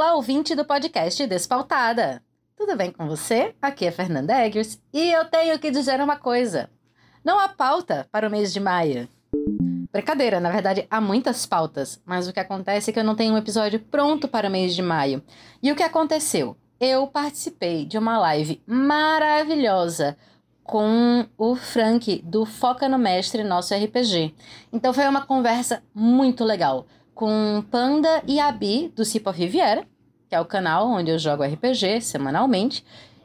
Olá, ouvinte do podcast Despautada! Tudo bem com você? Aqui é Fernanda Eggers e eu tenho que dizer uma coisa. Não há pauta para o mês de maio. Brincadeira, na verdade há muitas pautas, mas o que acontece é que eu não tenho um episódio pronto para o mês de maio. E o que aconteceu? Eu participei de uma live maravilhosa com o Frank do Foca no Mestre Nosso RPG. Então foi uma conversa muito legal com Panda e Abi do Cipo Riviera, que é o canal onde eu jogo RPG semanalmente.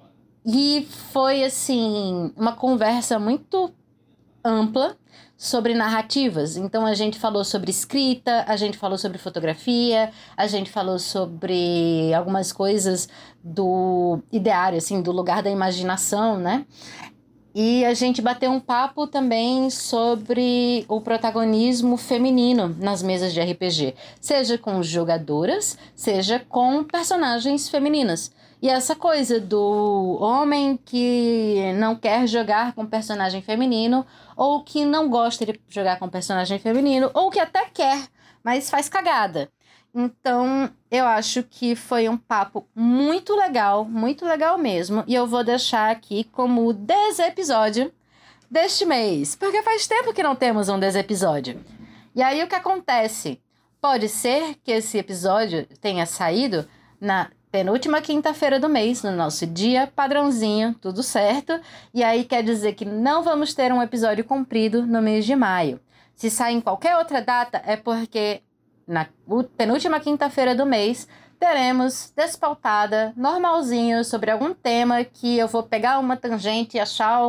E foi, assim, uma conversa muito ampla sobre narrativas. Então a gente falou sobre escrita, a gente falou sobre fotografia, a gente falou sobre algumas coisas do ideário, assim, do lugar da imaginação, né? E a gente bateu um papo também sobre o protagonismo feminino nas mesas de RPG, seja com jogadoras, seja com personagens femininas. E essa coisa do homem que não quer jogar com personagem feminino, ou que não gosta de jogar com personagem feminino, ou que até quer, mas faz cagada. Então, eu acho que foi um papo muito legal mesmo. E eu vou deixar aqui como o desepisódio deste mês, porque faz tempo que não temos um desepisódio. E aí, o que acontece? Pode ser que esse episódio tenha saído na penúltima quinta-feira do mês, no nosso dia padrãozinho, tudo certo. E aí quer dizer que não vamos ter um episódio comprido no mês de maio. Se sair em qualquer outra data, é porque na penúltima quinta-feira do mês, teremos Despautada, normalzinho, sobre algum tema que eu vou pegar uma tangente, achar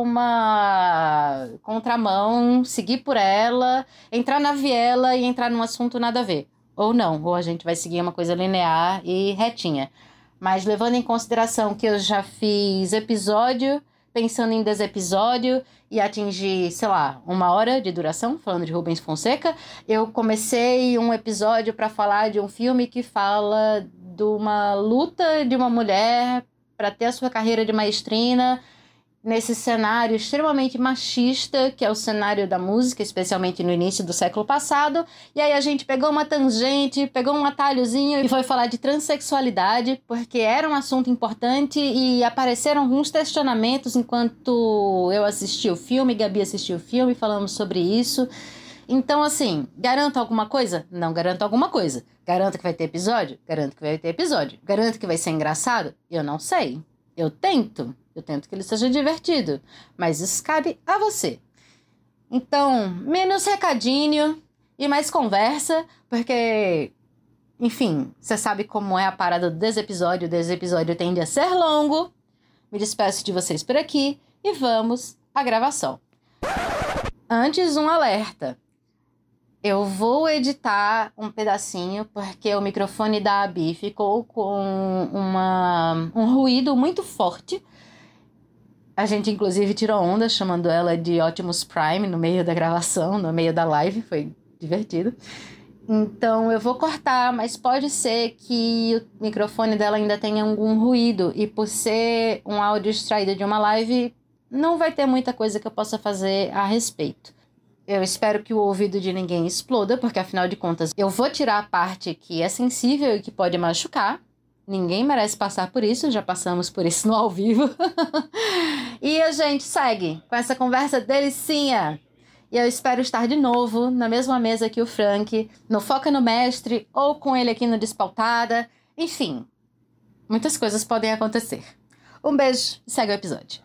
uma contramão, seguir por ela, entrar na viela e entrar num assunto nada a ver. Ou não, ou a gente vai seguir uma coisa linear e retinha. Mas levando em consideração que eu já fiz episódio pensando em desepisódio e atingir, sei lá, 1 hora de duração, falando de Rubens Fonseca, eu comecei um episódio para falar de um filme que fala de uma luta de uma mulher para ter a sua carreira de maestrina nesse cenário extremamente machista, que é o cenário da música, especialmente no início do século passado. E aí a gente pegou uma tangente, pegou um atalhozinho e foi falar de transexualidade, porque era um assunto importante e apareceram alguns questionamentos enquanto eu assisti o filme, Gabi assistiu o filme, falamos sobre isso. Então, assim, garanto alguma coisa? Não garanto alguma coisa. Garanto que vai ter episódio? Garanto que vai ter episódio. Garanto que vai ser engraçado? Eu não sei. Eu tento que ele seja divertido, mas isso cabe a você. Então, menos recadinho e mais conversa, porque, enfim, você sabe como é a parada do desepisódio. O desepisódio tende a ser longo. Me despeço de vocês por aqui e vamos à gravação. Antes, um alerta. Eu vou editar um pedacinho porque o microfone da Abi ficou com um ruído muito forte. A gente, inclusive, tirou onda chamando ela de Optimus Prime no meio da gravação, no meio da live. Foi divertido. Então, eu vou cortar, mas pode ser que o microfone dela ainda tenha algum ruído. E por ser um áudio extraído de uma live, não vai ter muita coisa que eu possa fazer a respeito. Eu espero que o ouvido de ninguém exploda, porque, afinal de contas, eu vou tirar a parte que é sensível e que pode machucar. Ninguém merece passar por isso, já passamos por isso no ao vivo. E a gente segue com essa conversa delicinha. E eu espero estar de novo na mesma mesa que o Frank, no Foca no Mestre, ou com ele aqui no Despautada. Enfim, muitas coisas podem acontecer. Um beijo e segue o episódio.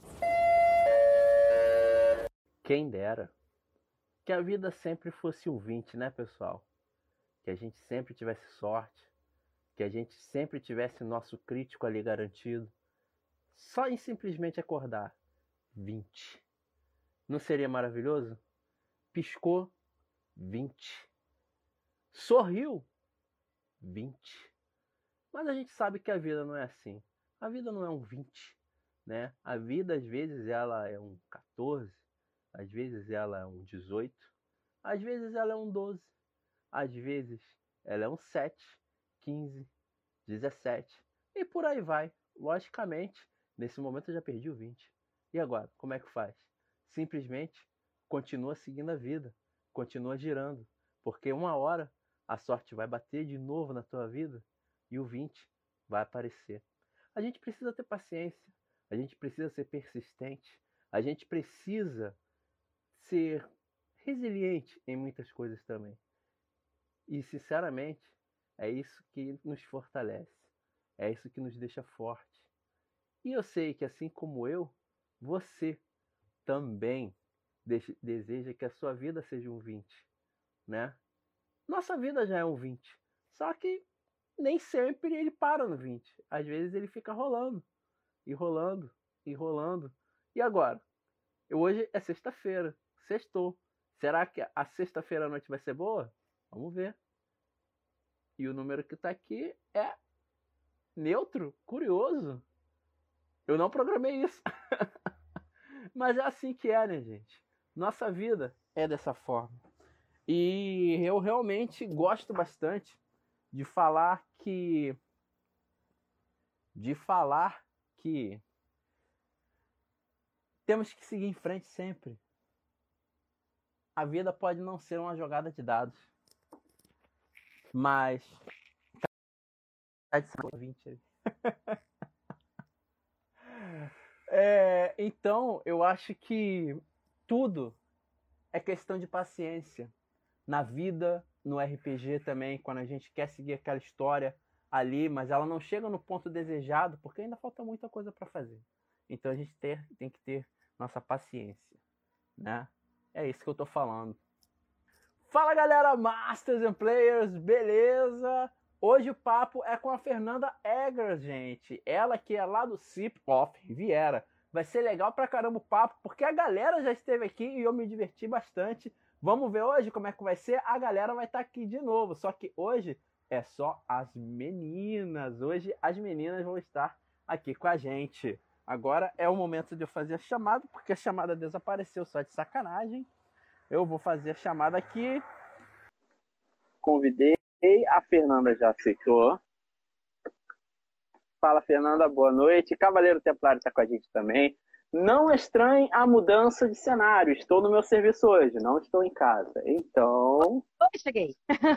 Quem dera que a vida sempre fosse um 20, né, pessoal? Que a gente sempre tivesse sorte, que a gente sempre tivesse nosso crítico ali garantido. Só em simplesmente acordar. 20. Não seria maravilhoso? Piscou. 20. Sorriu. 20. Mas a gente sabe que a vida não é assim. A vida não é um 20, né? A vida, às vezes, ela é um 14. Às vezes, ela é um 18. Às vezes, ela é um 12. Às vezes, ela é um 7, 15, 17. E por aí vai. Logicamente, nesse momento eu já perdi o 20. E agora, como é que faz? Simplesmente continua seguindo a vida, continua girando, porque 1 hora a sorte vai bater de novo na tua vida, e o 20 vai aparecer. A gente precisa ter paciência, a gente precisa ser persistente, a gente precisa ser resiliente em muitas coisas também. E, sinceramente, é isso que nos fortalece, é isso que nos deixa forte. E eu sei que, assim como eu, você também deseja que a sua vida seja um 20, né? Nossa vida já é um 20, só que nem sempre ele para no 20. Às vezes ele fica rolando, e rolando, e rolando. E agora? Hoje é sexta-feira, sextou. Será que a sexta-feira à noite vai ser boa? Vamos ver. E o número que está aqui é neutro, curioso. Eu não programei isso. Mas é assim que é, né, gente? Nossa vida é dessa forma. E eu realmente gosto bastante de falar que temos que seguir em frente sempre. A vida pode não ser uma jogada de dados, mas tá de 20 então eu acho que tudo é questão de paciência. Na vida, no RPG também, quando a gente quer seguir aquela história ali, mas ela não chega no ponto desejado, porque ainda falta muita coisa para fazer. Então a gente tem que ter nossa paciência, né? É isso que eu tô falando. Fala, galera, Masters and Players, beleza? Hoje o papo é com a Fernanda Eggers, gente. Ela que é lá do CIP of Riviera. Vai ser legal pra caramba o papo, porque a galera já esteve aqui e eu me diverti bastante. Vamos ver hoje como é que vai ser? A galera vai estar aqui de novo, só que hoje é só as meninas. Hoje as meninas vão estar aqui com a gente. Agora é o momento de eu fazer a chamada, porque a chamada desapareceu só de sacanagem. Eu vou fazer a chamada aqui. Convidei, a Fernanda já aceitou. Fala, Fernanda, boa noite. Cavaleiro Templário está com a gente também. Não estranhe a mudança de cenário. Estou no meu serviço hoje, não estou em casa. Então... Oi, cheguei.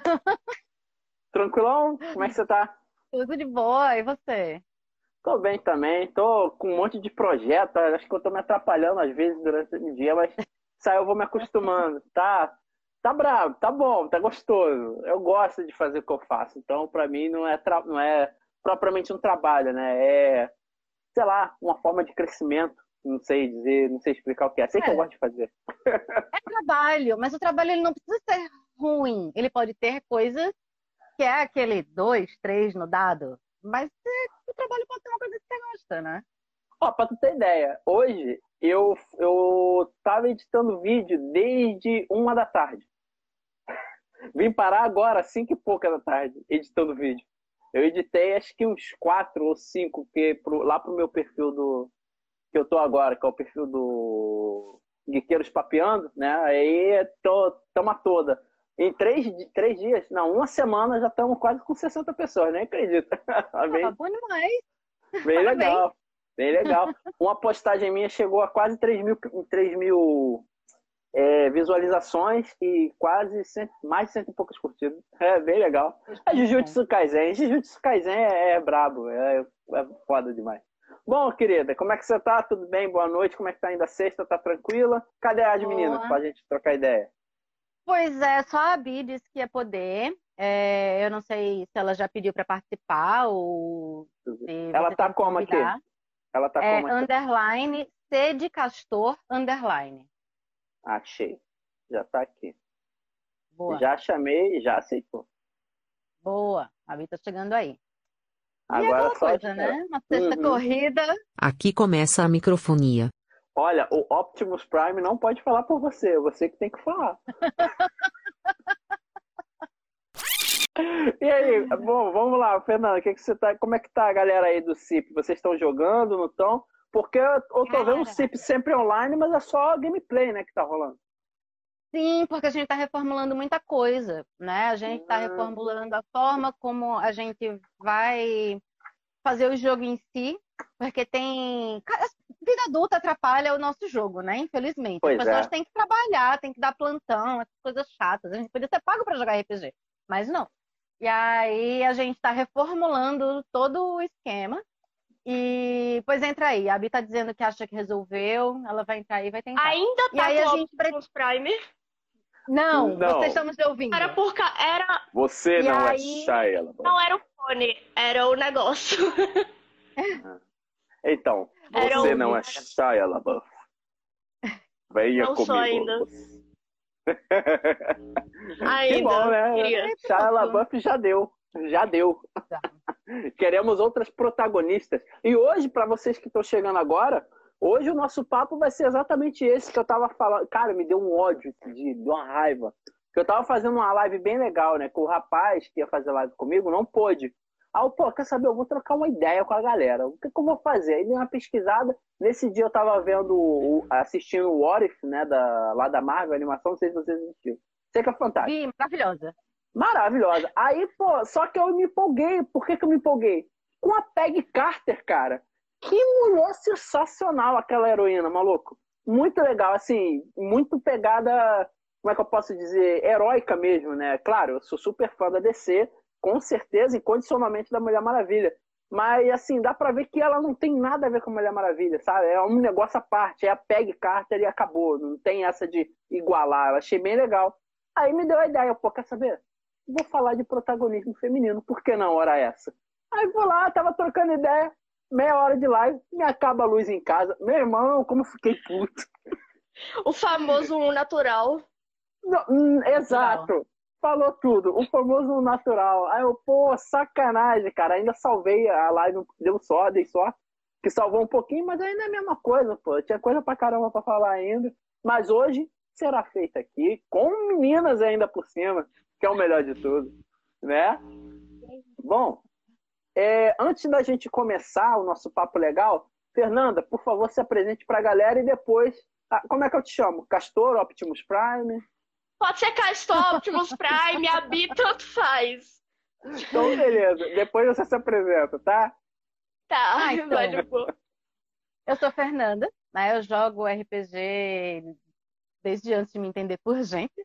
Tranquilão? Como é que você tá? Tudo de boa, e você? Tô bem também. Tô com um monte de projeto. Acho que eu tô me atrapalhando às vezes durante o dia, mas isso aí eu vou me acostumando. Tá bravo, tá bom, tá gostoso. Eu gosto de fazer o que eu faço. Então, pra mim, não é propriamente um trabalho, né? É, sei lá, uma forma de crescimento. Não sei dizer, não sei explicar o que é. Sei que eu gosto de fazer. É trabalho, mas o trabalho ele não precisa ser ruim. Ele pode ter coisas que é aquele 2, 3 no dado, mas o trabalho pode ser uma coisa que você gosta, né? Ó, pra tu ter ideia, hoje eu tava editando vídeo desde 1 da tarde. Vim parar agora, 5 e pouca da tarde, editando vídeo. Eu editei acho que uns 4 ou 5, lá pro meu perfil que eu tô agora, que é o perfil do Geekeiros Papeando, né? Aí tamo toda. Em 3 dias, não, 1 semana já estamos quase com 60 pessoas, nem acredito. Bom demais. Bem legal, bem legal. Uma postagem minha chegou a quase 3 mil visualizações e quase mais de 100 e poucas curtidas. É bem legal. A Jujutsu Kaisen é brabo, é foda demais. Bom, querida, como é que você tá? Tudo bem? Boa noite. Como é que tá indo a sexta? Tá tranquila? Cadê as meninas pra gente trocar ideia? Pois é, só a Bi disse que ia poder. Eu não sei se ela já pediu para participar ou se ela tá como aqui? Ela tá como aqui? Underline C de Castor, underline. Achei. Já tá aqui. Boa. Já chamei, já aceitou. Boa. A Bi tá chegando aí. Agora e aquela só coisa, né? Uma sexta corrida. Aqui começa a microfonia. Olha, o Optimus Prime não pode falar por você. Você que tem que falar. E aí, bom, vamos lá, Fernanda, como é que tá a galera aí do CIP? Vocês estão jogando, não estão? Porque eu tô vendo o CIP sempre online, mas é só gameplay, né, que tá rolando. Sim, porque a gente está reformulando muita coisa, né? A gente está reformulando a forma como a gente vai fazer o jogo em si, porque tem... Vida adulta atrapalha o nosso jogo, né? Infelizmente. Pois As pessoas têm que trabalhar, têm que dar plantão, essas coisas chatas. A gente podia ser pago para jogar RPG, mas não. E aí a gente está reformulando todo o esquema. E pois entra aí. A Abi tá dizendo que acha que resolveu. Ela vai entrar aí e vai tentar. Ainda E tá aí a com gente Optimus Prime? Não, Não. vocês estão nos ouvindo. Era porque era... Você E não aí- é Shia LaBeouf. Não era o fone, era o negócio. Então, Era você o- não é Shia LaBeouf. Venha Não sou comigo. ainda. Que Ainda. bom, né? Queria. Shia LaBeouf já deu. Já deu. Já. Queremos outras protagonistas. E hoje, para vocês que estão chegando agora, hoje o nosso papo vai ser exatamente esse que eu tava falando. Cara, me deu um ódio esse dia, deu uma raiva. Porque eu tava fazendo uma live bem legal, né? Com o rapaz que ia fazer live comigo, não pôde. Aí eu, pô, quer saber? Eu vou trocar uma ideia com a galera. O que eu vou fazer? Aí dei uma pesquisada. Nesse dia eu tava assistindo o What If, né? Lá da Marvel, a animação, não sei se vocês assistiram. Sei que é fantástico. Vi, maravilhosa. Maravilhosa. Aí, pô, só que eu me empolguei. Por que eu me empolguei? Com a Peggy Carter, cara. Que mulher sensacional aquela heroína, maluco. Muito legal, assim, muito pegada, como é que eu posso dizer, heróica mesmo, né? Claro, eu sou super fã da DC, com certeza, incondicionalmente da Mulher Maravilha. Mas, assim, dá pra ver que ela não tem nada a ver com a Mulher Maravilha, sabe? É um negócio à parte, é a Peggy Carter e acabou. Não tem essa de igualar. Eu achei bem legal. Aí me deu a ideia, pô, quer saber? Vou falar de protagonismo feminino, por que não, hora essa? Aí vou lá, tava trocando ideia, meia hora de live, me acaba a luz em casa. Meu irmão, como eu fiquei puto. O famoso natural. Exato, falou tudo, o famoso natural. Aí eu, pô, sacanagem, cara, ainda salvei a live, dei sorte, que salvou um pouquinho, mas ainda é a mesma coisa, pô, tinha coisa pra caramba pra falar ainda. Mas hoje será feito aqui, com meninas ainda por cima, que é o melhor de tudo, né? Bom, antes da gente começar o nosso papo legal, Fernanda, por favor, se apresente pra galera e depois... como é que eu te chamo? Castor, Optimus Prime? Pode ser Castor, Optimus Prime, a Bi, tanto faz. Então, beleza. Depois você se apresenta, tá? Tá, então. vai de boa. Eu sou Fernanda, né? Eu jogo RPG desde antes de me entender por gente.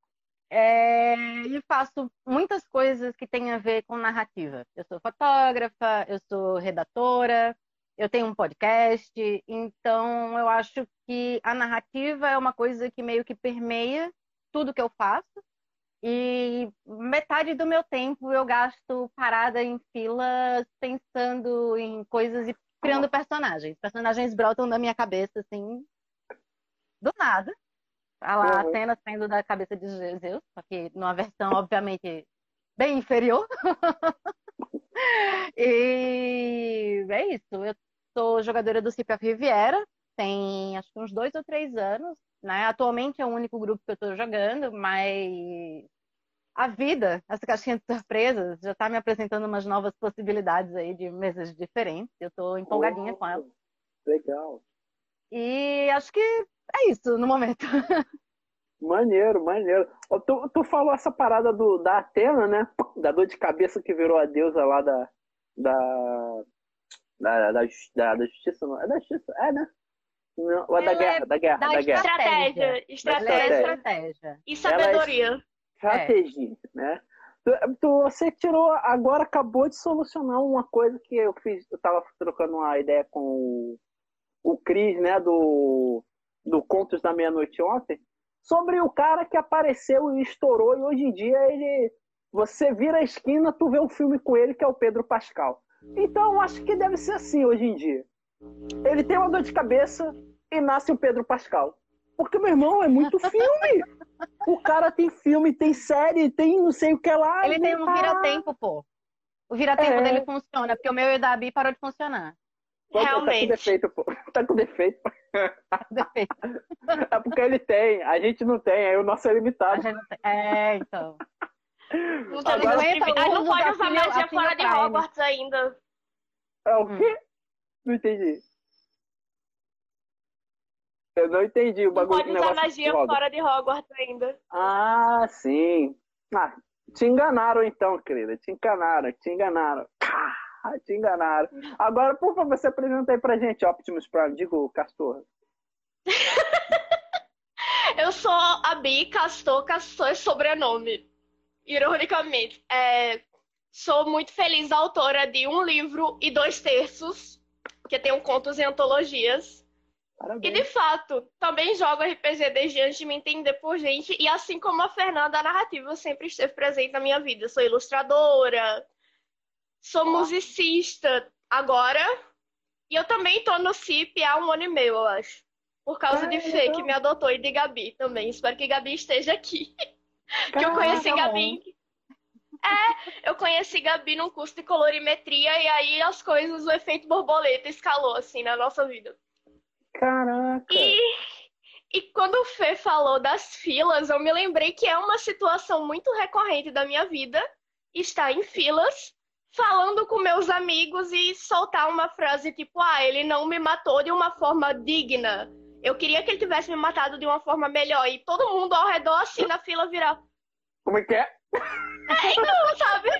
E faço muitas coisas que têm a ver com narrativa. Eu sou fotógrafa, eu sou redatora, eu tenho um podcast, então eu acho que a narrativa é uma coisa que meio que permeia tudo que eu faço. E metade do meu tempo eu gasto parada em filas, pensando em coisas e criando personagens. Personagens brotam da minha cabeça, assim, do nada. Tá lá a cena saindo da cabeça de Zeus, só que numa versão, obviamente, bem inferior. E é isso. Eu sou jogadora do Cip of Riviera, tem acho que uns 2 ou 3 anos, né? Atualmente é o único grupo que eu tô jogando, mas a vida, essa caixinha de surpresas, já tá me apresentando umas novas possibilidades aí de mesas diferentes. Eu tô empolgadinha com ela. Legal. E acho que é isso no momento. Maneiro, maneiro. Tu falou essa parada da Atena, né? Da dor de cabeça que virou a deusa lá da justiça, não? É da justiça? É, né? Não, ou é da guerra, da guerra. Estratégia. Estratégia. E sabedoria. Estratégia, né? Você tirou, agora acabou de solucionar uma coisa que eu fiz. Eu tava trocando uma ideia com o Cris, né? Do Contos da Meia-Noite ontem, sobre o cara que apareceu e estourou, e hoje em dia você vira a esquina, tu vê um filme com ele, que é o Pedro Pascal. Então eu acho que deve ser assim hoje em dia. Ele tem uma dor de cabeça e nasce o Pedro Pascal. Porque, meu irmão, é muito filme. O cara tem filme, tem série, tem não sei o que lá. Ele tem um vira-tempo, pô. O vira-tempo dele funciona, porque o meu e o da Abi parou de funcionar. Realmente. Tá com defeito, pô. Tá com defeito. Defeito. É porque ele tem, a gente não tem, aí o nosso é A limitado. gente não tem. então. Não tem Agora- Aí não pode usar magia a fora de Prime. Hogwarts ainda. É o quê? Não entendi. Eu não entendi o Não bagulho pode do usar negócio magia de Hogwarts. fora de Hogwarts ainda. Ah, sim. Te enganaram então, querida. Te enganaram. Te enganaram. Agora, por favor, você apresenta aí pra gente, Optimus Prime, digo, Castor. Eu sou a Bi, Castor é sobrenome. ironicamente. Sou muito feliz autora de 1 livro e 2/3, que tem contos e antologias. E, Parabéns. de fato, também jogo RPG desde antes de me entender por gente. E assim como a Fernanda, a narrativa sempre esteve presente na minha vida. Sou ilustradora, sou musicista agora. E eu também tô no CIP há 1 ano e meio, eu acho. Por causa de Fê, que me adotou, e de Gabi também. Espero que Gabi esteja aqui. Que eu conheci Gabi. Eu conheci Gabi num curso de colorimetria. E aí as coisas, o efeito borboleta escalou, assim, na nossa vida. Caraca. E quando o Fê falou das filas, eu me lembrei que é uma situação muito recorrente da minha vida, estar em filas, falando com meus amigos e soltar uma frase tipo, ele não me matou de uma forma digna. Eu queria que ele tivesse me matado de uma forma melhor. E todo mundo ao redor, assim, na fila virar. Como é que é? Então, sabe?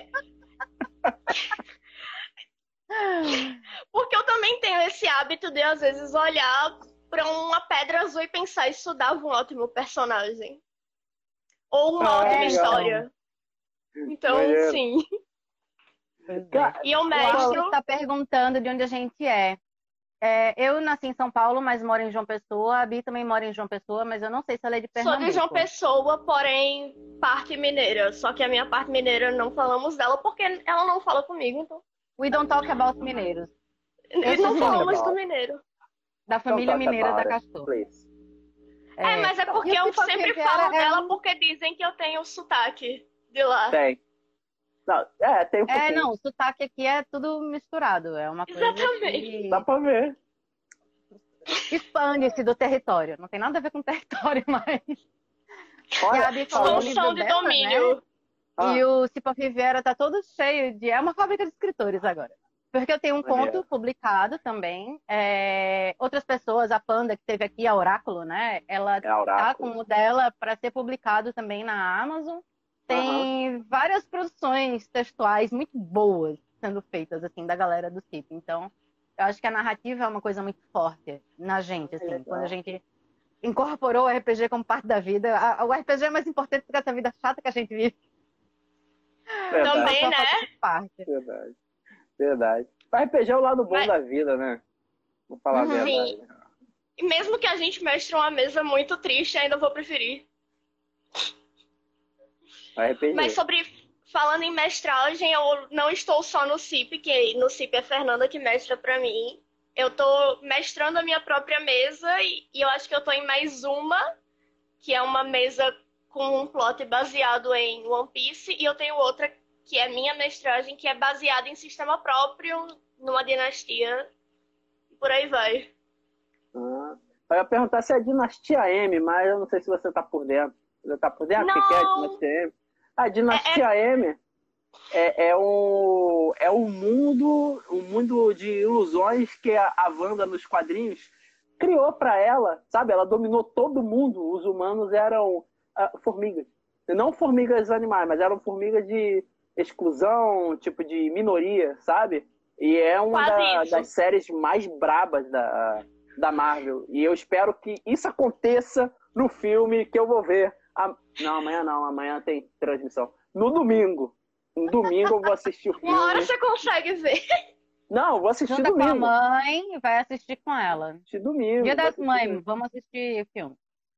Porque eu também tenho esse hábito de, às vezes, olhar pra uma pedra azul e pensar, isso dava um ótimo personagem. Ou uma ótima legal. história. Então, Maneiro. sim. Cara, E eu O mestro. Alex está perguntando de onde a gente é. Eu nasci em São Paulo, mas moro em João Pessoa. A Bi também mora em João Pessoa, mas eu não sei se ela é de Sou Pernambuco. de João Pessoa, porém parte mineira. Só que a minha parte mineira não falamos dela porque ela não fala comigo, então. We don't talk about mineiros. E sou não de falamos Mineiro. do mineiro. Da família Então, mineira da Bárbara, Castor. please. Mas é porque E o eu Pipoca sempre Rivera falo é dela um- porque dizem que eu tenho sotaque de lá. Tem. Não, tem um pouquinho. Não, o sotaque aqui é tudo misturado. É uma coisa Exatamente. Dá pra ver. que expande-se do território. Não tem nada a ver com território, mas... E a Olha, Abi falou do Função livro de dela, domínio. né? Ah. E o Cipa Rivera tá todo cheio de... É uma fábrica de escritores agora. Porque eu tenho um Maneiro. conto publicado também. Outras pessoas, a Panda, que esteve aqui, a Oráculo, né? Ela É a Oráculo. tá com o dela para ser publicado também na Amazon. Tem várias produções textuais muito boas sendo feitas, assim, da galera do CIP. Então, eu acho que a narrativa é uma coisa muito forte na gente, assim. legal. Quando a gente incorporou o RPG como parte da vida. O RPG é mais importante do que essa vida chata que a gente vive. Verdade, Também, Só né? faz parte. verdade. O RPG é o lado bom Mas- da vida, né? Vou falar a Uhum. verdade. Sim. E mesmo que a gente mestre uma mesa muito triste, ainda vou preferir. RPG. Mas falando em mestragem, eu não estou só no CIP, que no CIP é a Fernanda que mestra pra mim. Eu tô mestrando a minha própria mesa e eu acho que eu tô em mais uma, que é uma mesa com um plot baseado em One Piece, e eu tenho outra que é minha mestragem, que é baseada em sistema próprio, numa dinastia, e por aí vai. Eu ia perguntar se é Dinastia M, mas eu não sei se você tá por dentro. Você tá por dentro? O que é Não. Dinastia M? A Dinastia M é um mundo de ilusões que a Wanda nos quadrinhos criou para ela, sabe? Ela dominou todo mundo. Os humanos eram formigas. E não formigas animais, mas eram formigas de exclusão, tipo de minoria, sabe? E é uma Quase isso. das séries mais brabas da Marvel. E eu espero que isso aconteça no filme que eu vou ver. Não, amanhã não. Amanhã tem transmissão. No domingo. No domingo eu vou assistir o filme. Uma hora você consegue ver. Não, eu vou assistir Junta com a domingo. mãe e vai assistir com ela. Assistir domingo. Dia vou das assistir mães, domingo. vamos assistir filme.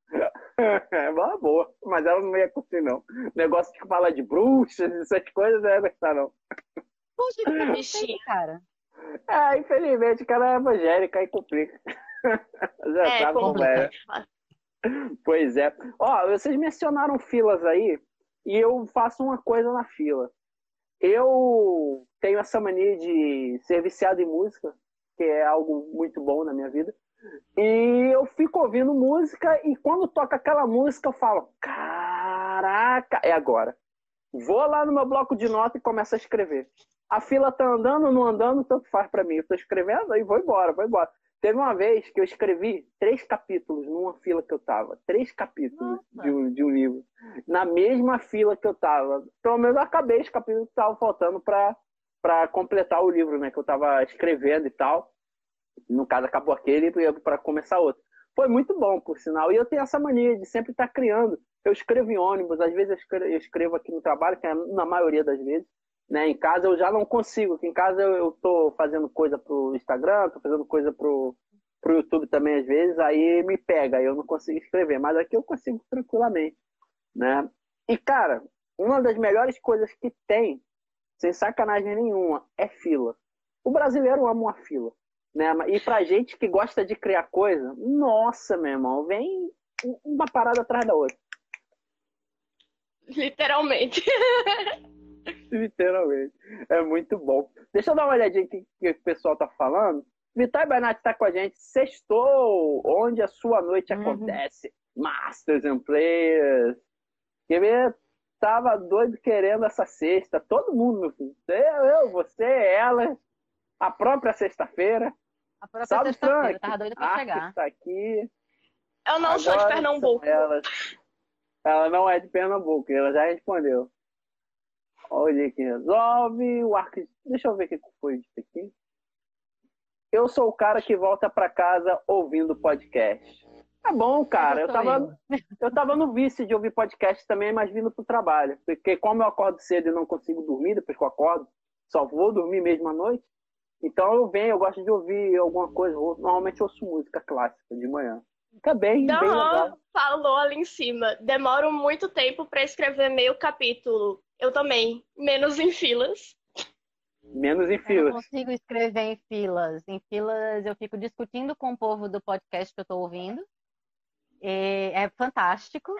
É uma boa. Mas ela não ia curtir, não. Negócio que fala de bruxas, essas coisas, não ia gostar, não. Poxa, que Bichinha. cara. Infelizmente, o cara é evangélica e complica. Já sabe como é. Pois é. Ó, vocês mencionaram filas aí, e eu faço uma coisa na fila. Eu tenho essa mania de ser viciado em música, que é algo muito bom na minha vida. E eu fico ouvindo música, e quando toca aquela música, eu falo, caraca, é agora. Vou lá no meu bloco de nota e começo a escrever. A fila tá andando, não andando, tanto faz pra mim. Eu tô escrevendo e vou embora. Teve uma vez que eu escrevi 3 capítulos numa fila que eu tava. 3 capítulos de um livro. Na mesma fila que eu tava. Pelo menos eu acabei os capítulos que estavam faltando pra completar o livro, né? Que eu tava escrevendo e tal. No caso, acabou aquele e para começar outro. Foi muito bom, por sinal. E eu tenho essa mania de sempre estar criando. Eu escrevo em ônibus, às vezes eu escrevo aqui no trabalho, que é na maioria das vezes. Né? Em casa eu já não consigo, porque em casa eu tô fazendo coisa pro Instagram, tô fazendo coisa pro YouTube também às vezes, aí me pega, aí eu não consigo escrever, mas aqui eu consigo tranquilamente, né? E cara, uma das melhores coisas que tem, sem sacanagem nenhuma, é fila. O brasileiro ama uma fila, né? E pra gente que gosta de criar coisa, nossa, meu irmão, vem uma parada atrás da outra. Literalmente. Literalmente. É muito bom. Deixa eu dar uma olhadinha aqui que o pessoal tá falando. Vitória Bernardi está com a gente. Sextou, onde a sua noite acontece. Masters and Players. Quer ver? Tava doido querendo essa sexta. Todo mundo, meu filho. Você, ela. A própria sexta-feira. A própria Salve, sexta-feira. Frank. Tava doida pra chegar. Está aqui. Eu não sou de Agora Pernambuco. Ela não é de Pernambuco. Ela já respondeu. Olha que resolve. O arco... Deixa eu ver o que foi isso aqui. Eu sou o cara que volta pra casa ouvindo podcast. É bom, cara. Eu tava no vício de ouvir podcast também, mas vindo pro trabalho. Porque como eu acordo cedo e não consigo dormir, depois que eu acordo, só vou dormir mesmo à noite. Então eu gosto de ouvir alguma coisa. Normalmente eu ouço música clássica de manhã. Fica bem legal. Falou ali em cima. Demoro muito tempo pra escrever meio capítulo. Eu também. Menos em filas. Menos em Eu filas. não consigo escrever em filas. Em filas eu fico discutindo com o povo do podcast que eu estou ouvindo. É fantástico.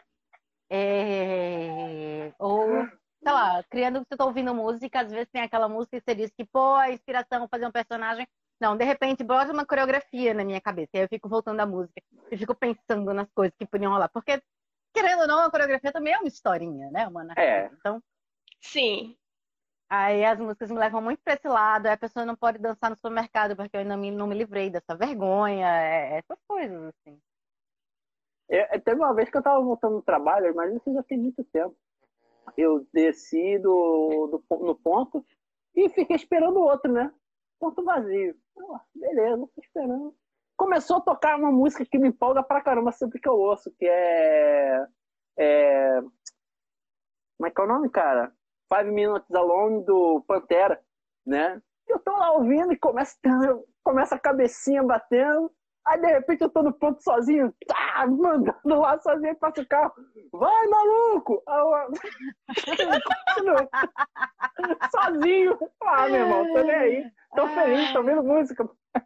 Ou, sei lá, criando que você está ouvindo música, às vezes tem aquela música que você diz que, pô, a inspiração fazer um personagem. Não, de repente brota uma coreografia na minha cabeça. E aí eu fico voltando à música e fico pensando nas coisas que podiam rolar. Porque, querendo ou não, a coreografia também é uma historinha, né? Uma narrativa. Então, sim. aí as músicas me levam muito para esse lado. Aí a pessoa não pode dançar no supermercado porque eu ainda não me livrei dessa vergonha. Essas coisas, assim. Teve uma vez que eu tava voltando do trabalho, mas isso já tem muito tempo. Eu desci no ponto e fiquei esperando o outro, né? Ponto vazio. Beleza, tô esperando. Começou a tocar uma música que me empolga pra caramba sempre que eu ouço, que como é que é o nome, cara? 5 Minutes Alone do Pantera, né? Eu tô lá ouvindo e começa a cabecinha batendo. Aí, de repente, eu tô no ponto sozinho, mandando lá sozinho, passa o carro. Vai, maluco! Continua. Sozinho. Meu irmão, tô nem aí. Tô feliz, tô ouvindo música.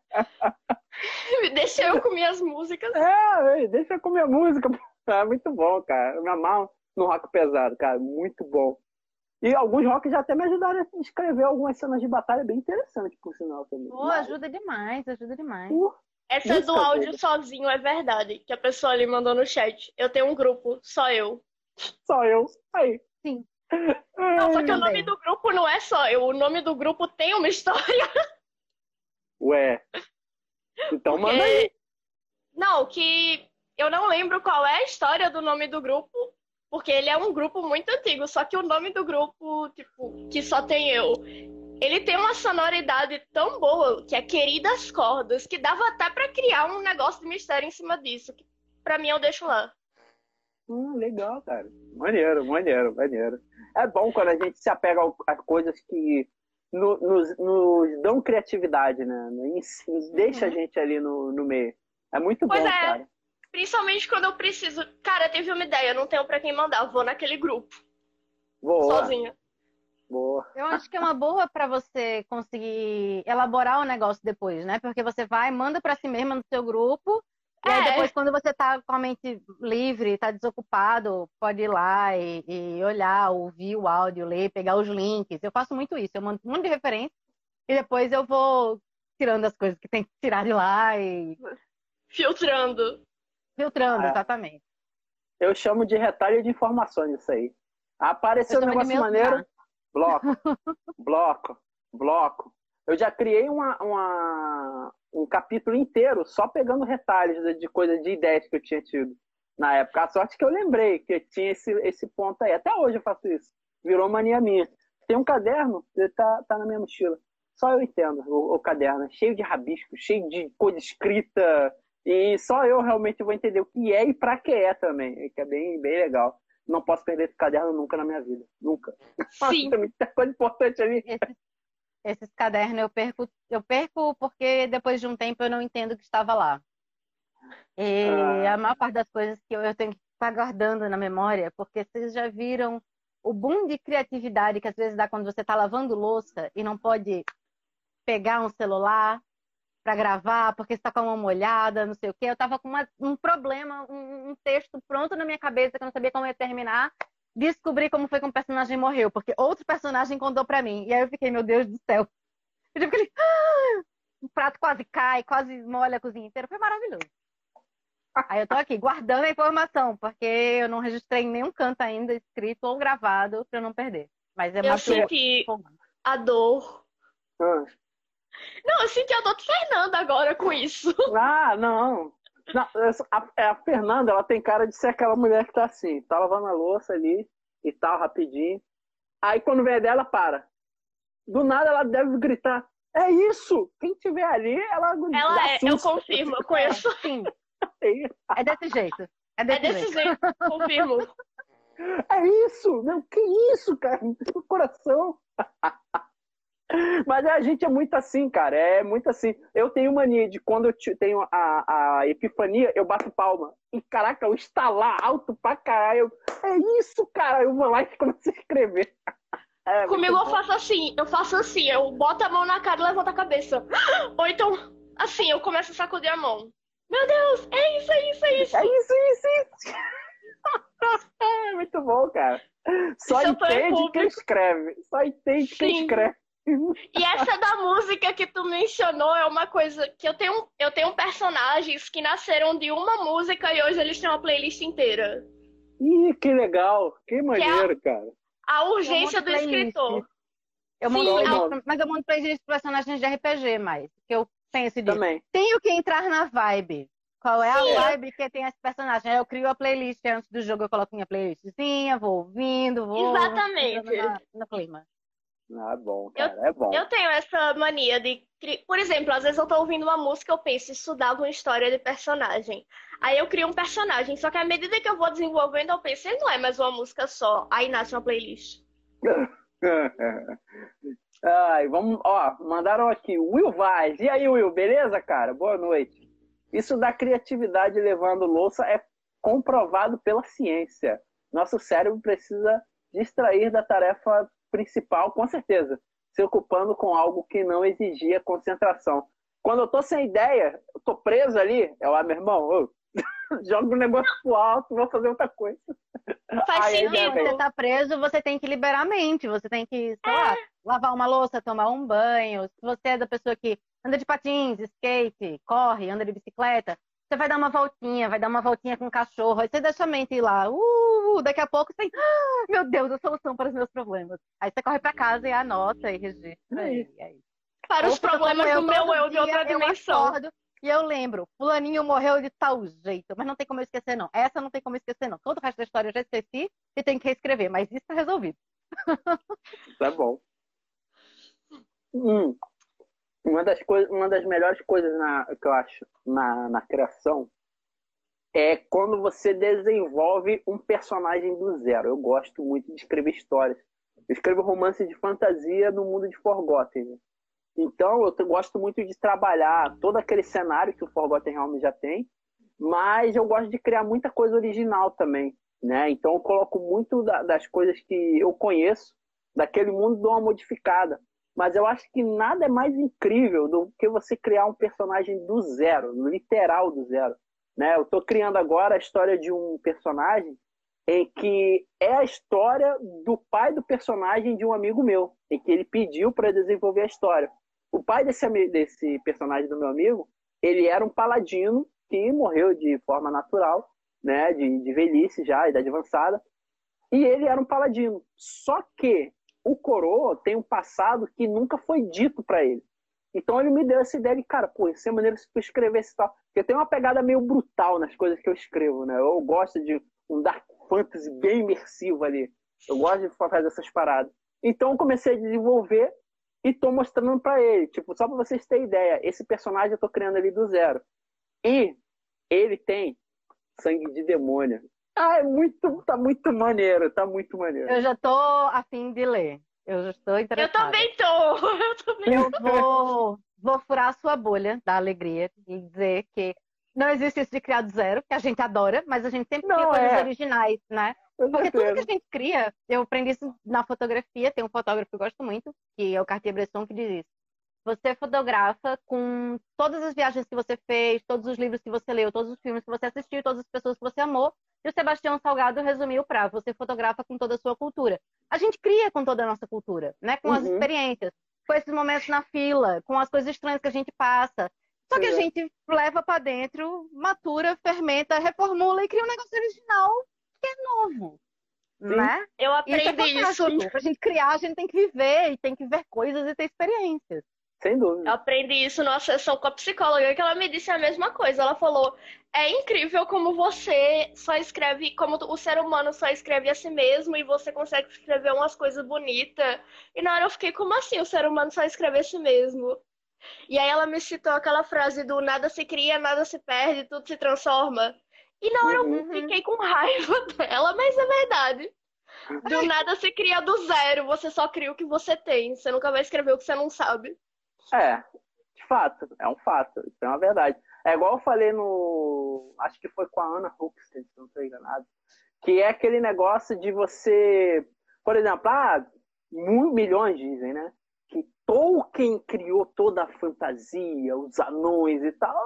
Deixa eu com minhas músicas. Deixa eu com minha música. É muito bom, cara. Eu me amarro no rock pesado, cara. Muito bom. E alguns rock já até me ajudaram a escrever algumas cenas de batalha bem interessantes, por sinal, também. Pô, ajuda demais, ajuda demais. Essa do áudio sozinho é verdade, que a pessoa ali mandou no chat. Eu tenho um grupo, só eu. Só eu. Aí. Sim. Não, só que o nome do grupo não é só eu. O nome do grupo tem uma história. Ué. Então manda aí. Não, que eu não lembro qual é a história do nome do grupo, porque ele é um grupo muito antigo, só que o nome do grupo, tipo, que só tem eu, ele tem uma sonoridade tão boa, que é Queridas Cordas, que dava até pra criar um negócio de mistério em cima disso, que pra mim eu deixo lá. Legal, cara. Maneiro. É bom quando a gente se apega a coisas que nos dão criatividade, né? Deixa a gente ali no meio. É muito bom, cara. Principalmente quando eu preciso. Cara, teve uma ideia, não tenho pra quem mandar, vou naquele grupo. Sozinha. Boa. Eu acho que é uma boa para você conseguir elaborar o negócio depois, né? Porque você vai, manda para si mesma no seu grupo, e aí depois, quando você tá com a mente livre, tá desocupado, pode ir lá e olhar, ouvir o áudio, ler, pegar os links. Eu faço muito isso, eu mando um monte de referência e depois eu vou tirando as coisas que tem que tirar de lá e... Filtrando, exatamente. Eu chamo de retalho de informações isso aí. Apareceu um negócio maneiro... Bloco. Eu já criei um capítulo inteiro só pegando retalhos de coisas, de ideias que eu tinha tido na época. A sorte que eu lembrei que tinha esse ponto aí. Até hoje eu faço isso. Virou mania minha. Tem um caderno, ele tá na minha mochila. Só eu entendo o caderno. Cheio de rabisco, cheio de coisa escrita. E só eu realmente vou entender o que é e pra que é também. Que é bem, bem legal. não posso perder esse caderno nunca na minha vida. Nunca. Sim. Tem muita coisa importante ali. Esses cadernos eu perco porque depois de um tempo eu não entendo o que estava lá. E a maior parte das coisas que eu tenho que estar guardando na memória, porque vocês já viram o boom de criatividade que às vezes dá quando você está lavando louça e não pode pegar um celular para gravar, porque você está com a mão molhada, não sei o quê. Eu estava com um problema, um texto pronto na minha cabeça que eu não sabia como ia terminar. Descobri como foi que um personagem morreu, porque outro personagem contou para mim. E aí eu fiquei, meu Deus do céu. Eu tive aquele... O prato quase cai, quase molha a cozinha inteira. Foi maravilhoso. Aí eu tô aqui guardando a informação, porque eu não registrei em nenhum canto ainda, escrito ou gravado, para eu não perder. Mas é Eu senti a dor. Não, eu senti a dor de Fernanda agora com isso. Não. A Fernanda, ela tem cara de ser aquela mulher que tá assim, tá lavando a louça ali e tal, rapidinho. Aí quando vem dela, para. Do nada ela deve gritar, é isso! Quem tiver ali, ela eu confirmo, eu conheço. Sim. É desse jeito. É desse jeito, confirmo. É isso! Não, que isso, cara? No coração. Mas a gente é muito assim, cara. É muito assim. Eu tenho mania de quando eu tenho a epifania, eu bato palma. E caraca, eu estalar alto pra caralho. É isso, cara. Eu vou lá e começo a escrever. Comigo eu faço assim, eu boto a mão na cara e levanto a cabeça. Ou então, assim, eu começo a sacudir a mão. Meu Deus, é isso. É isso. É muito bom, cara. Só entende quem escreve. Só entende quem escreve. E essa da música que tu mencionou é uma coisa que eu tenho personagens que nasceram de uma música e hoje eles têm uma playlist inteira. Ih, que legal. Que maneiro, cara. A urgência do escritor. Mas eu monto playlist de personagens de RPG mais. Que eu penso disso. Também. Tenho que entrar na vibe. Qual é a vibe que tem esse personagem? Aí eu crio a playlist antes do jogo, eu coloco minha playlistzinha, vou ouvindo, Exatamente. No clima. Bom, cara, é bom. Eu tenho essa mania de... Por exemplo, às vezes eu tô ouvindo uma música, eu penso, isso dava uma história de personagem. Aí eu crio um personagem, só que à medida que eu vou desenvolvendo, eu penso, ele não é mais uma música só. Aí nasce uma playlist. Mandaram aqui, Will Vaz. E aí, Will, beleza, cara? Boa noite. Isso da criatividade levando louça é comprovado pela ciência. Nosso cérebro precisa distrair da tarefa principal, com certeza, se ocupando com algo que não exigia concentração. Quando eu tô sem ideia, eu tô preso ali, meu irmão, joga o negócio pro alto, vou fazer outra coisa. Faz sentido. Quando você tá preso, você tem que liberar a mente, você tem que, sei lá, lavar uma louça, tomar um banho. Se você é da pessoa que anda de patins, skate, corre, anda de bicicleta, você vai dar uma voltinha com o cachorro, aí você deixa a mente ir lá, daqui a pouco você tem, meu Deus, a solução para os meus problemas. Aí você corre para casa e anota e registra. E aí. Para os problemas do meu eu de outra dimensão. E eu lembro, fulaninho morreu de tal jeito, mas não tem como eu esquecer, não. Essa não tem como eu esquecer, não. Todo o resto da história eu já esqueci e tenho que reescrever, mas isso tá resolvido. Tá bom. Uma das melhores coisas que eu acho na criação é quando você desenvolve um personagem do zero. Eu gosto muito de escrever histórias. Eu escrevo romance de fantasia no mundo de Forgotten, né? Então, eu gosto muito de trabalhar todo aquele cenário que o Forgotten Realms já tem, mas eu gosto de criar muita coisa original também, né? Então, eu coloco muito das coisas que eu conheço daquele mundo, dou uma modificada. Mas eu acho que nada é mais incrível do que você criar um personagem do zero, literal do zero, né? Eu estou criando agora a história de um personagem em que é a história do pai do personagem de um amigo meu, em que ele pediu para desenvolver a história. O pai desse personagem do meu amigo, ele era um paladino que morreu de forma natural, né, de velhice já, idade avançada, e ele era um paladino. Só que o coroa tem um passado que nunca foi dito para ele. Então ele me deu essa ideia de, cara, isso é maneiro se tu escrevesse tal. Porque eu tenho uma pegada meio brutal nas coisas que eu escrevo, né? Eu gosto de um dark fantasy bem imersivo ali. Eu gosto de fazer essas paradas. Então eu comecei a desenvolver e tô mostrando pra ele. Tipo, só pra vocês terem ideia, esse personagem eu tô criando ali do zero. E ele tem sangue de demônio. Tá muito maneiro, tá muito maneiro. Eu já tô a fim de ler. Eu já estou Eu interessada. também tô. Eu também Eu vou furar a sua bolha da alegria e dizer que não existe isso de criar do zero, que a gente adora, mas a gente sempre cria Não, coisas é. originais, né? Porque tudo que a gente cria, eu aprendi isso na fotografia, tem um fotógrafo que eu gosto muito, que é o Cartier-Bresson, que diz isso. Você fotografa com todas as viagens que você fez, todos os livros que você leu, todos os filmes que você assistiu, todas as pessoas que você amou. E o Sebastião Salgado resumiu para você fotografa com toda a sua cultura. A gente cria com toda a nossa cultura, né? Com as experiências, com esses momentos na fila, com as coisas estranhas que a gente passa. Só que a gente leva para dentro, matura, fermenta, reformula e cria um negócio original que é novo, né? Eu aprendi isso. Pra gente criar, a gente tem que viver e tem que ver coisas e ter experiências. Sem dúvida. Eu aprendi isso numa sessão com a psicóloga, que ela me disse a mesma coisa. Ela falou: é incrível como você só escreve, como o ser humano só escreve a si mesmo e você consegue escrever umas coisas bonitas. E na hora eu fiquei, como assim o ser humano só escreve a si mesmo? E aí ela me citou aquela frase do nada se cria, nada se perde, tudo se transforma. E na hora eu fiquei com raiva dela, mas é verdade. Do nada se cria do zero, você só cria o que você tem. Você nunca vai escrever o que você não sabe. É, de fato, é um fato, isso é uma verdade. É igual eu falei acho que foi com a Ana Huxley, se não estou enganado, que é aquele negócio de você, por exemplo, milhões dizem, né, que Tolkien criou toda a fantasia, os anões e tal.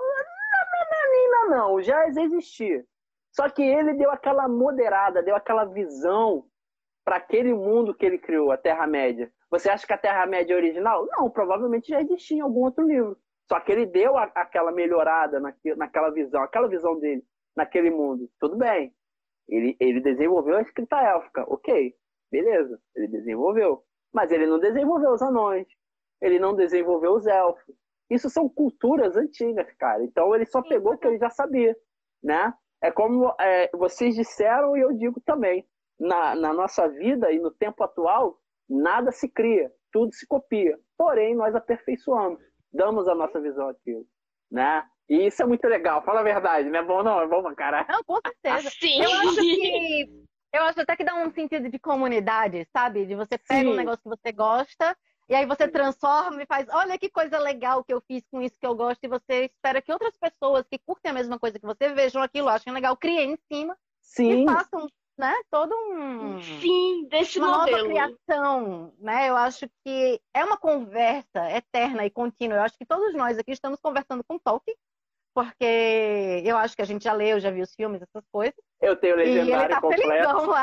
Não, já existia. Só que ele deu aquela moderada, deu aquela visão para aquele mundo que ele criou, a Terra-média. Você acha que a Terra-média é original? Não, provavelmente já existia em algum outro livro. Só que ele deu aquela melhorada naquela visão dele, naquele mundo. Tudo bem. Ele desenvolveu a escrita élfica. Ok, beleza. Ele desenvolveu. Mas ele não desenvolveu os anões. Ele não desenvolveu os elfos. Isso são culturas antigas, cara. Então ele só pegou o que ele já sabia, né? É como vocês disseram e eu digo também. Na nossa vida e no tempo atual, nada se cria, tudo se copia. Porém, nós aperfeiçoamos, damos a nossa visão àquilo, né? E isso é muito legal, fala a verdade, não é bom não? É bom pra caralho. Não, com certeza. Sim. Eu acho até que dá um sentido de comunidade, sabe? De você pega um negócio que você gosta e aí você transforma e faz, olha que coisa legal que eu fiz com isso que eu gosto, e você espera que outras pessoas que curtem a mesma coisa que você vejam aquilo, achem legal, criem em cima e façam, né, todo uma nova criação, né? Eu acho que é uma conversa eterna e contínua. Eu acho que todos nós aqui estamos conversando com Tolkien, porque eu acho que a gente já leu, já viu os filmes, essas coisas. Eu tenho o Legendário completo. E ele tá felizão lá.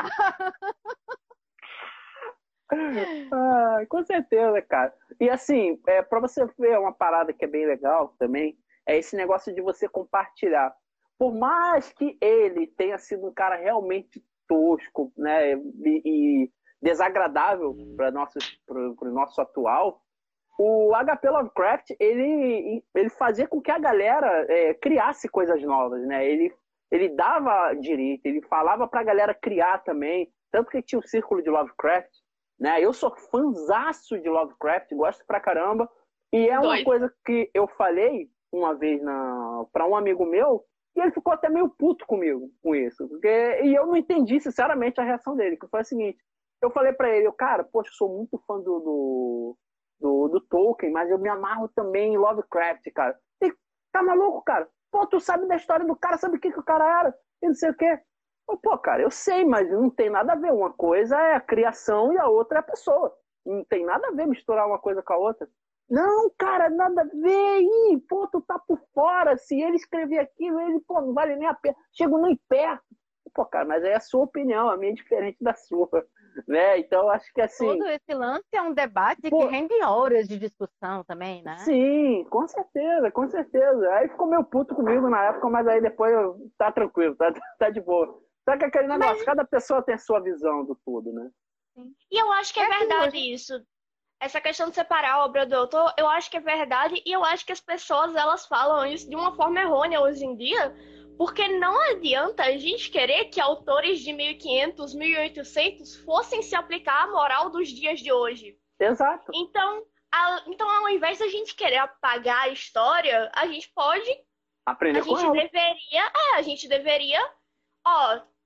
Com certeza, cara. E assim, para você ver uma parada que é bem legal também, é esse negócio de você compartilhar. Por mais que ele tenha sido um cara realmente tosco, né, e desagradável para o nosso atual, o H.P. Lovecraft ele fazia com que a galera criasse coisas novas, né? Ele dava direito, ele falava para a galera criar também, tanto que tinha o Círculo de Lovecraft, né? Eu sou fãzaço de Lovecraft, gosto pra caramba, e é uma coisa que eu falei uma vez para um amigo meu, e ele ficou até meio puto comigo com isso, e eu não entendi sinceramente a reação dele, que foi a seguinte: eu falei para ele, cara, poxa, eu sou muito fã do Tolkien, mas eu me amarro também em Lovecraft, cara. E, tá maluco, cara? Pô, tu sabe da história do cara, sabe o que o cara era, e não sei o quê. Pô, cara, eu sei, mas não tem nada a ver. Uma coisa é a criação e a outra é a pessoa. Não tem nada a ver misturar uma coisa com a outra. Não, cara, nada a ver. Ih, pô, tu tá por fora. Se ele escrever aquilo, ele, pô, não vale nem a pena. Chego nem perto. Pô, cara, mas aí é a sua opinião, a minha é diferente da sua, né? Então, eu acho que assim... Todo esse lance é um debate que rende horas de discussão também, né? Sim, com certeza, com certeza. Aí ficou meio puto comigo na época, mas aí depois tá tranquilo, tá de boa. Só que aquele negócio, cada pessoa tem a sua visão do tudo, né? Sim. E eu acho que é verdade isso. Essa questão de separar a obra do autor, eu acho que é verdade, e eu acho que as pessoas, elas falam isso de uma forma errônea hoje em dia, porque não adianta a gente querer que autores de 1500, 1800 fossem se aplicar à moral dos dias de hoje. Exato. Então, ao invés da gente querer apagar a história, a gente pode... aprender com ela. A gente deveria...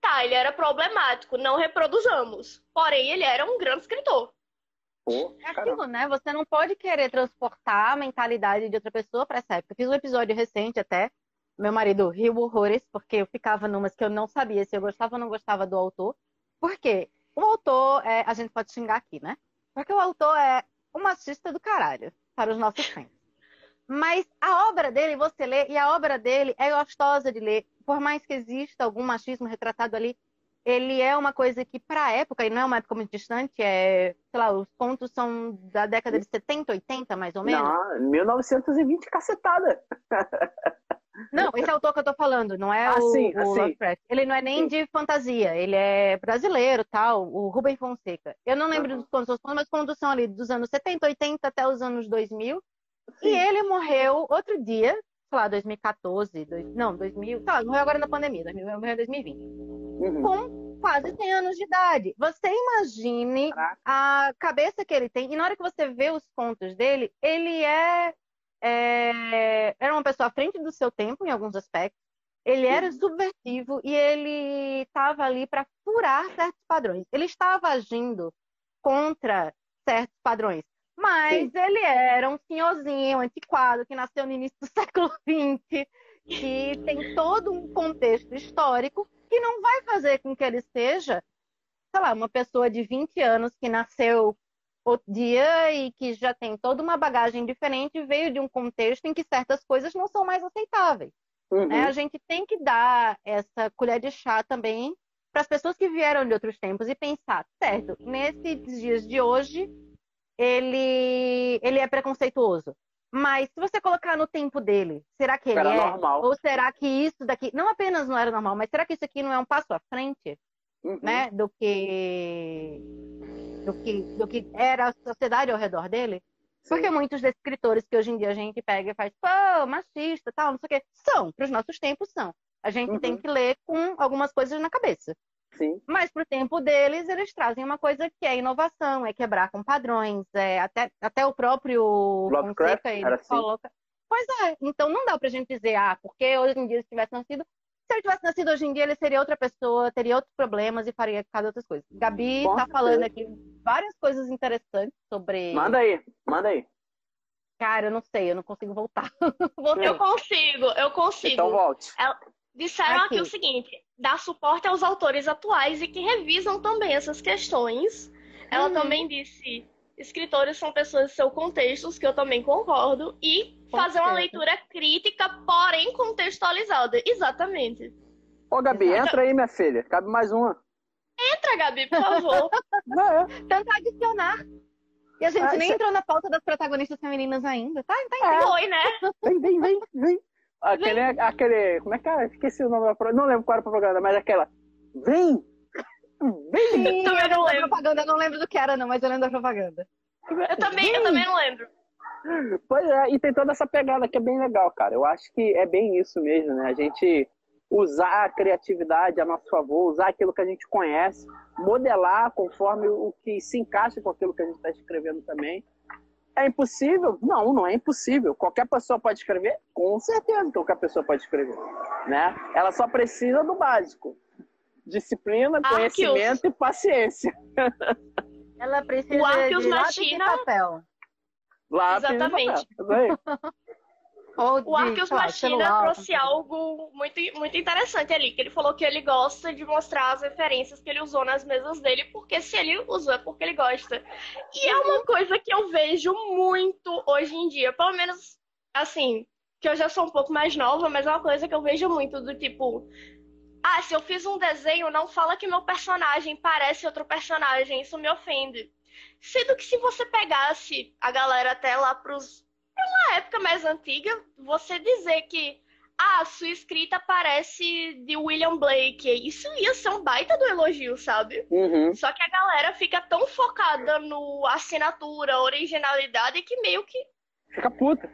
Tá, ele era problemático, não reproduzamos. Porém, ele era um grande escritor. Pô, É caramba. aquilo, né? Você não pode querer transportar a mentalidade de outra pessoa para essa época. Eu fiz um episódio recente até. Meu marido riu horrores, porque eu ficava numas que eu não sabia se eu gostava ou não gostava do autor. Por quê? O autor é. A gente pode xingar aqui, né? Porque o autor é um machista do caralho, para os nossos tempos. Mas a obra dele, você lê, e a obra dele é gostosa de ler. Por mais que exista algum machismo retratado ali, ele é uma coisa que, para a época, e não é uma época muito distante, sei lá, os contos são da década de 70, 80, mais ou menos. Não, 1920, cacetada. Não, esse autor que eu tô falando, não é Sim. Lovecraft. Ele não é nem de fantasia, ele é brasileiro, tal, o Rubem Fonseca. Eu não lembro dos contos, mas contos são ali dos anos 70, 80 até os anos 2000. Sim. E ele morreu outro dia, sei lá, 2014, 2000, sei lá, morreu agora na pandemia, morreu em 2020. Uhum. Com quase 100 anos de idade. Você imagine Caraca. a cabeça que ele tem, e na hora que você vê os contos dele, ele era uma pessoa à frente do seu tempo em alguns aspectos, ele era subversivo e ele estava ali para furar certos padrões. Ele estava agindo contra certos padrões, mas ele era um senhorzinho antiquado que nasceu no início do século XX, que tem todo um contexto histórico que não vai fazer com que ele seja, sei lá, uma pessoa de 20 anos que nasceu outro dia e que já tem toda uma bagagem diferente e veio de um contexto em que certas coisas não são mais aceitáveis. Uhum. Né? A gente tem que dar essa colher de chá também para as pessoas que vieram de outros tempos e pensar, certo, nesses dias de hoje ele é preconceituoso. Mas se você colocar no tempo dele, será que ele Era é? normal. Ou será que isso daqui não apenas não era normal, mas será que isso aqui não é um passo à frente, Uhum. né, do que era a sociedade ao redor dele? Porque muitos desses escritores que hoje em dia a gente pega e faz, pô, machista, tal, não sei o quê, são, para os nossos tempos são. A gente tem que ler com algumas coisas na cabeça. Sim. Mas pro tempo deles, eles trazem uma coisa que é inovação, é quebrar com padrões, até o próprio Lovecraft Fonseca, ele era assim. coloca. Pois é, então não dá pra gente dizer, porque hoje em dia ele tivesse nascido. Se ele tivesse nascido hoje em dia, ele seria outra pessoa, teria outros problemas e faria cada outras coisas. Gabi Com tá certeza. falando aqui várias coisas interessantes sobre. Manda aí. Cara, eu não sei, eu não consigo voltar. Voltei. Eu consigo. Então volte. Disseram aqui Aqui. o seguinte: dá suporte aos autores atuais e que revisam também essas questões. Ela também disse: escritores são pessoas de seu contexto, que eu também concordo, e Com fazer uma certeza. leitura crítica, porém contextualizada. Exatamente. Ô, Gabi, Exato. entra aí, minha filha. Cabe mais uma. Entra, Gabi, por favor. Tentar adicionar. E a gente nem isso- entrou na pauta das protagonistas femininas ainda. Tá Foi, né? Vem. Aquele. Como é que é? Esqueci o nome da propaganda. Não lembro qual era a propaganda, mas aquela. Vem! Sim, Também eu não não lembro. propaganda, eu não lembro do que era, não, mas eu lembro da propaganda. Eu também não lembro. Pois é, e tem toda essa pegada que é bem legal, cara. Eu acho que é bem isso mesmo, né? A gente usar a criatividade a nosso favor, usar aquilo que a gente conhece, modelar conforme o que se encaixa com aquilo que a gente está escrevendo também. É impossível? Não é impossível. Qualquer pessoa pode escrever? Com certeza que qualquer pessoa pode escrever, né? Ela só precisa do básico. Disciplina, Arceus. conhecimento e paciência. Ela precisa O Arceus de lápis Machina- e papel. Lápis e Exatamente. papel. Isso aí. Ou de, O Arceus sei lá, Machina celular. trouxe algo muito, muito interessante ali, que ele falou que ele gosta de mostrar as referências que ele usou nas mesas dele, porque se ele usou é porque ele gosta. E é uma coisa que eu vejo muito hoje em dia, pelo menos, assim, que eu já sou um pouco mais nova, mas é uma coisa que eu vejo muito do tipo, se eu fiz um desenho, não fala que meu personagem parece outro personagem, isso me ofende. Sendo que se você pegasse a galera até lá na época mais antiga, você dizer que sua escrita parece de William Blake, isso ia ser um baita do elogio, sabe? Uhum. Só que a galera fica tão focada no assinatura, originalidade, que meio que Fica puta.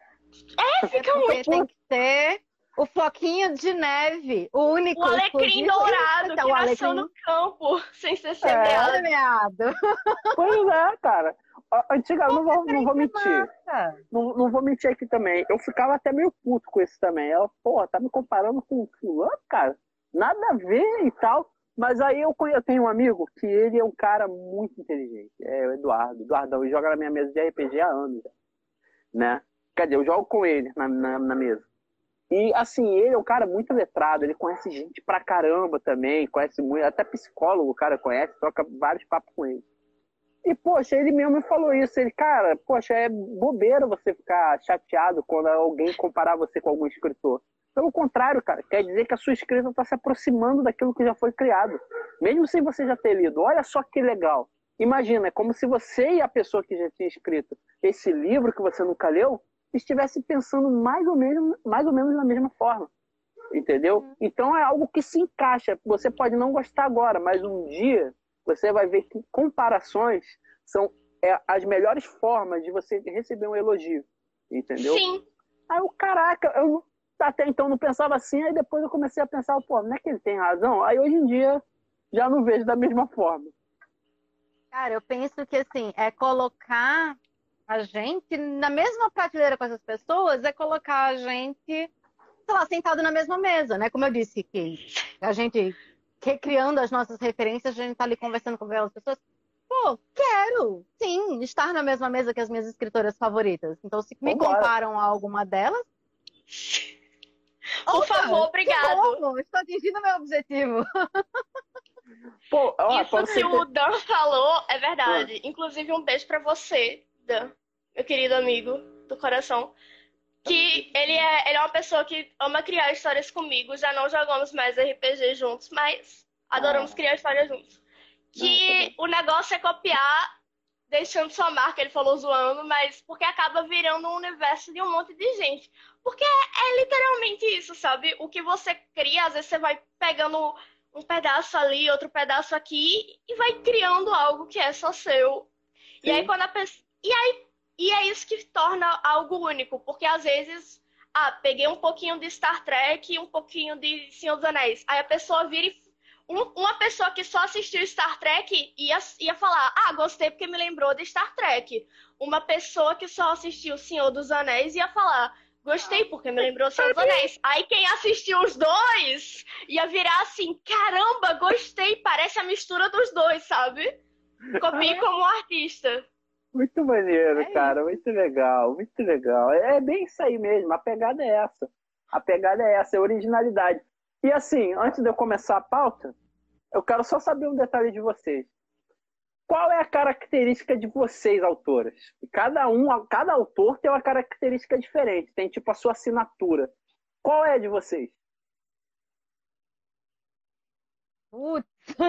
fica Porque muito... tem que ter o floquinho de neve, o único. O alecrim exclusivo. dourado Esse que é o nasceu alecrim. no campo, sem ser semeado. Semeado. Pois é, cara. Antiga, eu não vou mentir. Massa. Não vou mentir aqui também. Eu ficava até meio puto com isso também. Ela, tá me comparando com fulano, cara? nada a ver e tal. Mas aí eu tenho um amigo que ele é um cara muito inteligente. É o Eduardão. Ele joga na minha mesa de RPG há anos, né? Quer dizer, eu jogo com ele na mesa. E, assim, ele é um cara muito letrado. Ele conhece gente pra caramba também. Conhece muito, até psicólogo o cara conhece. Troca vários papos com ele. E, poxa, ele mesmo me falou isso. Ele, cara, poxa, é bobeira você ficar chateado quando alguém comparar você com algum escritor. Pelo contrário, cara, quer dizer que a sua escrita está se aproximando daquilo que já foi criado. Mesmo sem você já ter lido. Olha só que legal. Imagina, é como se você e a pessoa que já tinha escrito esse livro que você nunca leu estivesse pensando mais ou menos da mesma forma. Entendeu? Então é algo que se encaixa. Você pode não gostar agora, mas um dia você vai ver que comparações são as melhores formas de você receber um elogio. Entendeu? Sim. Aí eu, caraca, eu até então não pensava assim, aí depois eu comecei a pensar, pô, não é que ele tem razão? Aí hoje em dia já não vejo da mesma forma. Cara, eu penso que assim, é colocar a gente na mesma prateleira com essas pessoas, é colocar a gente, sei lá, sentado na mesma mesa, né? Como eu disse, que a gente recriando as nossas referências, a gente tá ali conversando com aquelas pessoas. Pô, quero, sim, estar na mesma mesa que as minhas escritoras favoritas. Então, se me comparam a alguma delas, por favor, obrigado. Estou atingindo meu objetivo. Pô, isso que o Dan falou é verdade. Inclusive, um beijo pra você, Dan, meu querido amigo do coração. Que ele é uma pessoa que ama criar histórias comigo. Já não jogamos mais RPG juntos, mas adoramos criar histórias juntos. Que o negócio é copiar, deixando sua marca, ele falou zoando, mas porque acaba virando um universo de um monte de gente. Porque é literalmente isso, sabe? O que você cria, às vezes você vai pegando um pedaço ali, outro pedaço aqui, e vai criando algo que é só seu. Sim. E aí quando a pessoa. E é isso que torna algo único, porque às vezes, peguei um pouquinho de Star Trek e um pouquinho de Senhor dos Anéis. Aí a pessoa vira e uma pessoa que só assistiu Star Trek ia falar, gostei porque me lembrou de Star Trek. Uma pessoa que só assistiu Senhor dos Anéis ia falar, gostei porque me lembrou de Senhor dos Anéis. Aí quem assistiu os dois ia virar assim, caramba, gostei, parece a mistura dos dois, sabe? Copie como artista. Muito maneiro, cara, muito legal, muito legal. É bem isso aí mesmo, a pegada é essa. A pegada é essa, é a originalidade. E assim, antes de eu começar a pauta, eu quero só saber um detalhe de vocês. Qual é a característica de vocês, autoras? Cada autor tem uma característica diferente, tem tipo a sua assinatura. Qual é a de vocês? Putz.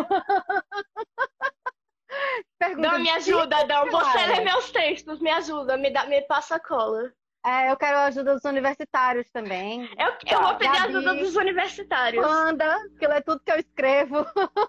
Não, me ajuda, Dão. Você lê meus textos, me ajuda, me passa a cola. Eu quero a ajuda dos universitários também. Eu vou pedir a ajuda dos universitários. Manda, porque é tudo que eu escrevo.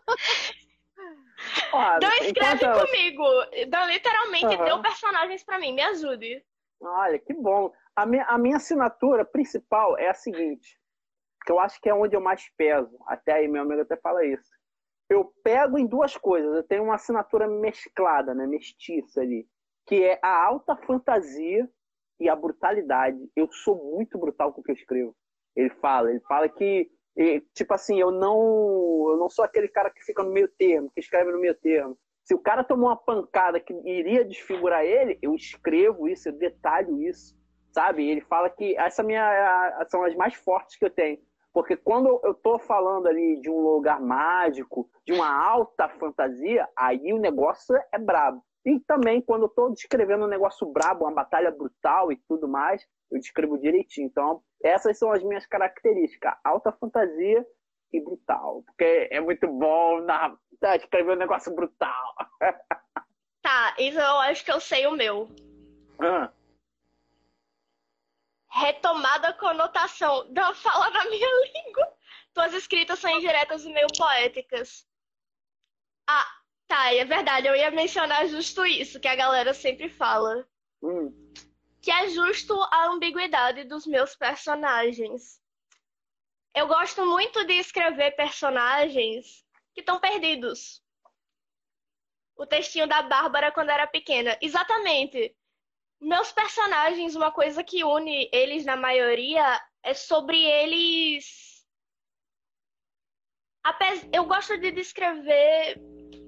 Dan escreve comigo. Dan literalmente deu personagens pra mim, me ajude. Olha, que bom. A minha assinatura principal é a seguinte, que eu acho que é onde eu mais peso. Até aí meu amigo até fala isso. Eu pego em duas coisas. Eu tenho uma assinatura mesclada, né, mestiça ali, que é a alta fantasia e a brutalidade. Eu sou muito brutal com o que eu escrevo. Ele fala que, tipo assim, eu não sou aquele cara que fica no meio termo, que escreve no meio termo. Se o cara tomou uma pancada que iria desfigurar ele, eu escrevo isso, eu detalho isso, sabe? Ele fala que são as mais fortes que eu tenho. Porque quando eu tô falando ali de um lugar mágico, de uma alta fantasia, aí o negócio é brabo. E também, quando eu tô descrevendo um negócio brabo, uma batalha brutal e tudo mais, eu descrevo direitinho. Então, essas são as minhas características. Alta fantasia e brutal. Porque é muito bom escrever um negócio brutal. Tá, isso eu acho que eu sei o meu. Retomada a conotação. Não fala na minha língua. Tuas escritas são indiretas e meio poéticas. Tá, é verdade. Eu ia mencionar justo isso, que a galera sempre fala. Que é justo a ambiguidade dos meus personagens. Eu gosto muito de escrever personagens que estão perdidos. O textinho da Bárbara quando era pequena. Exatamente. Meus personagens, uma coisa que une eles na maioria é sobre eles Eu gosto de descrever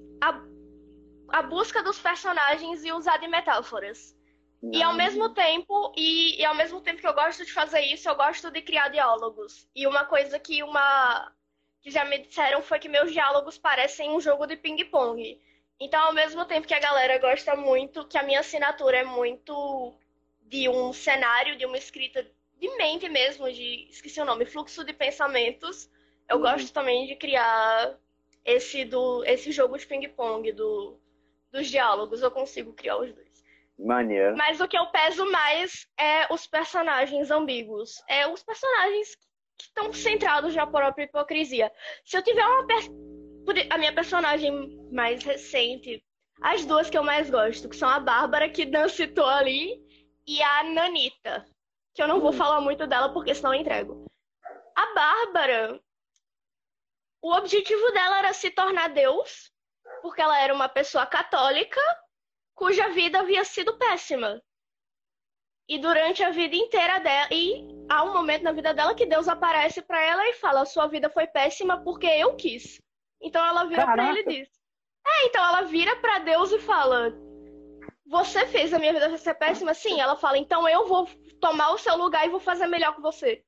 a busca dos personagens e usar de metáforas. E ao mesmo tempo que eu gosto de fazer isso, eu gosto de criar diálogos. E uma coisa que já me disseram foi que meus diálogos parecem um jogo de ping-pong. Então, ao mesmo tempo que a galera gosta muito, que a minha assinatura é muito de um cenário, de uma escrita de mente mesmo, esqueci o nome, fluxo de pensamentos, eu gosto também de criar esse jogo de ping-pong dos diálogos, eu consigo criar os dois. Maneiro. Mas o que eu peso mais é os personagens ambíguos. É os personagens que estão centrados na própria hipocrisia. Se eu tiver a minha personagem mais recente, as duas que eu mais gosto, que são a Bárbara, que Dan citou ali, e a Nanita, que eu não vou falar muito dela porque senão eu entrego. A Bárbara, o objetivo dela era se tornar Deus, porque ela era uma pessoa católica cuja vida havia sido péssima. E durante a vida inteira dela, e há um momento na vida dela que Deus aparece pra ela e fala: sua vida foi péssima porque eu quis. Então ela vira pra ele e diz: então ela vira pra Deus e fala: você fez a minha vida ser péssima? Sim. Ela fala: então eu vou tomar o seu lugar e vou fazer melhor que você.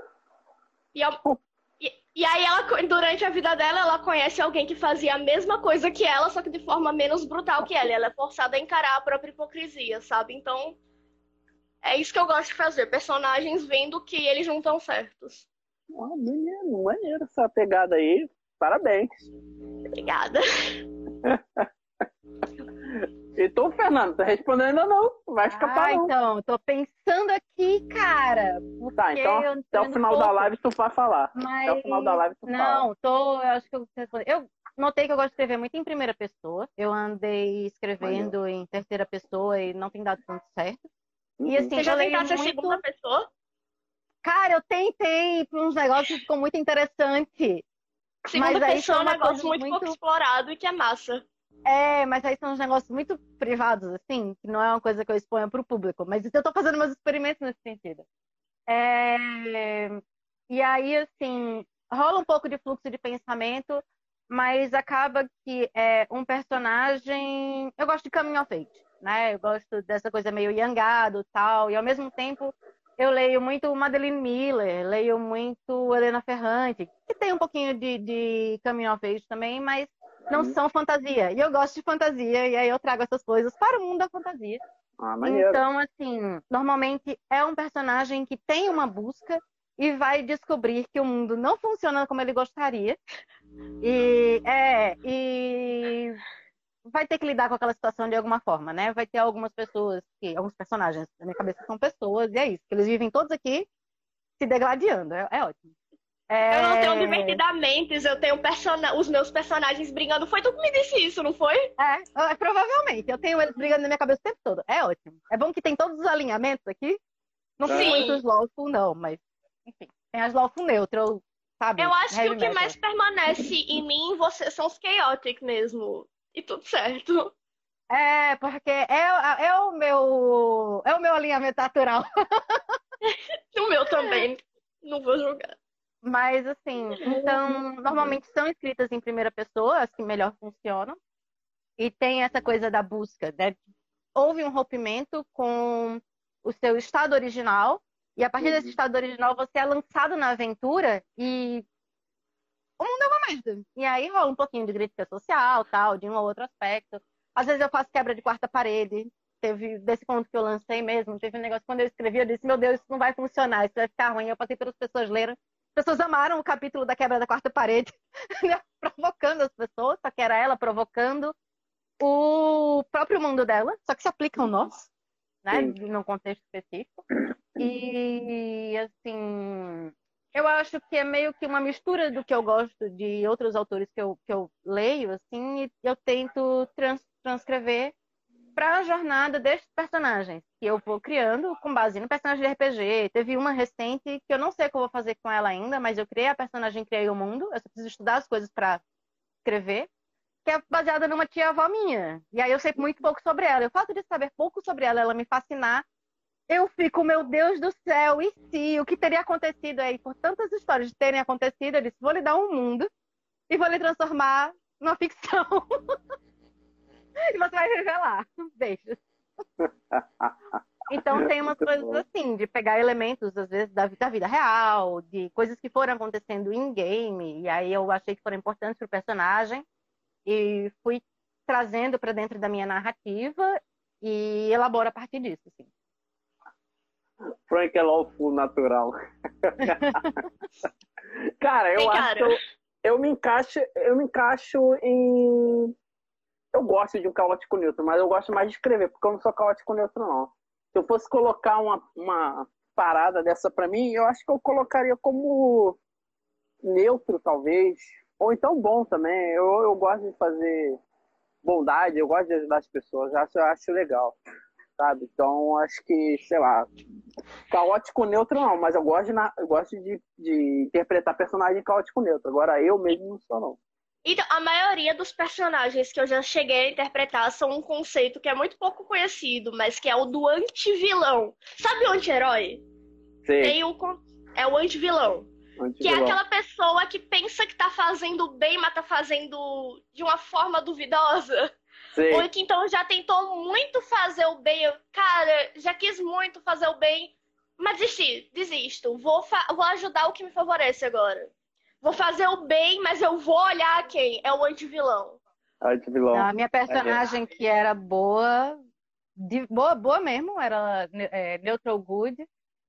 E aí, durante a vida dela, ela conhece alguém que fazia a mesma coisa que ela, só que de forma menos brutal que ela. E ela é forçada a encarar a própria hipocrisia, sabe? Então, é isso que eu gosto de fazer. Personagens vendo que eles não estão certos. Maneiro essa pegada aí. Parabéns. Obrigada. Então, Fernando, tá respondendo ainda não? Vai escapar não. Então, tô pensando aqui, cara. Tá, então até o final da live tu vai falar. Mas... Até o final da live tu fala. Eu acho que eu respondi. Eu notei que eu gosto de escrever muito em primeira pessoa. Eu andei escrevendo em terceira pessoa e não tem dado tanto certo. E assim, você já leio tentasse muito... a segunda pessoa? Cara, eu tentei para uns negócios que ficou muito interessante. Segunda Mas pessoa é um negócio muito pouco explorado e que é massa. Mas aí são uns negócios muito privados, assim, que não é uma coisa que eu exponho para o público. Mas eu tô fazendo meus experimentos nesse sentido. E aí, assim, rola um pouco de fluxo de pensamento, mas acaba que um personagem... Eu gosto de coming of age, né? Eu gosto dessa coisa meio yangado e tal. E, ao mesmo tempo, eu leio muito Madeline Miller, leio muito Helena Ferrante, que tem um pouquinho de coming of age também, mas não são fantasia. E eu gosto de fantasia, e aí eu trago essas coisas para o mundo da fantasia. Então, assim, normalmente é um personagem que tem uma busca e vai descobrir que o mundo não funciona como ele gostaria. E vai ter que lidar com aquela situação de alguma forma, né? Vai ter alguns personagens, na minha cabeça são pessoas, e é isso. Que eles vivem todos aqui se degladiando. É ótimo. Eu não tenho Divertidamente, eu tenho os meus personagens brigando. Foi tu que me disse isso, não foi? Provavelmente. Eu tenho eles brigando na minha cabeça o tempo todo. É ótimo. É bom que tem todos os alinhamentos aqui. Não tem muitos lawful, não, mas enfim. Tem as lawful neutral, sabe? Eu acho que o que mais permanece em mim e você são os chaotic mesmo. E tudo certo. Porque é o meu alinhamento natural. O meu também. Não vou julgar. Mas, assim, então, normalmente são escritas em primeira pessoa, as que melhor funcionam. E tem essa coisa da busca, né? Houve um rompimento com o seu estado original, e a partir desse estado original você é lançado na aventura e o mundo é uma merda. E aí rola um pouquinho de crítica social, tal, de um ou outro aspecto. Às vezes eu faço quebra de quarta parede. Teve, desse ponto que eu lancei mesmo, teve um negócio, quando eu escrevi, eu disse, meu Deus, isso não vai funcionar, isso vai ficar ruim. Eu passei pelas pessoas leram. As pessoas amaram o capítulo da quebra da quarta parede, né? Provocando as pessoas, só que era ela provocando o próprio mundo dela, só que se aplica ao nosso, né? Num contexto específico. E, assim, eu acho que é meio que uma mistura do que eu gosto de outros autores que eu leio, assim, e eu tento transcrever para a jornada destes personagens que eu vou criando com base no personagem de RPG. Teve uma recente que eu não sei o que eu vou fazer com ela ainda, mas eu criei a personagem, criei o mundo. Eu só preciso estudar as coisas para escrever, que é baseada numa tia-avó minha. E aí eu sei muito pouco sobre ela. O fato de saber pouco sobre ela me fascinar, eu fico, meu Deus do céu, e se? O que teria acontecido aí? Por tantas histórias de terem acontecido, eu disse, vou lhe dar um mundo e vou lhe transformar numa ficção. E você vai revelar. Beijos. Então tem umas coisas assim, de pegar elementos, às vezes, da vida real, de coisas que foram acontecendo em game, e aí eu achei que foram importantes pro personagem, e fui trazendo para dentro da minha narrativa e elaboro a partir disso, assim. Frank é lawful natural. Cara, eu acho que eu me encaixo em... Eu gosto de um caótico neutro, mas eu gosto mais de escrever, porque eu não sou caótico neutro, não. Se eu fosse colocar uma parada dessa pra mim, eu acho que eu colocaria como neutro, talvez. Ou então bom também. Eu gosto de fazer bondade, eu gosto de ajudar as pessoas. Eu acho legal, sabe? Então, acho que, sei lá, caótico neutro não, mas eu gosto de interpretar personagem caótico neutro. Agora, eu mesmo não sou, não. Então, a maioria dos personagens que eu já cheguei a interpretar são um conceito que é muito pouco conhecido, mas que é o do antivilão. Sabe o anti-herói? Sim. É o antivilão. Que é aquela pessoa que pensa que tá fazendo bem, mas tá fazendo de uma forma duvidosa. Sim. Ou que então já tentou muito fazer o bem. Cara, já quis muito fazer o bem, mas desisto. Vou ajudar o que me favorece agora. Vou fazer o bem, mas eu vou olhar quem? É o antivilão. Antivilão. A minha personagem que era boa mesmo, era neutral good.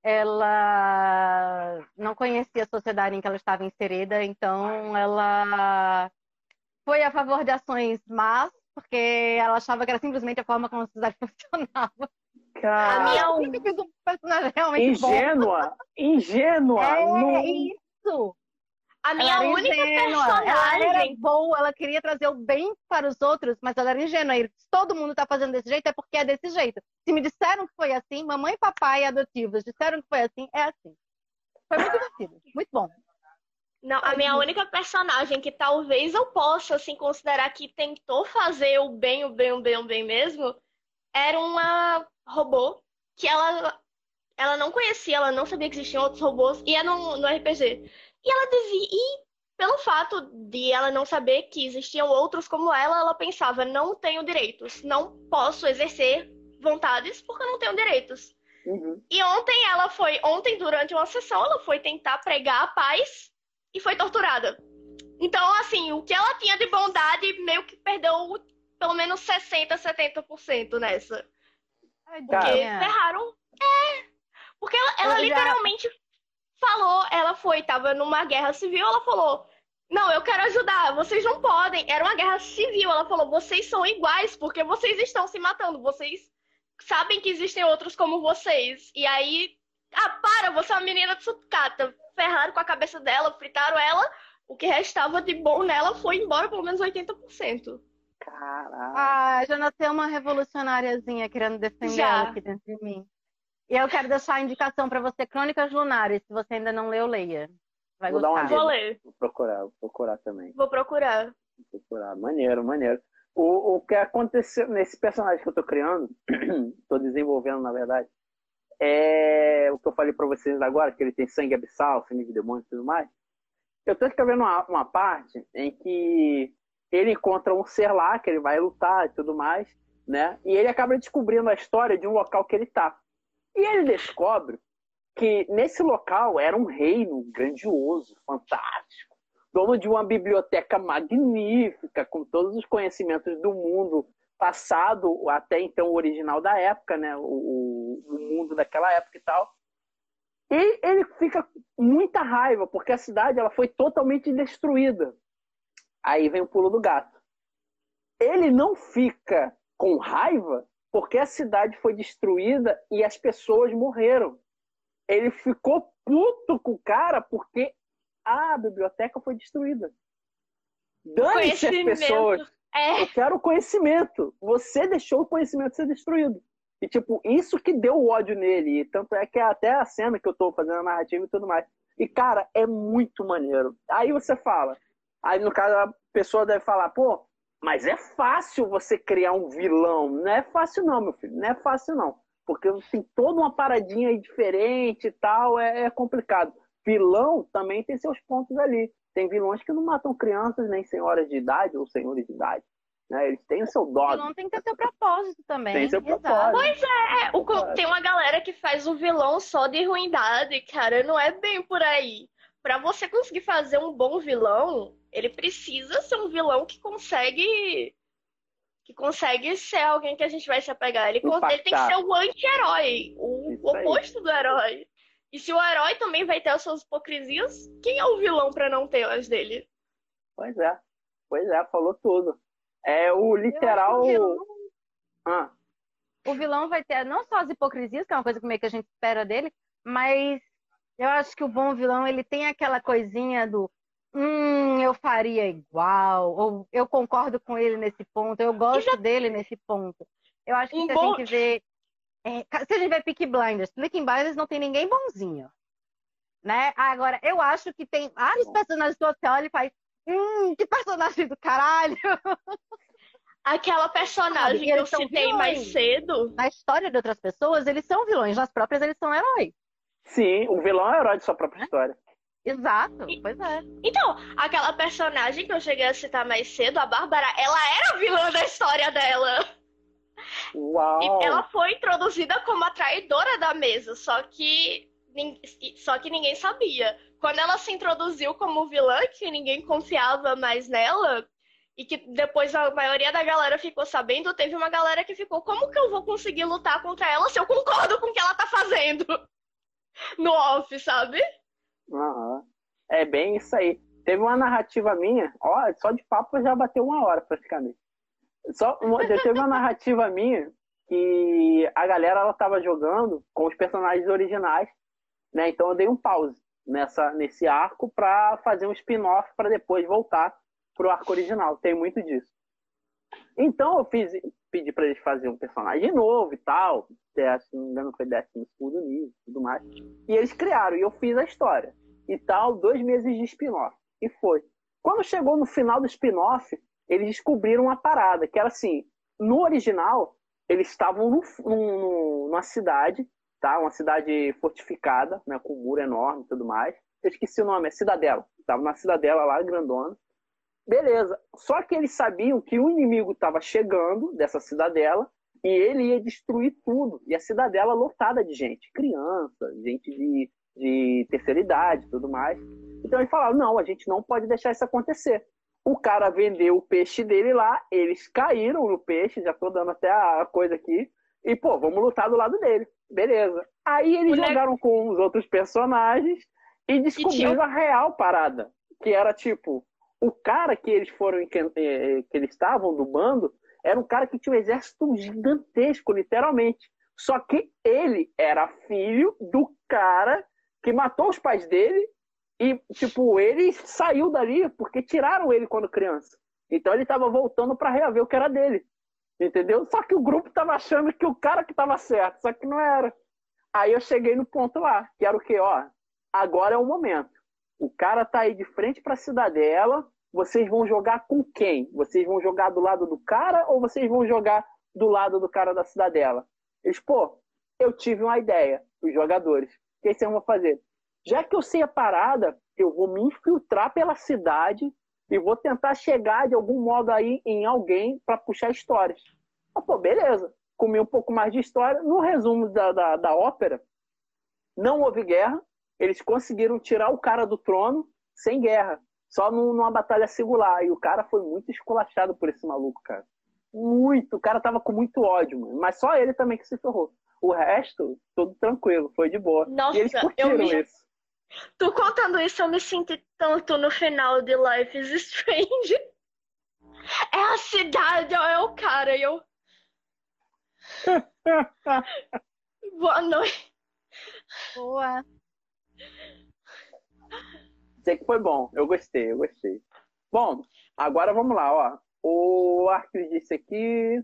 Ela não conhecia a sociedade em que ela estava inserida, então ela foi a favor de ações más, porque ela achava que era simplesmente a forma como a sociedade funcionava. Cara, Eu nunca fiz um personagem realmente bom. Ingênua. Isso. A minha única personagem. Ela era boa, ela queria trazer o bem para os outros, mas ela era ingênua. E se todo mundo está fazendo desse jeito, é porque é desse jeito. Se me disseram que foi assim, mamãe e papai adotivos disseram que foi assim, é assim. Foi muito divertido, muito bom. Não, a minha única personagem que talvez eu possa assim, considerar que tentou fazer o bem mesmo, era uma robô que ela não conhecia, ela não sabia que existiam outros robôs, e é no RPG. E pelo fato de ela não saber que existiam outros como ela pensava, não tenho direitos, não posso exercer vontades porque eu não tenho direitos. Uhum. E ontem durante uma sessão, ela foi tentar pregar a paz e foi torturada. Então, assim, o que ela tinha de bondade meio que perdeu pelo menos 60%, 70% nessa. Porque ferraram. Porque ela literalmente falou, tava numa guerra civil, ela falou, não, eu quero ajudar, vocês não podem. Era uma guerra civil, ela falou, vocês são iguais, porque vocês estão se matando, vocês sabem que existem outros como vocês. E aí, você é uma menina de sucata. Ferraram com a cabeça dela, fritaram ela, o que restava de bom nela foi embora pelo menos 80%. Caraca. Já nasceu uma revolucionáriazinha querendo defender ela aqui dentro de mim. E eu quero deixar a indicação para você, Crônicas Lunares. Se você ainda não leu, leia. Vai gostar. Vou ler. Vou procurar também. Vou procurar. Maneiro. O que aconteceu nesse personagem que eu tô criando, tô desenvolvendo, na verdade, é o que eu falei para vocês agora, que ele tem sangue abissal, sangue de demônio e tudo mais. Eu tô escrevendo uma parte em que ele encontra um ser lá, que ele vai lutar e tudo mais, né? E ele acaba descobrindo a história de um local que ele tá. E ele descobre que nesse local era um reino grandioso, fantástico, dono de uma biblioteca magnífica, com todos os conhecimentos do mundo passado, até então o original da época, né? O mundo daquela época e tal. E ele fica com muita raiva, porque a cidade ela foi totalmente destruída. Aí vem o pulo do gato. Ele não fica com raiva porque a cidade foi destruída e as pessoas morreram. Ele ficou puto com o cara porque a biblioteca foi destruída. Dane-se as pessoas. Eu quero conhecimento. Você deixou o conhecimento ser destruído. E, tipo, isso que deu o ódio nele. E tanto é que é até a cena que eu tô fazendo a narrativa e tudo mais. E, cara, é muito maneiro. Aí você fala. Aí, no caso, a pessoa deve falar, pô, mas é fácil você criar um vilão. Não é fácil não, meu filho. Não é fácil não. Porque tem toda uma paradinha aí diferente e tal. É complicado. Vilão também tem seus pontos ali. Tem vilões que não matam crianças, nem senhoras de idade ou senhores de idade. Né? Eles têm o seu O dogma. vilão tem que ter seu propósito também. Tem seu Exato. propósito. Pois tem uma galera que faz o vilão só de ruindade, cara. Não é bem por aí. Pra você conseguir fazer um bom vilão, ele precisa ser um vilão que consegue ser alguém que a gente vai se apegar. Ele tem que ser o anti-herói, o Isso aí. oposto do herói. E se o herói também vai ter as suas hipocrisias, quem é o vilão pra não ter as dele? Pois é, falou tudo. É o Eu literal. acho que o vilão- Ah, O vilão vai ter não só as hipocrisias, que é uma coisa que meio que a gente espera dele, mas eu acho que o bom vilão, ele tem aquela coisinha do eu faria igual, ou eu concordo com ele nesse ponto, eu gosto dele nesse ponto. Eu acho que Um se a bom- gente vê... se a gente vê Peaky Blinders não tem ninguém bonzinho, né? Agora, eu acho que tem vários personagens que você olha e faz que personagem do caralho! Aquela personagem Sabe, que eu eles são citei vilões. mais cedo. Na história de outras pessoas, eles são vilões, nas próprias eles são heróis. sim, o vilão é o herói de sua própria história. Exato, pois é. Então, aquela personagem que eu cheguei a citar mais cedo, a Bárbara, ela era a vilã da história dela. Uau! E ela foi introduzida como a traidora da mesa, só que ninguém sabia. Quando ela se introduziu como vilã, que ninguém confiava mais nela, e que depois a maioria da galera ficou sabendo, teve uma galera que ficou, como que eu vou conseguir lutar contra ela se eu concordo com o que ela tá fazendo? No off, sabe? Aham. É bem isso aí. Teve uma narrativa minha, ó, só de papo já bateu 1 hora praticamente. Teve uma narrativa minha que a galera ela tava jogando com os personagens originais, né? Então eu dei um pause nesse arco pra fazer um spin-off pra depois voltar pro arco original. Tem muito disso. Então eu pedi pra eles fazerem um personagem novo e tal. Se não me engano foi 12º nível e tudo mais. E eles criaram, e eu fiz a história. E tal, 2 meses de spin-off. E foi. Quando chegou no final do spin-off, eles descobriram uma parada, que era assim, no original, eles estavam numa cidade, tá? Uma cidade fortificada, né? Com um muro enorme e tudo mais. Eu esqueci o nome, é Cidadela. Estavam na Cidadela lá, grandona. Beleza. Só que eles sabiam que o inimigo estava chegando dessa cidadela e ele ia destruir tudo. E a cidadela lotada de gente. Criança, gente de terceira idade e tudo mais. Então eles falaram, não, a gente não pode deixar isso acontecer. O cara vendeu o peixe dele lá, eles caíram no peixe, já tô dando até a coisa aqui, e pô, vamos lutar do lado dele. Beleza. Aí eles jogaram com os outros personagens e descobriram a real parada. Que era tipo, o cara que eles que eles estavam do bando, era um cara que tinha um exército gigantesco, literalmente. Só que ele era filho do cara que matou os pais dele e, tipo, ele saiu dali porque tiraram ele quando criança. Então ele tava voltando pra reaver o que era dele. Entendeu? Só que o grupo tava achando que o cara que tava certo, só que não era. Aí eu cheguei no ponto lá, que era o quê? Ó, agora é o momento. O cara tá aí de frente pra cidadela, vocês vão jogar com quem? Vocês vão jogar do lado do cara ou vocês vão jogar do lado do cara da cidadela? Eles, pô, eu tive uma ideia, os jogadores. O que vocês vão fazer? Já que eu sei a parada, eu vou me infiltrar pela cidade e vou tentar chegar de algum modo aí em alguém para puxar histórias. Ah, pô, beleza. Comi um pouco mais de história. No resumo da ópera, não houve guerra. Eles conseguiram tirar o cara do trono sem guerra. Só numa batalha singular. E o cara foi muito esculachado por esse maluco, cara. Muito. O cara tava com muito ódio, mano. Mas só ele também que se ferrou. O resto, tudo tranquilo. Foi de boa. Nossa, e eles curtiram isso. Tu contando isso, eu me senti tanto no final de Life is Strange. É a cidade, ó, é o cara. E eu... Boa noite. Boa. Sei que foi bom. Eu gostei. Bom, agora vamos lá, ó. O Arthur disse aqui...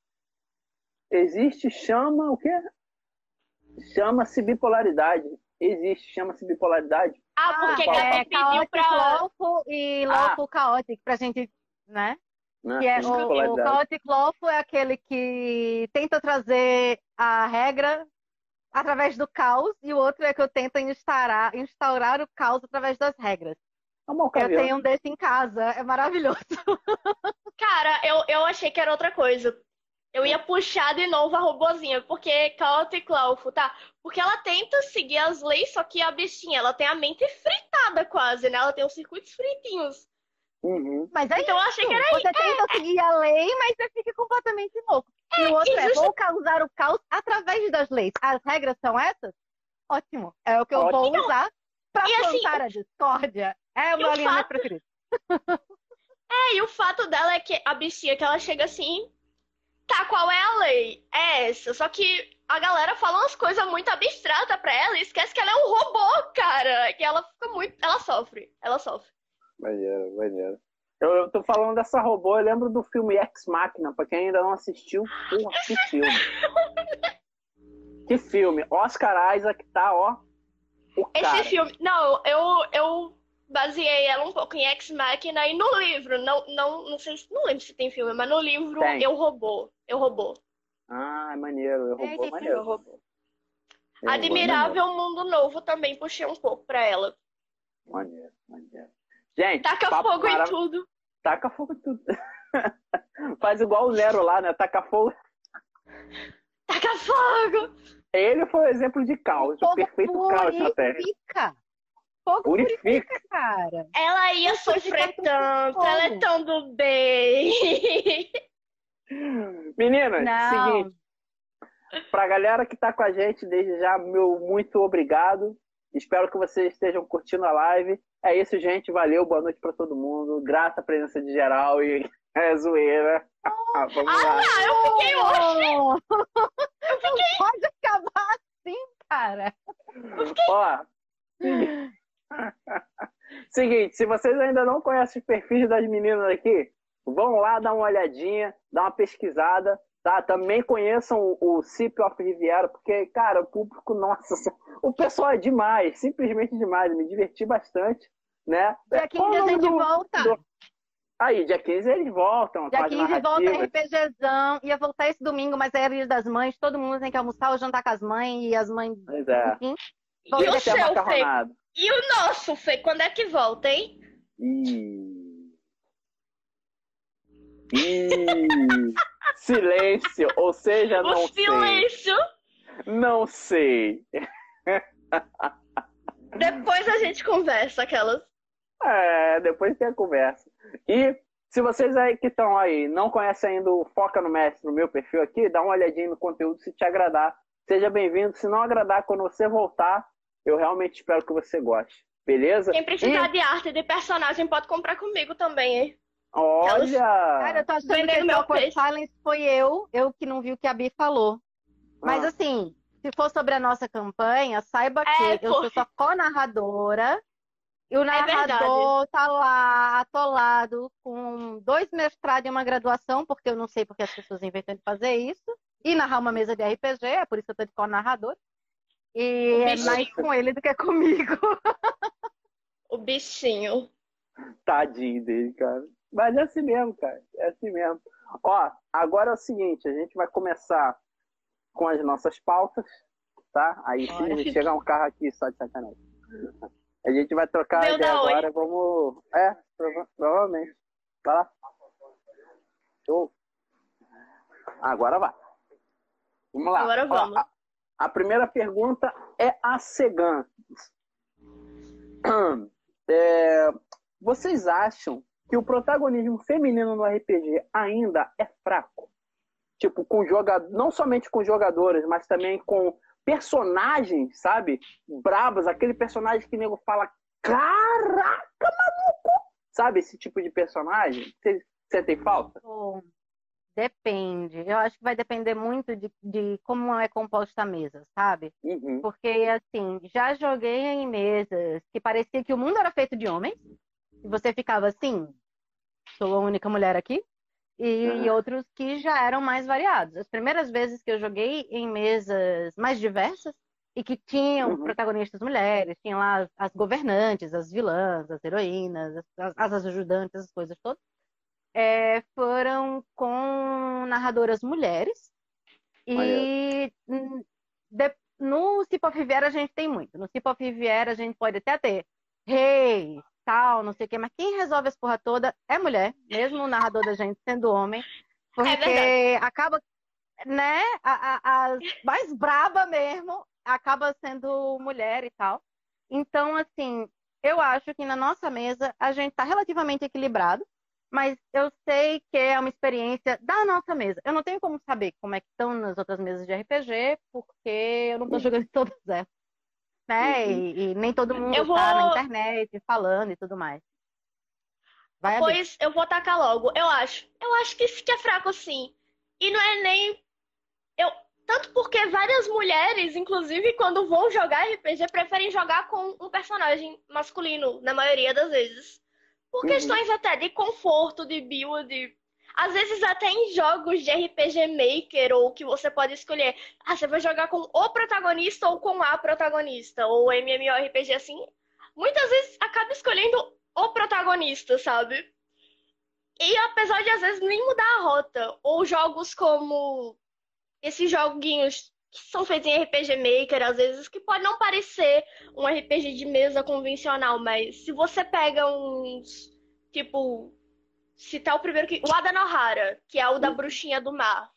Chama o quê? Chama-se bipolaridade. Chama-se bipolaridade. Porque Gabi pediu pra... Lofo e Lofo caótico, pra gente, né? Né? Que é o Chaotic Lofo é aquele que tenta trazer a regra através do caos, e o outro é que eu tento instaurar o caos através das regras. Amor, Eu caviar. tenho um desse em casa, é maravilhoso. Cara, eu achei que era outra coisa. Eu ia puxar de novo a robozinha, porque Chaotic Lawful, tá? Porque ela tenta seguir as leis, só que a bichinha, ela tem a mente fritada quase, né? Ela tem os circuitos fritinhos. Uhum. Mas é Então eu achei que era Você tenta seguir a lei, mas você fica completamente louco. E o outro é, justo- vou causar o caos através das leis. As regras são essas? Ótimo. É o que eu vou usar pra E assim, plantar a discórdia. É o meu o alinhamento fato- preferido. e o fato dela é que a bichinha, que ela chega assim, tá, qual é a lei? É essa. Só que a galera fala umas coisas muito abstratas pra ela e esquece que ela é um robô, cara. Que ela fica muito. Ela sofre. Ela sofre. Maneiro, maneiro. Eu tô falando dessa robô, eu lembro do filme Ex Machina, pra quem ainda não assistiu, porra, que filme. Que filme. Oscar Isaac tá, ó, o cara. Esse filme. Não, eu baseei ela um pouco em Ex Machina e no livro. Não sei se. Não lembro se tem filme, mas no livro Tem. Eu Robô. Eu Robô. Ah, é maneiro, eu robô, Esse maneiro. Eu Robô. Eu robô, Admirável Mundo Novo também puxei um pouco pra ela. Maneiro, maneiro. Gente, Taca papo fogo em maravilhoso. tudo. Taca fogo em tudo. Faz igual o Nero lá, né? Taca fogo. Taca fogo! Ele foi o exemplo de caos, o Fogo perfeito caos na Terra. purifica. Fogo Purifica. purifica, cara. Ela ia Mas pode sofrer ficar com tanto, fogo. ela é tão do bem. Meninas, Não. seguinte. Pra galera que tá com a gente desde já, meu muito obrigado. Espero que vocês estejam curtindo a live. É isso, gente. Valeu, boa noite pra todo mundo. Grata a presença de geral e é zoeira. Vamos lá. Eu fiquei hoje. Não pode acabar assim, cara. Ó. Seguinte, se vocês ainda não conhecem os perfis das meninas aqui, vão lá dar uma olhadinha, dar uma pesquisada, tá? Também conheçam o Cip of Riviera, porque, cara, o público, nossa, o pessoal é demais, simplesmente demais. Eu me diverti bastante, né? Dia 15 Qual o a nome gente volta. Aí, dia 15 eles voltam. com Dia as 15 volta narrativas. RPGzão. Ia voltar esse domingo, mas é Dia das Mães. Todo mundo tem que almoçar ou jantar com as mães. E as mães, Pois é. enfim. E Volta o Tem dia a seu, Fê? macarronada. E o nosso, Fê? Quando é que volta, hein? Silêncio, ou seja, O não sei. silêncio. Não sei. Depois a gente conversa, aquelas. Depois tem a conversa. E se vocês aí que estão aí não conhecem ainda o Foca no Mestre no meu perfil aqui, dá uma olhadinha no conteúdo se te agradar. Seja bem-vindo. Se não agradar, quando você voltar, eu realmente espero que você goste. Beleza? Quem precisar E, de arte de personagem pode comprar comigo também, hein? olha! Cara, eu tô achando Vendendo que esse meu Awkward peixe. Silence foi eu que não vi o que a Bi falou. Mas Ah. assim, se for sobre a nossa campanha, saiba É, que eu sou só co-narradora. E o verdade. narrador tá lá, atolado, com 2 mestrados e uma graduação, porque eu não sei porque as pessoas inventam de fazer isso. E narrar uma mesa de RPG, é por isso que eu tô de co-narrador. E O é bichinho. mais com ele do que comigo. O bichinho. Tadinho dele, cara. Mas é assim mesmo, cara. É assim mesmo. Ó, agora é o seguinte, a gente vai começar com as nossas pautas, tá? Aí Bora. se chegar um carro aqui só de sacanagem. A gente vai trocar a Veio ideia da onde? agora, vamos... provavelmente. Vai lá. Show. Agora vai. Vamos lá. Agora Ó, vamos. a primeira pergunta é a Segan. Vocês acham que o protagonismo feminino no RPG ainda é fraco? Tipo, com jogadores, não somente com jogadores, mas também com personagens, sabe? Brabos, aquele personagem que o nego fala, caraca, maluco! Sabe esse tipo de personagem? Vocês sentem falta? Bom, depende. Eu acho que vai depender muito de como é composta a mesa, sabe? Uhum. Porque, assim, já joguei em mesas que parecia que o mundo era feito de homens. E você ficava assim, sou a única mulher aqui. E outros que já eram mais variados. As primeiras vezes que eu joguei em mesas mais diversas e que tinham protagonistas mulheres, tinham lá as governantes, as vilãs, as heroínas, as ajudantes, as coisas todas, foram com narradoras mulheres. E no Cip of Riviera a gente tem muito. No Cip of Riviera a gente pode até ter reis, tal, não sei o quê, mas quem resolve essa porra toda é mulher, mesmo o narrador da gente sendo homem, porque verdade. acaba, né, a mais braba mesmo acaba sendo mulher e tal. Então, assim, eu acho que na nossa mesa a gente tá relativamente equilibrado, mas eu sei que é uma experiência da nossa mesa. Eu não tenho como saber como é que estão nas outras mesas de RPG, porque eu não tô jogando em todas elas, né? E nem todo mundo Eu tá na vou. internet falando e tudo mais. Vai, Ade. Pois eu vou tacar logo. Eu acho. Eu acho que é fraco sim. E não é nem. Eu... Tanto porque várias mulheres, inclusive, quando vão jogar RPG, preferem jogar com um personagem masculino, na maioria das vezes. Por Uhum. questões até de conforto, de build. Às vezes até em jogos de RPG Maker, ou que você pode escolher. Ah, você vai jogar com o protagonista ou com a protagonista. Ou MMORPG assim. Muitas vezes acaba escolhendo o protagonista, sabe? E apesar de às vezes nem mudar a rota. Ou jogos como esses joguinhos que são feitos em RPG Maker, às vezes, que pode não parecer um RPG de mesa convencional, mas se você pega uns, tipo, citar o primeiro que. O Adanohara, que é o da Bruxinha do Mar.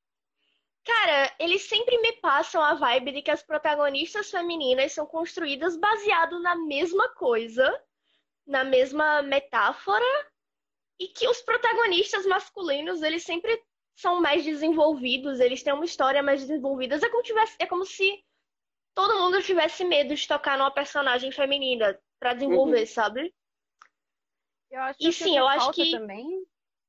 Cara, eles sempre me passam a vibe de que as protagonistas femininas são construídas baseado na mesma coisa, na mesma metáfora, e que os protagonistas masculinos, eles sempre são mais desenvolvidos, eles têm uma história mais desenvolvida. É como se todo mundo tivesse medo de tocar numa personagem feminina pra desenvolver, Uhum. sabe? Eu acho E que o sim, que eu acho falta que também.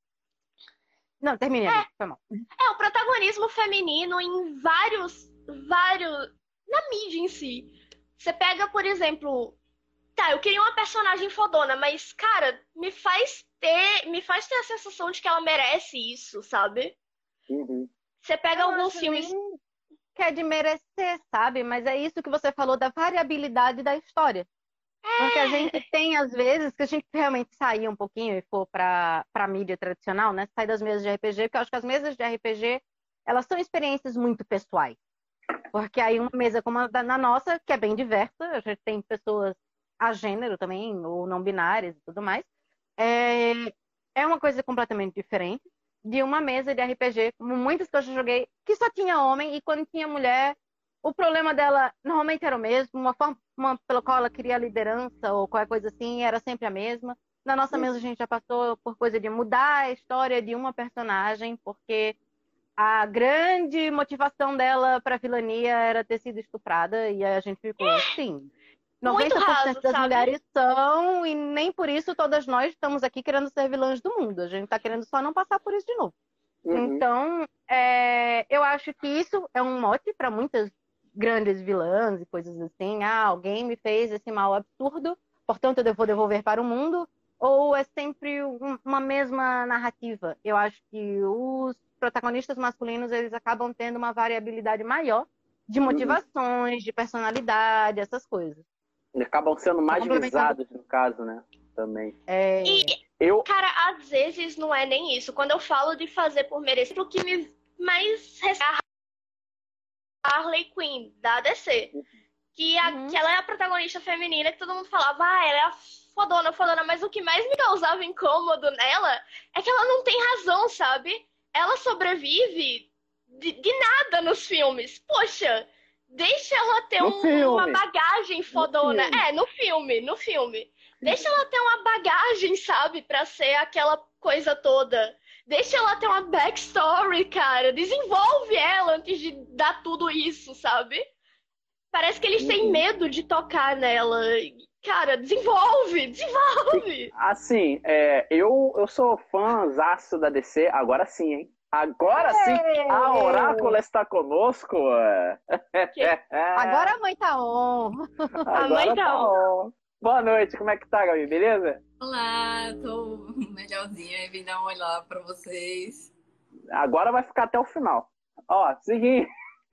Não, terminei, amigo. Foi mal. é o protagonismo feminino em vários, na mídia em si. Você pega, por exemplo, tá, eu queria uma personagem fodona, mas, cara, me faz ter a sensação de que ela merece isso, sabe? Uhum. Você pega Eu alguns acho filmes. nem que é de merecer, sabe? Mas é isso que você falou da variabilidade da história. Porque a gente tem, às vezes, que a gente realmente sair um pouquinho e for para mídia tradicional, né? Sair das mesas de RPG, porque eu acho que as mesas de RPG, elas são experiências muito pessoais. Porque aí uma mesa como a na nossa, que é bem diversa, a gente tem pessoas a gênero também, ou não binárias e tudo mais, é, é uma coisa completamente diferente de uma mesa de RPG, como muitas que eu já joguei, que só tinha homem, e quando tinha mulher, o problema dela normalmente era o mesmo, uma forma pela qual ela queria liderança ou qualquer coisa assim, era sempre a mesma. Na nossa mesa a gente já passou por coisa de mudar a história de uma personagem, porque a grande motivação dela para vilania era ter sido estuprada, e aí a gente ficou, sim, Muito 90% raso, das sabe? mulheres são, e nem por isso todas nós estamos aqui querendo ser vilãs do mundo. A gente está querendo só não passar por isso de novo. Uhum. Então, eu acho que isso é um mote para muitas grandes vilãs e coisas assim. Ah, alguém me fez esse mal absurdo, portanto eu devo devolver para o mundo. Ou é sempre uma mesma narrativa? Eu acho que os protagonistas masculinos, eles acabam tendo uma variabilidade maior de motivações, de personalidade, essas coisas. E acabam sendo Só mais complementando. visados, no caso, né? Também. E, Eu. cara, às vezes não é nem isso. Quando eu falo de fazer por merecer, o que me mais recebe é a Harley Quinn, da DC. Que ela é a protagonista feminina que todo mundo falava, ah, ela é a fodona, fodona. Mas o que mais me causava incômodo nela é que ela não tem razão, sabe? Ela sobrevive de nada nos filmes. Poxa, deixa ela ter No uma filme. bagagem fodona. No filme. No filme. Deixa ela ter uma bagagem, sabe? Pra ser aquela coisa toda. Deixa ela ter uma backstory, cara. Desenvolve ela antes de dar tudo isso, sabe? Parece que eles têm medo de tocar nela. Cara, desenvolve! Assim, eu sou fãzaço da DC, agora sim, hein? Agora sim, a Oráculo está conosco. Agora a mãe tá on. A mãe Agora tá on. Boa noite, como é que tá, Gabi? Beleza? Olá, tô melhorzinha e vim dar um oi lá pra vocês. Agora vai ficar até o final. Ó, seguinte.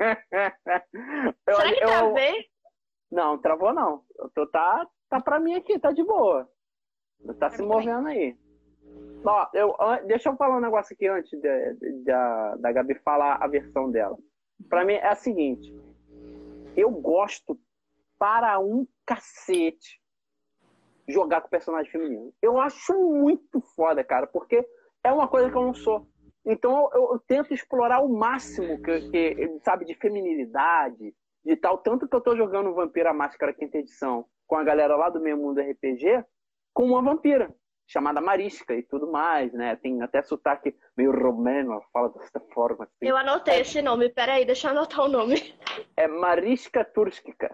Será que travei? Não, travou não. Tá pra mim aqui, tá de boa. Tá se movendo aí. Ó, deixa eu falar um negócio aqui antes da Gabi falar a versão dela. Pra mim é a seguinte. Eu gosto para um cacete jogar com personagem feminino. Eu acho muito foda, cara, porque é uma coisa que eu não sou. Então eu tento explorar o máximo que sabe, de feminilidade, de tal. Tanto que eu tô jogando Vampira à Máscara quinta edição com a galera lá do Meio Mundo RPG, com uma vampira chamada Mariska e tudo mais, né? Tem até sotaque meio romeno, fala dessa forma. Assim. Eu anotei esse nome, peraí, deixa eu anotar o nome. É Mariska Turska.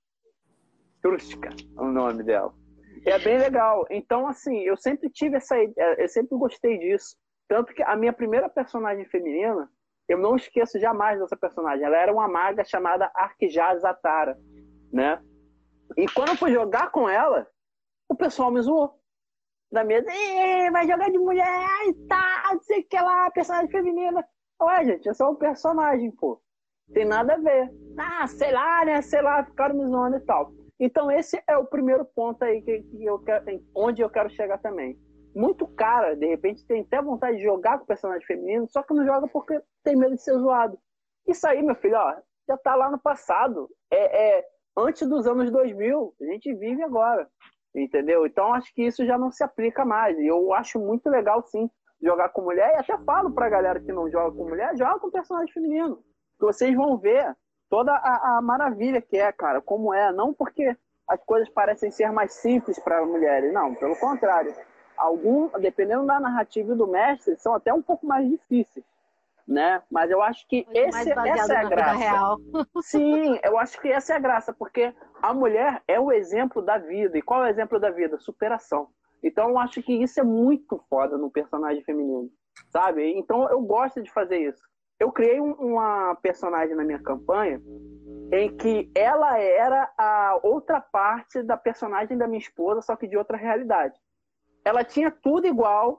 Turska é o nome dela. É bem legal. Então, assim, eu sempre tive eu sempre gostei disso. Tanto que a minha primeira personagem feminina, eu não esqueço jamais dessa personagem. Ela era uma maga chamada Arkja Zatara, né? E quando eu fui jogar com ela, o pessoal me zoou. Da mesa, vai jogar de mulher e tá, não sei o que lá, personagem feminina. Ué, gente, é só um personagem, pô. Tem nada a ver. Ah, sei lá, né? Sei lá, ficaram me zoando e tal. Então esse é o primeiro ponto aí que eu quero, onde eu quero chegar também. Muito cara, de repente, tem até vontade de jogar com personagem feminino, só que não joga porque tem medo de ser zoado. Isso aí, meu filho, ó, já tá lá no passado. Antes dos anos 2000, a gente vive agora. Entendeu? Então acho que isso já não se aplica mais. E eu acho muito legal, sim, jogar com mulher. E até falo pra galera que não joga com mulher, joga com personagem feminino. Que vocês vão ver toda a maravilha que é, cara, como é. Não porque as coisas parecem ser mais simples para mulheres, não, pelo contrário. Dependendo da narrativa e do mestre, são até um pouco mais difíceis, né? Mas eu acho que essa é a graça. Real. Sim, eu acho que essa é a graça, porque a mulher é o exemplo da vida. E qual é o exemplo da vida? Superação. Então eu acho que isso é muito foda no personagem feminino, sabe? Então eu gosto de fazer isso. Eu criei uma personagem na minha campanha em que ela era a outra parte da personagem da minha esposa, só que de outra realidade. Ela tinha tudo igual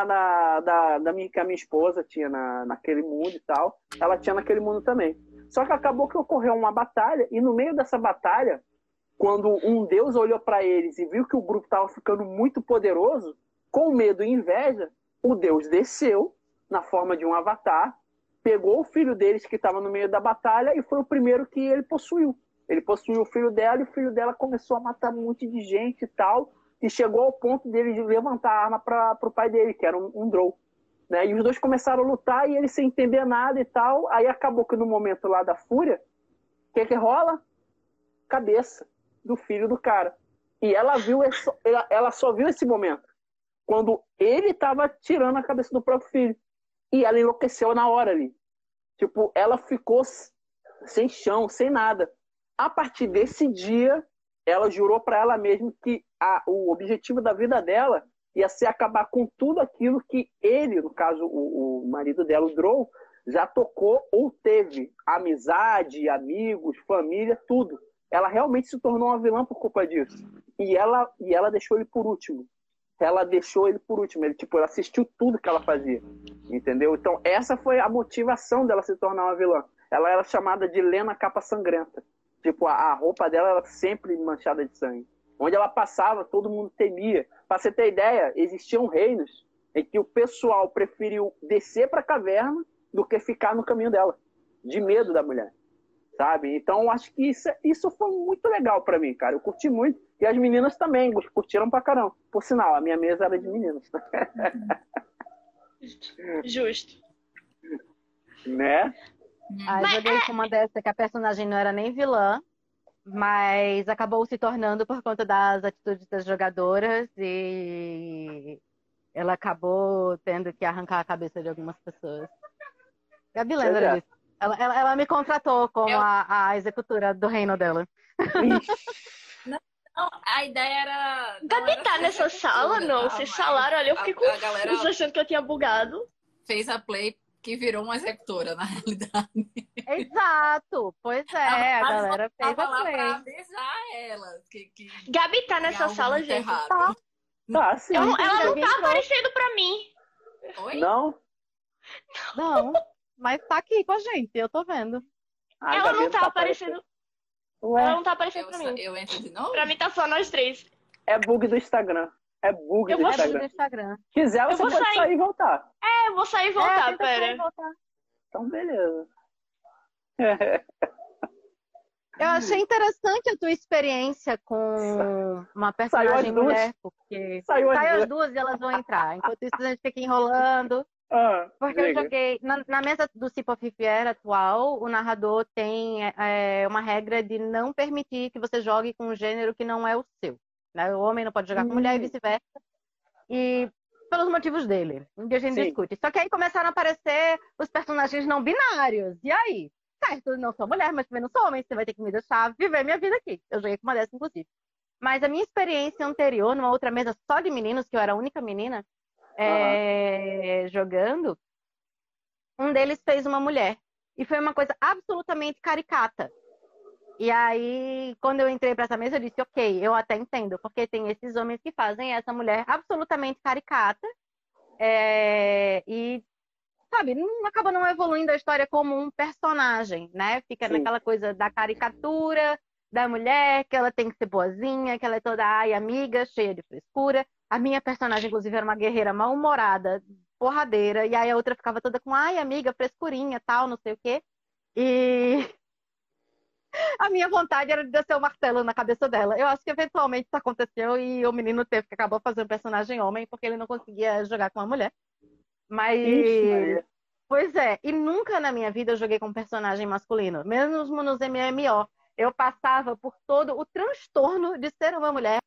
que a minha esposa tinha naquele mundo e tal. Ela tinha naquele mundo também. Só que acabou que ocorreu uma batalha, e no meio dessa batalha, quando um deus olhou para eles e viu que o grupo estava ficando muito poderoso, com medo e inveja, o deus desceu na forma de um avatar, pegou o filho deles que estava no meio da batalha e foi o primeiro que ele possuiu. Ele possuiu o filho dela e o filho dela começou a matar um monte de gente e tal, e chegou ao ponto dele de levantar a arma para o pai dele, que era um Drow. Né? E os dois começaram a lutar e ele sem entender nada e tal. Aí acabou que no momento lá da fúria, o que rola? Cabeça do filho do cara. E ela só viu esse momento, quando ele estava tirando a cabeça do próprio filho. E ela enlouqueceu na hora ali. Tipo, ela ficou sem chão, sem nada. A partir desse dia, ela jurou para ela mesma que o objetivo da vida dela ia ser acabar com tudo aquilo que ele, no caso, o marido dela, o Drow, já tocou ou teve. Amizade, amigos, família, tudo. Ela realmente se tornou uma vilã por culpa disso. E ela deixou ele por último. Ela assistiu tudo que ela fazia. Entendeu? Então, essa foi a motivação dela se tornar uma vilã. Ela era chamada de Lena Capa Sangrenta. Tipo, a roupa dela era sempre manchada de sangue. Onde ela passava, todo mundo temia. Para você ter ideia, existiam reinos em que o pessoal preferiu descer para a caverna do que ficar no caminho dela, de medo da mulher, sabe? Então, eu acho que isso foi muito legal para mim, cara. Eu curti muito. E as meninas também curtiram pra caramba. Por sinal, a minha mesa era de meninas. Justo. Né? Eu joguei com uma dessa que a personagem não era nem vilã, mas acabou se tornando por conta das atitudes das jogadoras e ela acabou tendo que arrancar a cabeça de algumas pessoas. Gabi lembra disso. Ela me contratou como a executora do reino dela. Não, a ideia era... Gabi tá nessa sala? Não, vocês falaram, olha, eu fiquei confusa achando que eu tinha bugado. Fez a play que virou uma executora, na realidade. Exato! Pois é, a galera fez tava a lá play. pra avisar elas. Gabi tá nessa sala, gente? Tá, sim. Ela não tá aparecendo pra mim. Oi? Não? Não, mas tá aqui com a gente, eu tô vendo. Ela não tá aparecendo. Ela não tá aparecendo pra mim. Eu entro de novo? Pra mim tá só nós três. É bug do Instagram. É bug do Instagram. Se quiser, você pode sair e voltar. Eu vou sair e voltar, pera. Então, beleza. Eu achei interessante a tua experiência com uma personagem mulher, porque Saiu as duas e elas vão entrar. Enquanto isso, a gente fica enrolando. Porque eu joguei. Na mesa do Sip of Fiera atual, o narrador tem uma regra de não permitir que você jogue com um gênero que não é o seu. Né? O homem não pode jogar com mulher e vice-versa. E pelos motivos dele, que a gente discute. Só que aí começaram a aparecer os personagens não binários. E aí? Certo, eu não sou mulher, mas também não sou homem. Você vai ter que me deixar viver minha vida aqui. Eu joguei com uma dessas, inclusive. Mas a minha experiência anterior, numa outra mesa só de meninos, que eu era a única menina jogando, um deles fez uma mulher. E foi uma coisa absolutamente caricata. E aí, quando eu entrei para essa mesa, eu disse, ok, eu até entendo, porque tem esses homens que fazem essa mulher absolutamente caricata. E, sabe, acaba não evoluindo a história como um personagem, né? Fica naquela coisa da caricatura da mulher, que ela tem que ser boazinha, que ela é toda amiga, cheia de frescura. A minha personagem, inclusive, era uma guerreira mal-humorada, porradeira, e aí a outra ficava toda com, amiga, frescurinha, tal, não sei o quê. E a minha vontade era de descer o martelo na cabeça dela. Eu acho que eventualmente isso aconteceu e o menino teve que acabar fazendo um personagem homem, porque ele não conseguia jogar com uma mulher. Mas, pois é, e nunca na minha vida eu joguei com um personagem masculino, mesmo nos MMO. Eu passava por todo o transtorno de ser uma mulher.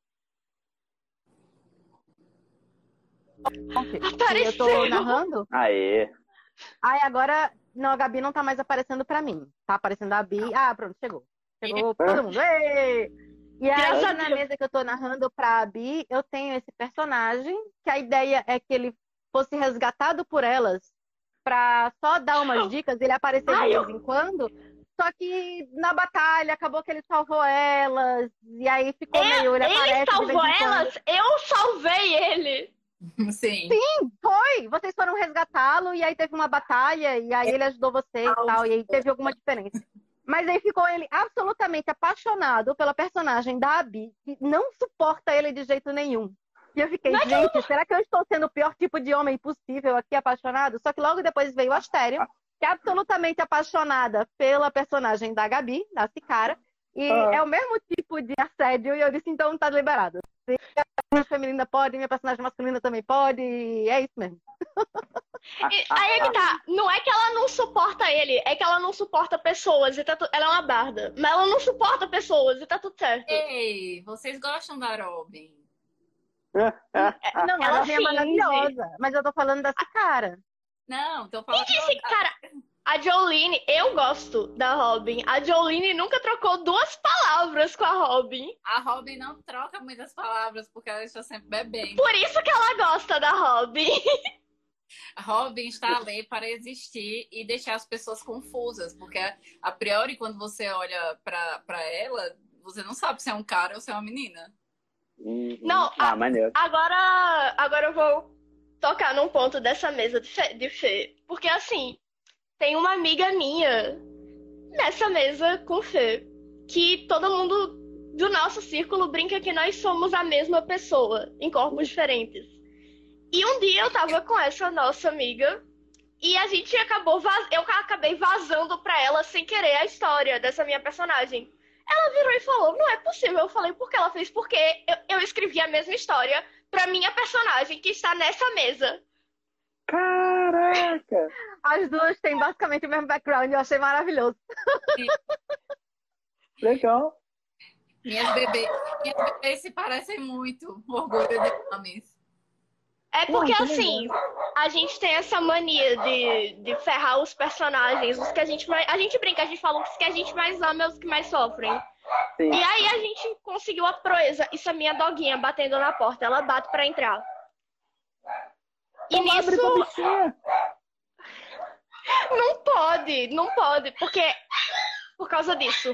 Eu tô narrando. Aê. Aí agora, não, a Gabi não tá mais aparecendo pra mim. Tá aparecendo a Bi. Pronto, chegou. Chegou todo mundo. Ei! E aí, na mesa que eu tô narrando pra Bi, eu tenho esse personagem, que a ideia é que ele fosse resgatado por elas pra só dar umas dicas, ele aparecer de vez em quando. Só que na batalha acabou que ele salvou elas. E aí ficou meio... Ele salvou elas? Eu salvei ele! Sim, foi! Vocês foram resgatá-lo e aí teve uma batalha e aí ele ajudou vocês e tal. E aí teve alguma diferença. Mas aí ficou ele absolutamente apaixonado pela personagem da Abby, que não suporta ele de jeito nenhum. E eu fiquei, gente, será que eu estou sendo o pior tipo de homem possível aqui, apaixonado? Só que logo depois veio a Astério, que é absolutamente apaixonada pela personagem da Gabi, da Cicara, e é o mesmo tipo de assédio, e eu disse, então tá liberado. Se a personagem feminina pode, minha personagem masculina também pode, e é isso mesmo. Aí é que tá, não é que ela não suporta ele, é que ela não suporta pessoas, e ela é uma barda, mas ela não suporta pessoas, e tá tudo certo. Ei, vocês gostam da Robin? Não, ela é maravilhosa, mas eu tô falando da Cicara. Não, tô falando... Cara, a Jolene, eu gosto da Robin. A Jolene nunca trocou 2 palavras com a Robin. A Robin não troca muitas palavras, porque ela está sempre bebendo. Por isso que ela gosta da Robin. A Robin está ali para existir e deixar as pessoas confusas, porque a priori, quando você olha para ela, você não sabe se é um cara ou se é uma menina. Não, maneiro. Agora eu vou tocar num ponto dessa mesa de Fê. Porque assim, tem uma amiga minha nessa mesa com Fê, que todo mundo do nosso círculo brinca que nós somos a mesma pessoa, em corpos diferentes. E um dia eu tava com essa nossa amiga e a gente eu acabei vazando pra ela sem querer a história dessa minha personagem. Ela virou e falou, não é possível. Eu falei, por que ela fez? Porque eu escrevi a mesma história pra minha personagem que está nessa mesa. Caraca! As duas têm basicamente o mesmo background, eu achei maravilhoso. Legal. Minhas bebês se parecem muito. Orgulho de nomes. É porque, assim, a gente tem essa mania de ferrar os personagens, os que a gente brinca, a gente fala os que a gente mais ama é os que mais sofrem. Sim. E aí a gente conseguiu a proeza. Isso é minha doguinha batendo na porta, ela bate pra entrar. E nisso... Não pode, porque... Por causa disso.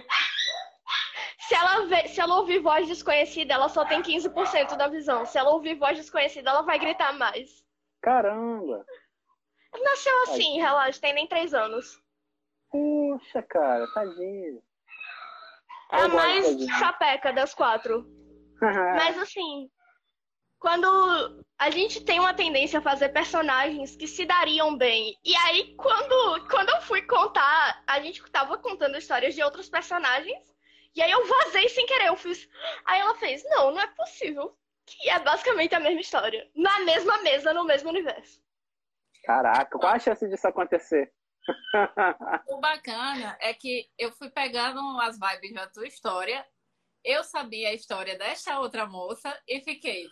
Se ela ouvir voz desconhecida, ela só tem 15% da visão. Se ela ouvir voz desconhecida, ela vai gritar mais. Caramba! Nasceu assim, relaxa, tem nem 3 anos. Puxa, cara, tadinho. É a mais chapeca das 4. Mas assim, quando a gente tem uma tendência a fazer personagens que se dariam bem. E aí, quando eu fui contar, a gente tava contando histórias de outros personagens. E aí eu vazei sem querer, eu fiz. Aí ela fez, não é possível. Que é basicamente a mesma história. Na mesma mesa, no mesmo universo. Caraca, qual a chance disso acontecer? O bacana é que eu fui pegando as vibes da tua história, eu sabia a história desta outra moça e fiquei.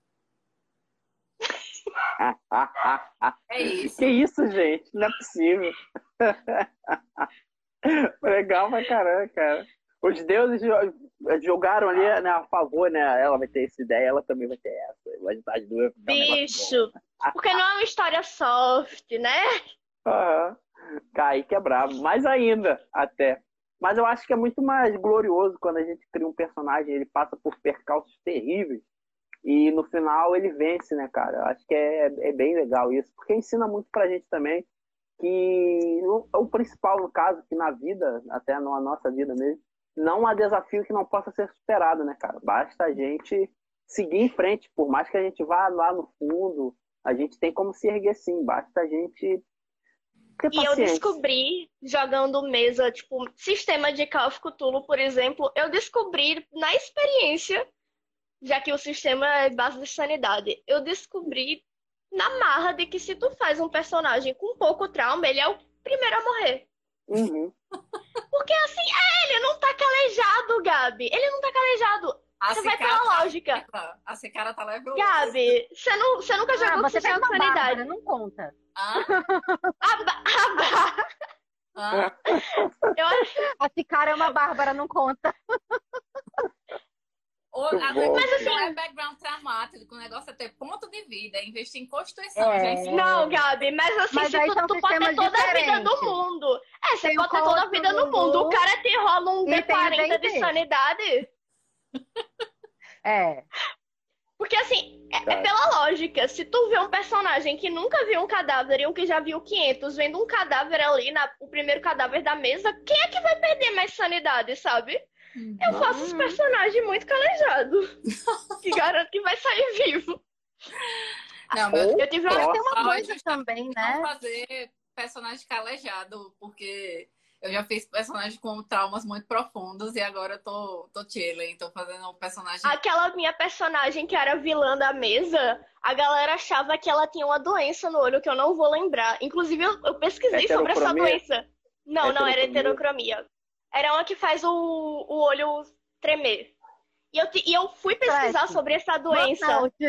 É isso. Que isso, gente? Não é possível. Legal pra caramba, cara. Os deuses jogaram ali, né, a favor, né? Ela vai ter essa ideia, ela também vai ter essa. Vai estar de duas. Bicho, porque não é uma história soft, né? Aham. Kaique é bravo, mais ainda, até. Mas eu acho que é muito mais glorioso quando a gente cria um personagem, ele passa por percalços terríveis e no final ele vence, né, cara? Eu acho que é bem legal isso, porque ensina muito pra gente também que o principal, no caso, que na vida, até na nossa vida mesmo, não há desafio que não possa ser superado, né, cara? Basta a gente seguir em frente, por mais que a gente vá lá no fundo, a gente tem como se erguer sim, basta a gente ter E eu paciência. descobri, jogando mesa, tipo, sistema de Call of Cthulhu, por exemplo, eu descobri na experiência, já que o sistema é base de sanidade, eu descobri na marra de que se tu faz um personagem com pouco trauma, ele é o primeiro a morrer. Uhum. Porque assim, ele não tá calejado, Gabi. Ele não tá calejado. Você vai pela lógica. A Cicara tá level. Gabi, você nunca jogou com você sistema fez de uma sanidade. Bárbara, não conta. Eu acho. A Cicara é uma Bárbara, não conta. Mas assim, não é background traumático, o negócio é ter ponto de vida, é investir em constituição. Não, Gabi, mas assim, Mas aí são tu pode ter toda a vida do mundo. Você Tem pode ter toda a vida no mundo. O cara te rola um D40 de sanidade. Porque assim, é pela lógica. Se tu vê um personagem que nunca viu um cadáver e um que já viu 500, vendo um cadáver ali, o primeiro cadáver da mesa, quem é que vai perder mais sanidade, sabe? Eu faço os personagens muito calejados. Que garanto que vai sair vivo. Não, mas eu tive uma coisa também, né? Não fazer personagem calejado, porque eu já fiz personagem com traumas muito profundos e agora eu tô chilling, tô fazendo um personagem... Aquela minha personagem que era vilã da mesa, a galera achava que ela tinha uma doença no olho que eu não vou lembrar. Inclusive, eu pesquisei sobre essa doença. Não era heterocromia. Era uma que faz o olho tremer. E eu fui pesquisar sobre essa doença.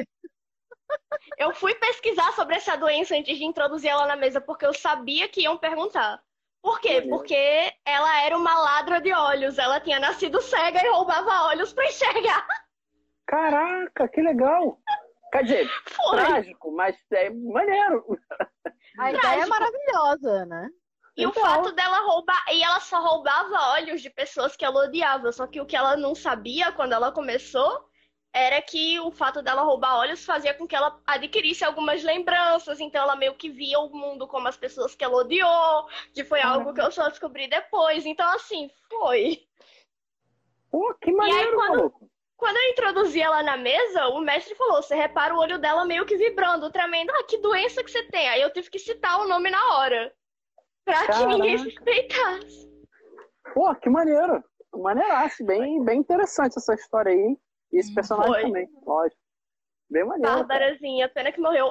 Eu fui pesquisar sobre essa doença antes de introduzir ela na mesa, porque eu sabia que iam perguntar. Por quê? Porque ela era uma ladra de olhos. Ela tinha nascido cega e roubava olhos pra enxergar. Caraca, que legal! Quer dizer, trágico, mas é maneiro. A ideia é maravilhosa, né? E o fato dela roubar... E ela só roubava olhos de pessoas que ela odiava. Só que o que ela não sabia quando ela começou era que o fato dela roubar olhos fazia com que ela adquirisse algumas lembranças. Então ela meio que via o mundo como as pessoas que ela odiou. Que foi algo que eu só descobri depois. Então, assim, foi. Pô, que maneiro, e aí, quando eu introduzi ela na mesa, o mestre falou, você repara o olho dela meio que vibrando, tremendo. Ah, que doença que você tem? Aí eu tive que citar o nome na hora. Pra que ninguém suspeitasse. Pô, que maneiro. Maneiraço. Bem interessante essa história aí. E esse personagem também, lógico. Bem maneiro. Bárbarazinha, pena que morreu.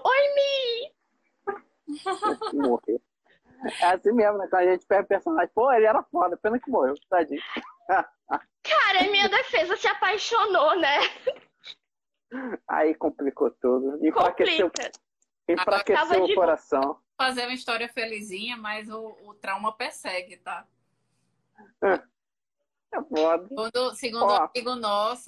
Oi, Mi! Morreu. É assim mesmo, né? Quando a gente pega o personagem, pô, ele era foda, pena que morreu, tadinho. Cara, em minha defesa se apaixonou, né? Aí complicou tudo. Enfraqueceu o coração. Fazer uma história felizinha, mas o trauma persegue, tá? É foda. Segundo um amigo nosso,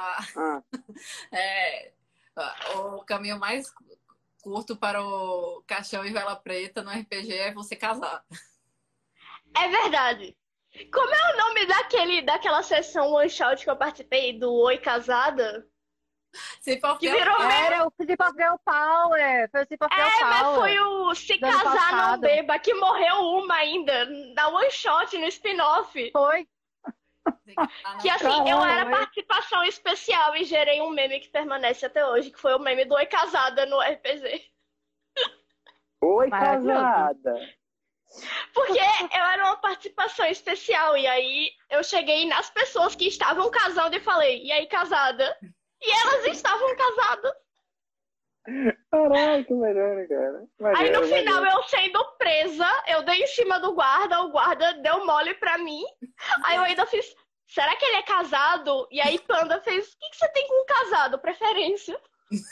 o caminho mais curto para o caixão e vela preta no RPG é você casar. É verdade. Como é o nome daquela sessão one shot que eu participei do Oi Casada? Que virou era o Cip of Girl Power. Foi o Cip of Girl Power. Mas foi o Se Casar Não Beba, que morreu uma ainda, da one shot no spin-off. Foi. Que assim, eu era participação especial e gerei um meme que permanece até hoje, que foi o meme do Oi Casada no RPG. Oi Casada! Porque eu era uma participação especial. E aí eu cheguei nas pessoas que estavam casando e falei, e aí, casada? E elas estavam casadas. Caralho, que melhor, cara. Aí no Maneiro, final, maneiro. eu sendo presa, eu dei em cima do guarda, o guarda deu mole pra mim. Aí eu ainda fiz, será que ele é casado? E aí Panda fez, o que você tem com um casado? Preferência.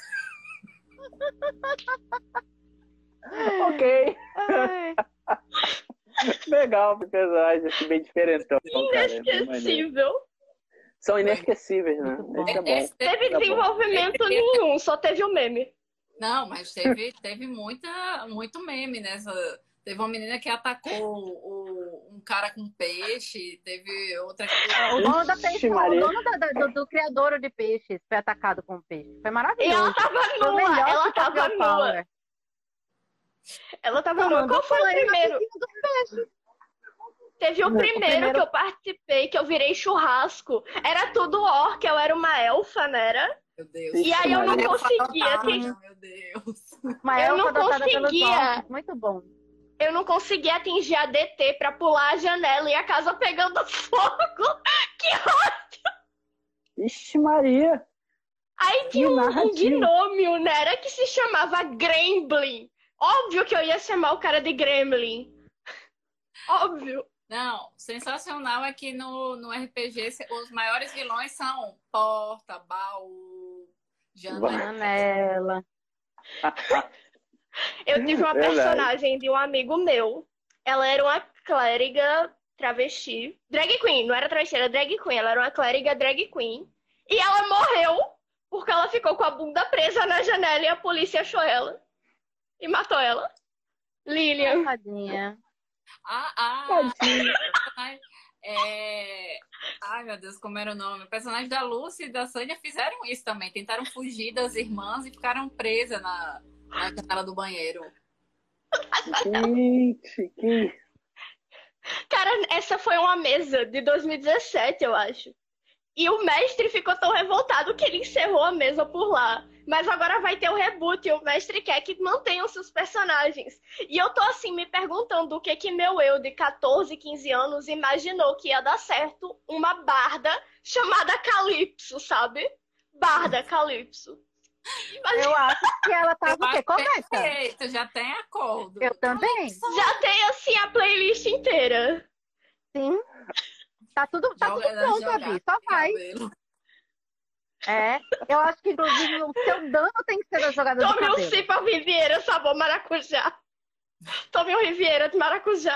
Ok. Ai, Legal, o personagem assim, bem diferentão. Cara. É bem maneiro. Inesquecível. São inesquecíveis, né? Muito bom. Esse é bom. Esse Teve Tá bom. desenvolvimento nenhum, só teve o meme. Não, mas teve muito meme nessa. Teve uma menina que atacou um cara com peixe, teve outra que. O dono da Ixi, peixe, o Maria. dono do criador de peixes foi atacado com peixe. Foi E maravilhoso. ela tava Foi o nua, melhor ela que tava Girl nua. Power. Ela tava nua. Qual foi o primeiro? Teve o primeiro que eu participei, que eu virei churrasco. Era tudo orc, eu era uma elfa, né? Era? Meu Deus. E aí eu não Maria. conseguia. Meu Deus. Uma Eu elfa não adotada pelos conseguia. orcs. Muito bom. Eu não conseguia atingir a DT pra pular a janela e a casa pegando fogo. Que Ixi, Maria. Aí tinha Que um narrativa. gnômio, né? Era que se chamava Gremlin. Óbvio que eu ia chamar o cara de Gremlin. Óbvio. Não, sensacional é que no RPG os maiores vilões são porta, baú, janela. Janela. Eu tive uma Verdade. personagem de um amigo meu. Ela era uma clériga travesti. Drag queen, não era travesti, era drag queen. Ela era uma clériga drag queen. E ela morreu porque ela ficou com a bunda presa na janela e a polícia achou ela. E matou ela. Lilian. Tadinha. Tadinho. Ai, meu Deus, como era o nome? O personagem da Lucy e da Sânia fizeram isso também. Tentaram fugir das irmãs e ficaram presas na janela do banheiro. Gente, que... Cara, essa foi uma mesa de 2017, eu acho. E o mestre ficou tão revoltado que ele encerrou a mesa por lá. Mas agora vai ter o reboot e o mestre quer que mantenham seus personagens. E eu tô assim me perguntando o que meu eu de 14, 15 anos imaginou que ia dar certo uma barda chamada Calypso, sabe? Barda Calypso. Eu acho que ela tava o quê? Correta. Perfeito, já tem acordo. Eu também. Já tem assim a playlist inteira. Sim. Tá tudo pronto, Gabi. Só vai. É, eu acho que inclusive o seu dano tem que ser da jogada do Tome um cabelo. Cipa Riviera sabor maracujá. Tome um Riviera de maracujá.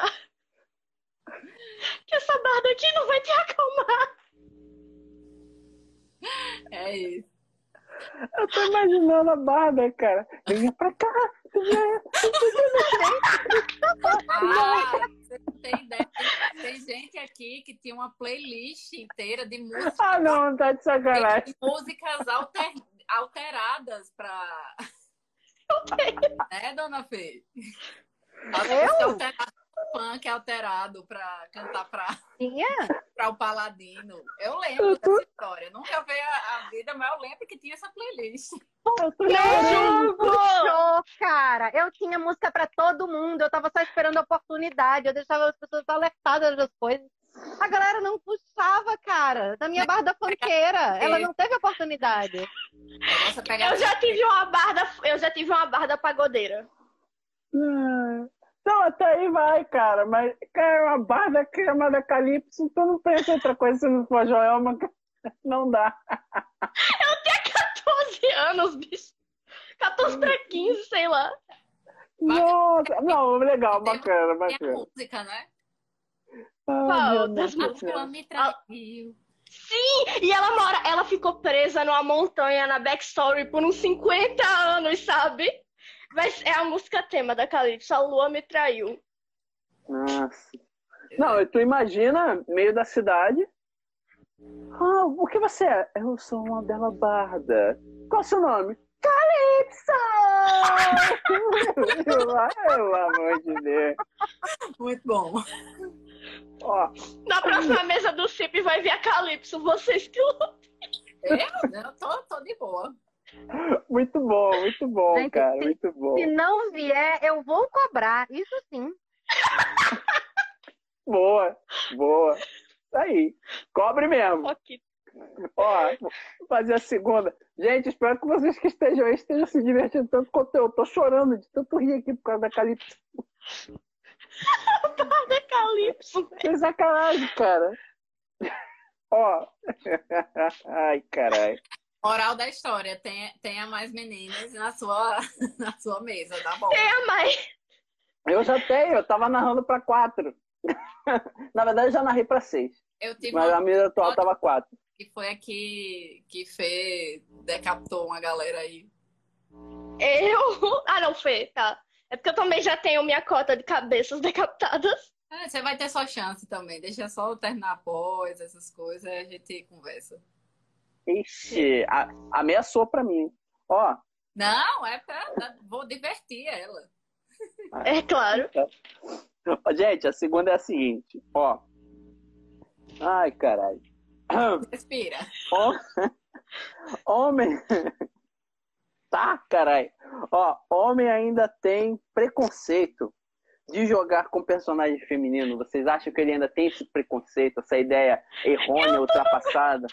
Que essa barda aqui não vai te acalmar. É isso. Eu tô imaginando a barba, cara. Venha pra cá. Você não tem ideia. Tem gente aqui que tinha uma playlist inteira de músicas. Ah, não, tá de sacanagem. De músicas alteradas pra. Né, dona Fê? Funk alterado pra cantar Tinha? pra o Paladino. Eu lembro dessa história. Nunca vi a vida, mas eu lembro que tinha essa playlist. Puxou, cara. Eu tinha música pra todo mundo. Eu tava só esperando a oportunidade. Eu deixava as pessoas alertadas das coisas. A galera não puxava, cara. Da minha barda funkeira. Ela não teve oportunidade. Eu já tive uma barda pagodeira. Não, até aí vai, cara. Mas, cara, uma barda chamada Calypso, tu não pensa em outra coisa se não for Joelma. Não dá. Eu tinha 14 anos, bicho. 14 pra 15, sei lá. Nossa, não, legal, bacana, Tem a bacana. música, né? Qual das Deus. músicas? Ela me traiu. E ela ficou presa numa montanha na backstory por uns 50 anos, sabe? Mas é a música tema da Calypso, a lua me traiu. Nossa. Não, tu imagina, meio da cidade. Ah, o que você é? Eu sou uma bela barda. Qual é o seu nome? Calypso! Pelo amor de Deus. Muito bom. Ó, Na próxima mesa do CIP vai vir a Calypso, vocês que Eu tô de boa. muito bom, Gente, cara, muito bom. Se não vier, eu vou cobrar. Isso sim. Boa, boa. Isso aí. Cobre mesmo. Ok. Ó, vou fazer a segunda. Gente, espero que vocês que estejam aí estejam se divertindo tanto quanto eu. Tô chorando de tanto rir aqui por causa da Calypso. Da Calypso. Que sacanagem, cara. Ó. Ai, caralho. Moral da história, tenha mais meninas na sua, na sua mesa, tá bom? Tenha mais. Eu já tenho, eu tava narrando pra 4. Na verdade, eu já narrei pra 6. Eu tive Mas uma a mesa atual tava 4. que foi aqui que Fê decapitou uma galera aí. Eu? Ah, não, Fê, tá. É porque eu também já tenho minha cota de cabeças decapitadas. Você vai ter sua chance também. Deixa só eu terminar após essas coisas, a gente conversa. Ixi, ameaçou pra mim. Ó. Não, vou divertir ela. É claro. Ó, gente, a segunda é a seguinte. Ó. Ai, caralho. Respira. Homem. Tá, caralho. Ó, homem ainda tem preconceito de jogar com personagem feminino. Vocês acham que ele ainda tem esse preconceito, essa ideia errônea, ultrapassada?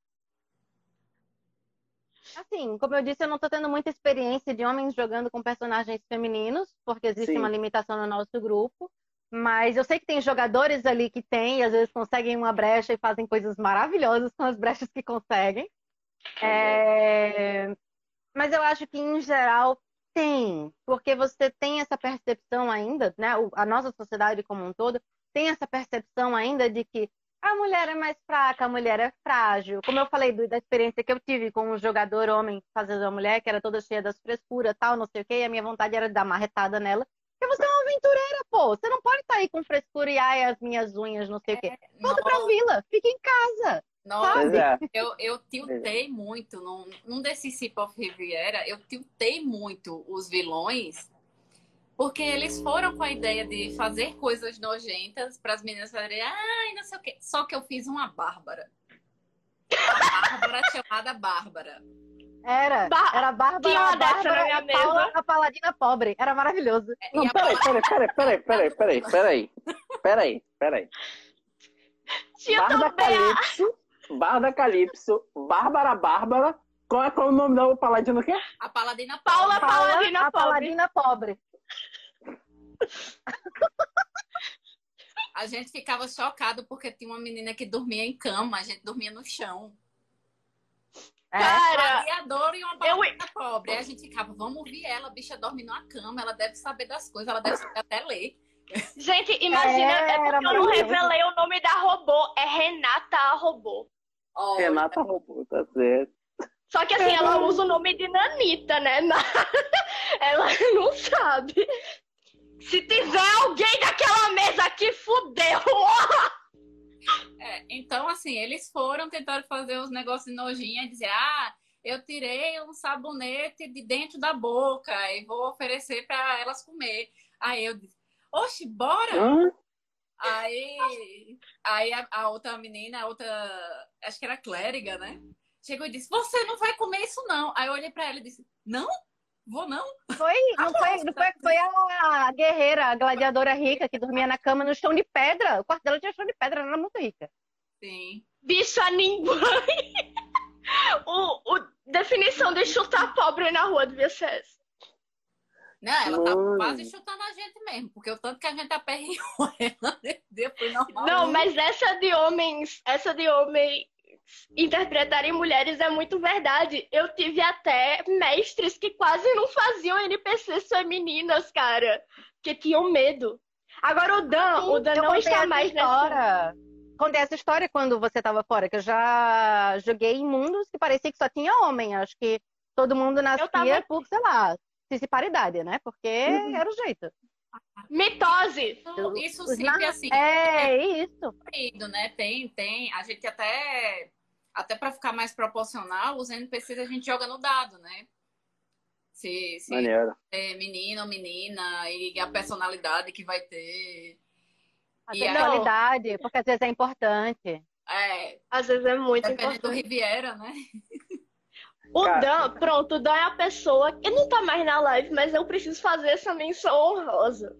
Assim, como eu disse, eu não tô tendo muita experiência de homens jogando com personagens femininos, porque existe Sim. uma limitação no nosso grupo. Mas eu sei que tem jogadores ali que têm, e às vezes conseguem uma brecha e fazem coisas maravilhosas com as brechas que conseguem. Mas eu acho que, em geral, tem. Porque você tem essa percepção ainda, né? A nossa sociedade como um todo tem essa percepção ainda de que a mulher é mais fraca, a mulher é frágil. Como eu falei da experiência que eu tive com um jogador homem fazendo a mulher, que era toda cheia das frescuras, tal, não sei o quê, e a minha vontade era de dar marretada nela. Porque você é uma aventureira, pô. Você não pode estar aí com frescura e ai, as minhas unhas, não sei o quê. Volta pra vila, fica em casa. Nossa, É. eu tiltei muito num desses Sip of Riviera, eu tiltei muito os vilões, porque eles foram com a ideia de fazer coisas nojentas para as meninas fazerem, ai, não sei o quê. Só que eu fiz uma Bárbara. A Bárbara chamada Bárbara. Era a Bárbara, Tinha uma dessa na minha e Paula, mesa. a paladina pobre. Era maravilhoso. Não, E a peraí. Tinha Bar da também Calypso, Bárbara. Qual é o nome da paladina aqui? a Paladina Paula Paula. Paladina a pobre. paladina pobre. A gente ficava chocado porque tinha uma menina que dormia em cama, a gente dormia no chão. Cara, Uma guiadora e uma paladina pobre. Aí a gente ficava, vamos ouvir ela, a bicha dorme numa cama, ela deve saber das coisas, ela deve saber até ler. gente, imagina, é porque Era eu não maravilhoso. revelei o nome da robô. É Renata a robô. Olha, Renata roubou, tá certo. Só que assim, ela usa o nome de Nanita, né? Ela não sabe. Se tiver alguém daquela mesa aqui, fudeu! então, assim, eles foram tentar fazer os negócios nojinhos e dizer, eu tirei um sabonete de dentro da boca e vou oferecer para elas comer. Aí eu disse, oxe, bora! Hã? Aí a outra menina, acho que era clériga, né? Chegou e disse, você não vai comer isso não. Aí eu olhei pra ela e disse, não? Vou não? Foi a guerreira, a gladiadora rica que dormia na cama no chão de pedra. O quarto dela tinha chão de pedra, ela era muito rica. Sim. Bicha ninguém. Definição de chutar pobre na rua devia ser essa. Não, ela tava Mãe. quase chutando a gente mesmo, porque o tanto que a gente aperreou ela, depois normal. Não, mas essa de homens interpretarem mulheres é muito verdade. Eu tive até mestres que quase não faziam NPCs femininas, cara, que tinham medo. Agora o Dan Eu não contei está essa mais nessa. história. Contei essa história quando você estava fora, que eu já joguei em mundos que parecia que só tinha homem. Acho que todo mundo nascia tava- por, sei lá, cisparidade, né? Porque era o jeito. Mitose! Isso Os sempre assim. isso. Né? Tem. A gente até para ficar mais proporcional, os NPCs a gente joga no dado, né? Se Maneiro. é menino ou menina e a personalidade que vai ter. A E aí- sexualidade, porque às vezes é importante. Às vezes é muito Dependendo do importante. Riviera, né? O Cara. Dan, pronto, o Dan é a pessoa. Ele não tá mais na live, mas eu preciso fazer essa menção honrosa.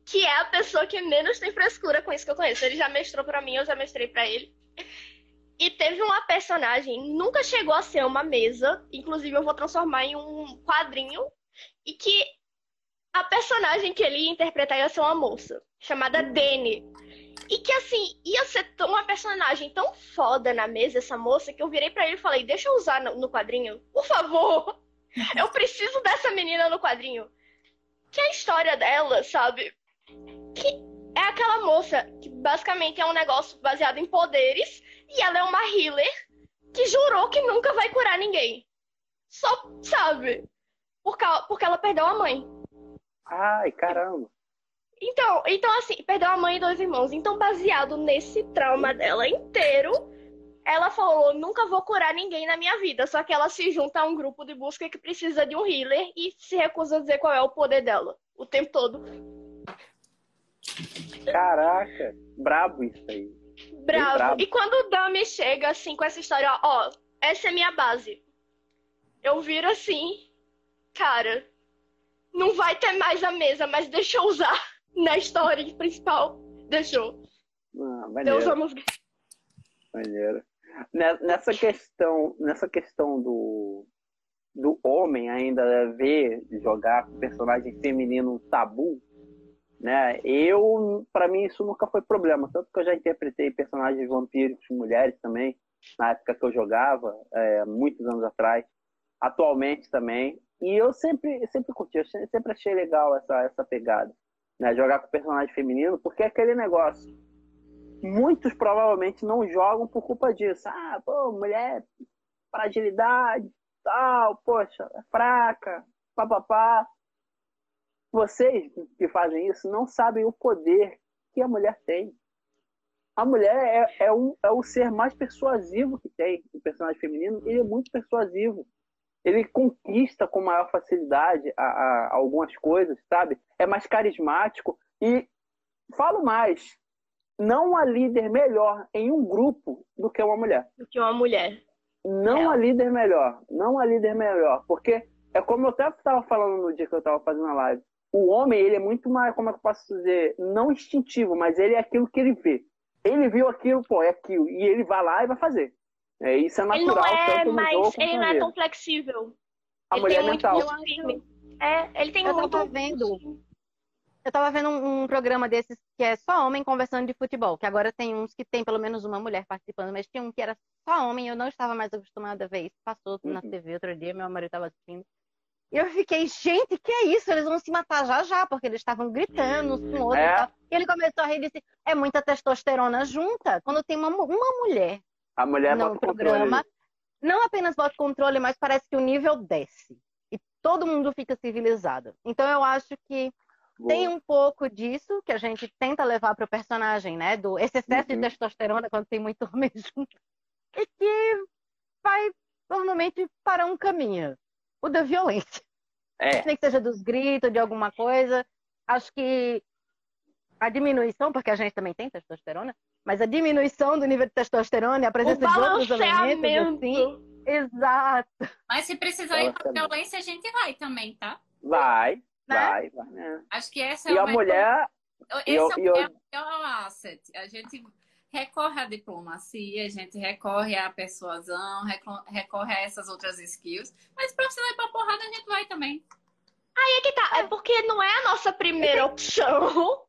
que é a pessoa que menos tem frescura com isso que eu conheço. Ele já mestrou pra mim, eu já mestrei pra ele. E teve uma personagem, nunca chegou a ser uma mesa, inclusive eu vou transformar em um quadrinho, e que a personagem que ele ia interpretar ia ser uma moça, chamada Dani. E que, assim, ia ser uma personagem tão foda na mesa, essa moça, que eu virei pra ele e falei, deixa eu usar no quadrinho, por favor. Eu preciso dessa menina no quadrinho. Que a história dela, sabe? Que é aquela moça que basicamente é um negócio baseado em poderes, e ela é uma healer que jurou que nunca vai curar ninguém. Só, sabe? Porque ela perdeu a mãe. Ai, caramba. Então, assim, perdeu a mãe e 2 irmãos. Então, baseado nesse trauma dela inteiro, ela falou, nunca vou curar ninguém na minha vida. Só que ela se junta a um grupo de busca que precisa de um healer e se recusa a dizer qual é o poder dela. O tempo todo. Caraca, brabo isso aí. Bravo. E quando o Dami chega, assim, com essa história, ó, essa é minha base. Eu viro assim, cara, não vai ter mais a mesa, mas deixa eu usar na história principal. Deixou. Deus ama os... Maneiro. Nessa questão do homem ainda jogar com personagem feminino um tabu, né? Pra mim isso nunca foi problema, tanto que eu já interpretei personagens vampíricos mulheres também, na época que eu jogava, muitos anos atrás, atualmente também, e eu sempre curti, eu sempre achei legal essa pegada, né? Jogar com personagem feminino, porque é aquele negócio, muitos provavelmente não jogam por culpa disso, pô, mulher, fragilidade, tal, poxa, é fraca, papapá. Vocês que fazem isso não sabem o poder que a mulher tem. A mulher é o ser mais persuasivo que tem. O personagem feminino, ele é muito persuasivo. Ele conquista com maior facilidade algumas coisas, sabe? É mais carismático. E falo mais, não há líder melhor em um grupo do que uma mulher. Do que uma mulher. Não há líder melhor. Não há líder melhor. Porque é como eu até estava falando no dia que eu estava fazendo a live. O homem, ele é muito mais, como é que eu posso dizer, não instintivo, mas ele é aquilo que ele vê. Ele viu aquilo, pô, é aquilo. E ele vai lá e vai fazer. Isso é natural. Ele não é tão flexível. A mulher é mental. Ele tem muito... Eu tava vendo um programa desses que é só homem conversando de futebol, que agora tem uns que tem pelo menos uma mulher participando, mas tinha um que era só homem, eu não estava mais acostumada a ver isso. Passou na TV outro dia, meu marido estava assistindo. E eu fiquei, gente, que é isso? Eles vão se matar já, porque eles estavam gritando uns com o outro e tal. E ele começou a rir e disse, é muita testosterona junta. Quando tem uma mulher a mulher no programa, não apenas bota controle, mas parece que o nível desce. E todo mundo fica civilizado. Então eu acho que tem um pouco disso que a gente tenta levar para o personagem, né? Esse excesso de testosterona quando tem muito homem junto. E que vai normalmente para um caminho. O da violência. Nem que seja dos gritos, de alguma coisa. Acho que a diminuição, porque a gente também tem testosterona, mas a diminuição do nível de testosterona e a presença de outros elementos, assim. Exato. Mas se precisar ir pra violência, a gente vai também, tá? Vai. Acho que essa é a mulher... Esse é o maior asset. A gente recorre à diplomacia, a gente recorre à persuasão, recorre a essas outras skills, mas pra você ir pra porrada, a gente vai também. Aí é que tá, é porque não é a nossa primeira opção.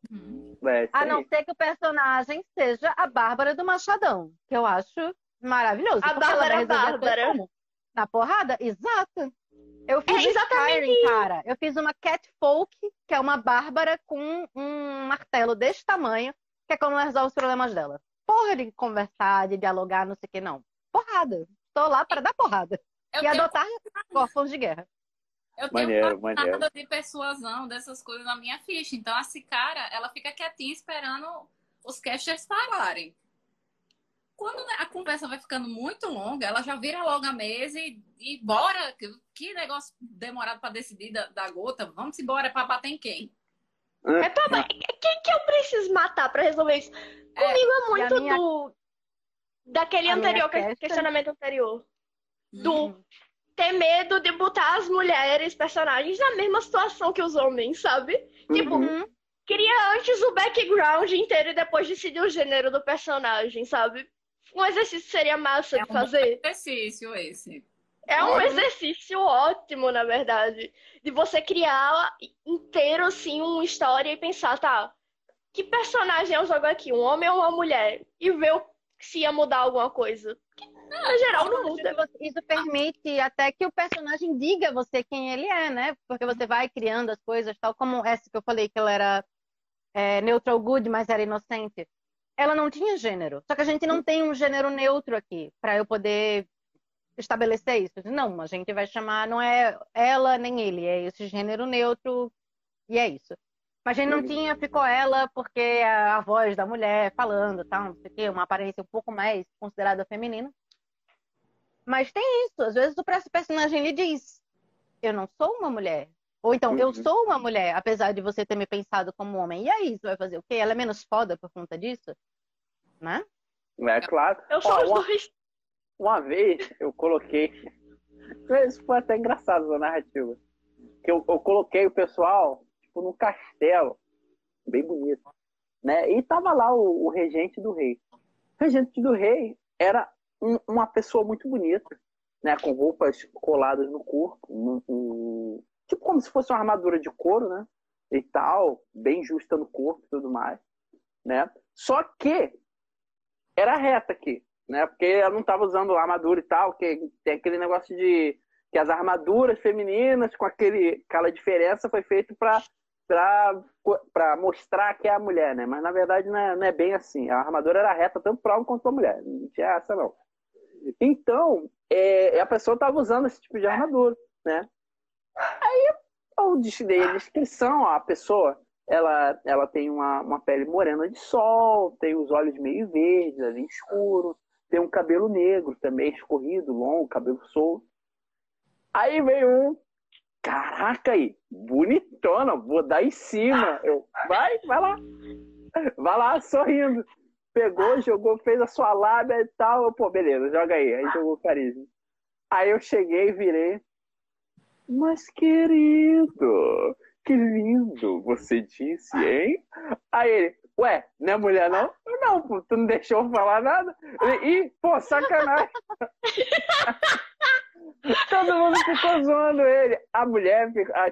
A não ser que o personagem seja a Bárbara do Machadão, que eu acho maravilhoso. A Bárbara. Na porrada? Exato. Eu fiz Skyrim, cara. Eu fiz uma Catfolk, que é uma Bárbara com um martelo desse tamanho, que é como ela resolve os problemas dela. Porra de conversar, de dialogar, não sei o que, não. Porrada. Estou lá para dar porrada. E adotar órfãos de guerra. Eu tenho nada de persuasão dessas coisas na minha ficha. Então, a Cicara, ela fica quietinha esperando os casters falarem. Quando a conversa vai ficando muito longa, ela já vira logo a mesa e bora. Que negócio demorado para decidir da gota. Vamos embora para bater em quem? Quem que eu preciso matar para resolver isso? Comigo é muito daquele anterior, questionamento anterior. Do ter medo de botar as mulheres, personagens, na mesma situação que os homens, sabe? Tipo, Cria antes o background inteiro e depois decidir o gênero do personagem, sabe? Um exercício seria massa de bom fazer. exercício esse. É um exercício ótimo, na verdade. De você criar inteiro, assim, uma história e pensar, tá, que personagem eu jogo aqui? Um homem ou uma mulher? E ver se ia mudar alguma coisa. Que, no geral, não muda. Isso permite até que o personagem diga a você quem ele é, né? Porque você vai criando as coisas, tal como essa que eu falei, que ela era neutral good, mas era inocente. Ela não tinha gênero. Só que a gente não tem um gênero neutro aqui para eu poder estabelecer isso. Não, a gente vai chamar, não é ela nem ele, é esse gênero neutro e é isso. Mas a gente não tinha, ficou ela porque a voz da mulher falando, tal, não sei o quê, uma aparência um pouco mais considerada feminina. Mas tem isso, às vezes o personagem lhe diz, eu não sou uma mulher. Ou então, eu sou uma mulher, apesar de você ter me pensado como homem. E aí, você vai fazer o quê? Ela é menos foda por conta disso? Né? É claro. Eu sou os dois. Uma vez eu coloquei. Isso foi até engraçado na narrativa. Que eu coloquei o pessoal tipo, num castelo, bem bonito. Né? E tava lá o regente do rei. O regente do rei era uma pessoa muito bonita, né? Com roupas coladas no corpo, tipo como se fosse uma armadura de couro, né? E tal, bem justa no corpo e tudo mais, né? Só que era reta aqui, né? Porque ela não estava usando armadura e tal, que tem aquele negócio de que as armaduras femininas com aquela diferença foi feito para mostrar que é a mulher, né? Mas na verdade não é bem assim. A armadura era reta tanto para homem quanto para mulher, não tinha essa não. Então, a pessoa estava usando esse tipo de armadura, né? Aí eu dei a descrição, ó, a pessoa ela tem uma pele morena de sol, tem os olhos meio verdes, ali escuro, tem um cabelo negro também, escorrido, longo, cabelo solto. Aí veio caraca aí, bonitona, vou dar em cima. Vai lá, sorrindo. Pegou, jogou, fez a sua lábia e tal. Pô, beleza, joga aí. Aí jogou carisma. Aí eu cheguei e virei. Mas, querido, que lindo você disse, hein? Aí ele, ué, não é mulher não? Não, pô, tu não deixou eu falar nada? Ele, pô, sacanagem. Todo mundo ficou zoando ele. A mulher,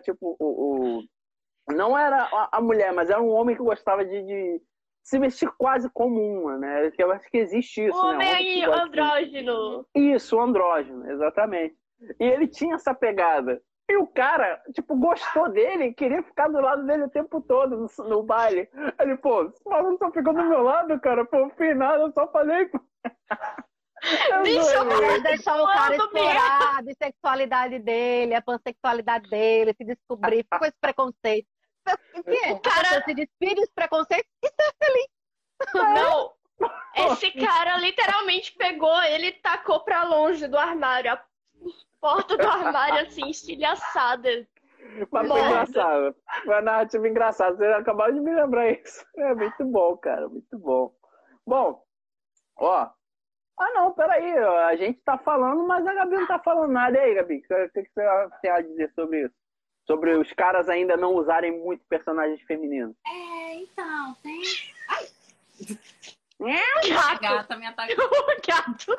não era a mulher, mas era um homem que gostava de se vestir quase como uma, né? Eu acho que existe isso, né? Homem andrógeno. Isso, andrógeno, exatamente. E ele tinha essa pegada. E o cara, gostou dele, queria ficar do lado dele o tempo todo no baile. Ele, pô, esse maluco só ficou do meu lado, cara. Pô, final, eu só falei. Deixa o cara explorar a bissexualidade dele, a pansexualidade dele, se descobrir, ficou esse preconceito. O que é? O cara se despide desse preconceito e tá feliz. Não, esse cara literalmente pegou, ele tacou pra longe do armário, a porta do armário assim, estilhaçada. Mas foi engraçado. Foi uma narrativa engraçada. Você acabou de me lembrar isso. É muito bom, cara, muito bom. Bom, ó. Não, peraí. A gente tá falando, mas a Gabi não tá falando nada. E aí, Gabi, o que você tem a dizer sobre isso? Sobre os caras ainda não usarem muito personagens femininos. Então, tem... Ai! Gato. Gata me atacou. Gato.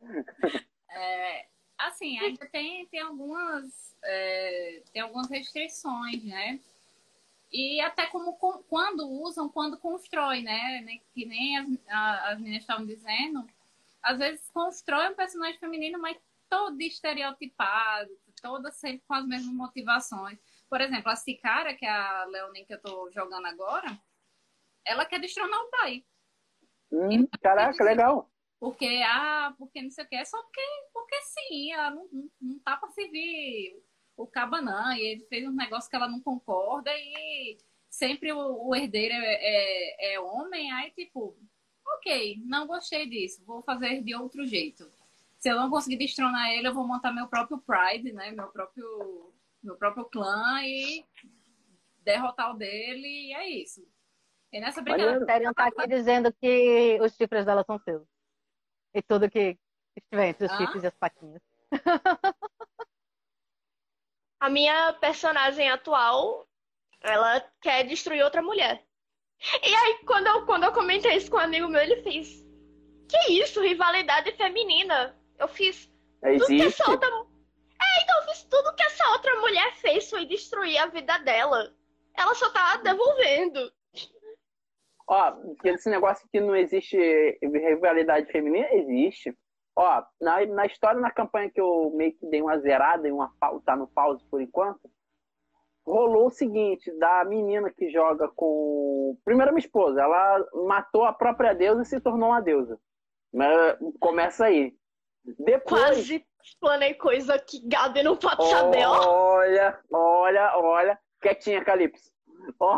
Assim, ainda tem algumas restrições, né? E até quando usam, quando constrói, né? Que nem as meninas estavam dizendo, às vezes constrói um personagem feminino, mas todo estereotipado, toda sempre com as mesmas motivações. Por exemplo, a Cicara, que é a Leonin que eu tô jogando agora, ela quer destronar o pai. Caraca, legal. Porque não sei o que, é só porque sim, ela não tá pra servir o Cabanã, e ele fez um negócio que ela não concorda, e sempre o herdeiro é homem, aí ok, não gostei disso, vou fazer de outro jeito. Se eu não conseguir destronar ele, eu vou montar meu próprio Pride, né? Meu próprio clã e derrotar o dele, e é isso. E nessa brincadeira... O Tyrion tá aqui dizendo que os chifres dela são seus. E tudo que estiver entre os chifres e as patinhas. A minha personagem atual, Ela quer destruir outra mulher. E aí, quando eu comentei isso com um amigo meu, ele fez: Que isso, rivalidade feminina? Eu fiz tudo que Existe. essa outra. Então eu fiz tudo que essa outra mulher fez foi destruir a vida dela. Ela só tá devolvendo. Ó, esse negócio que não existe rivalidade feminina, existe. Ó, na história, na campanha que eu meio que dei uma zerada e tá no pause por enquanto, rolou o seguinte, da menina que joga com... Primeiro, minha esposa, ela matou a própria deusa e se tornou uma deusa. Começa aí. Depois... Quase explanei coisa que Gabi não pode saber, ó. Olha. Quietinha, Calypso. Ó.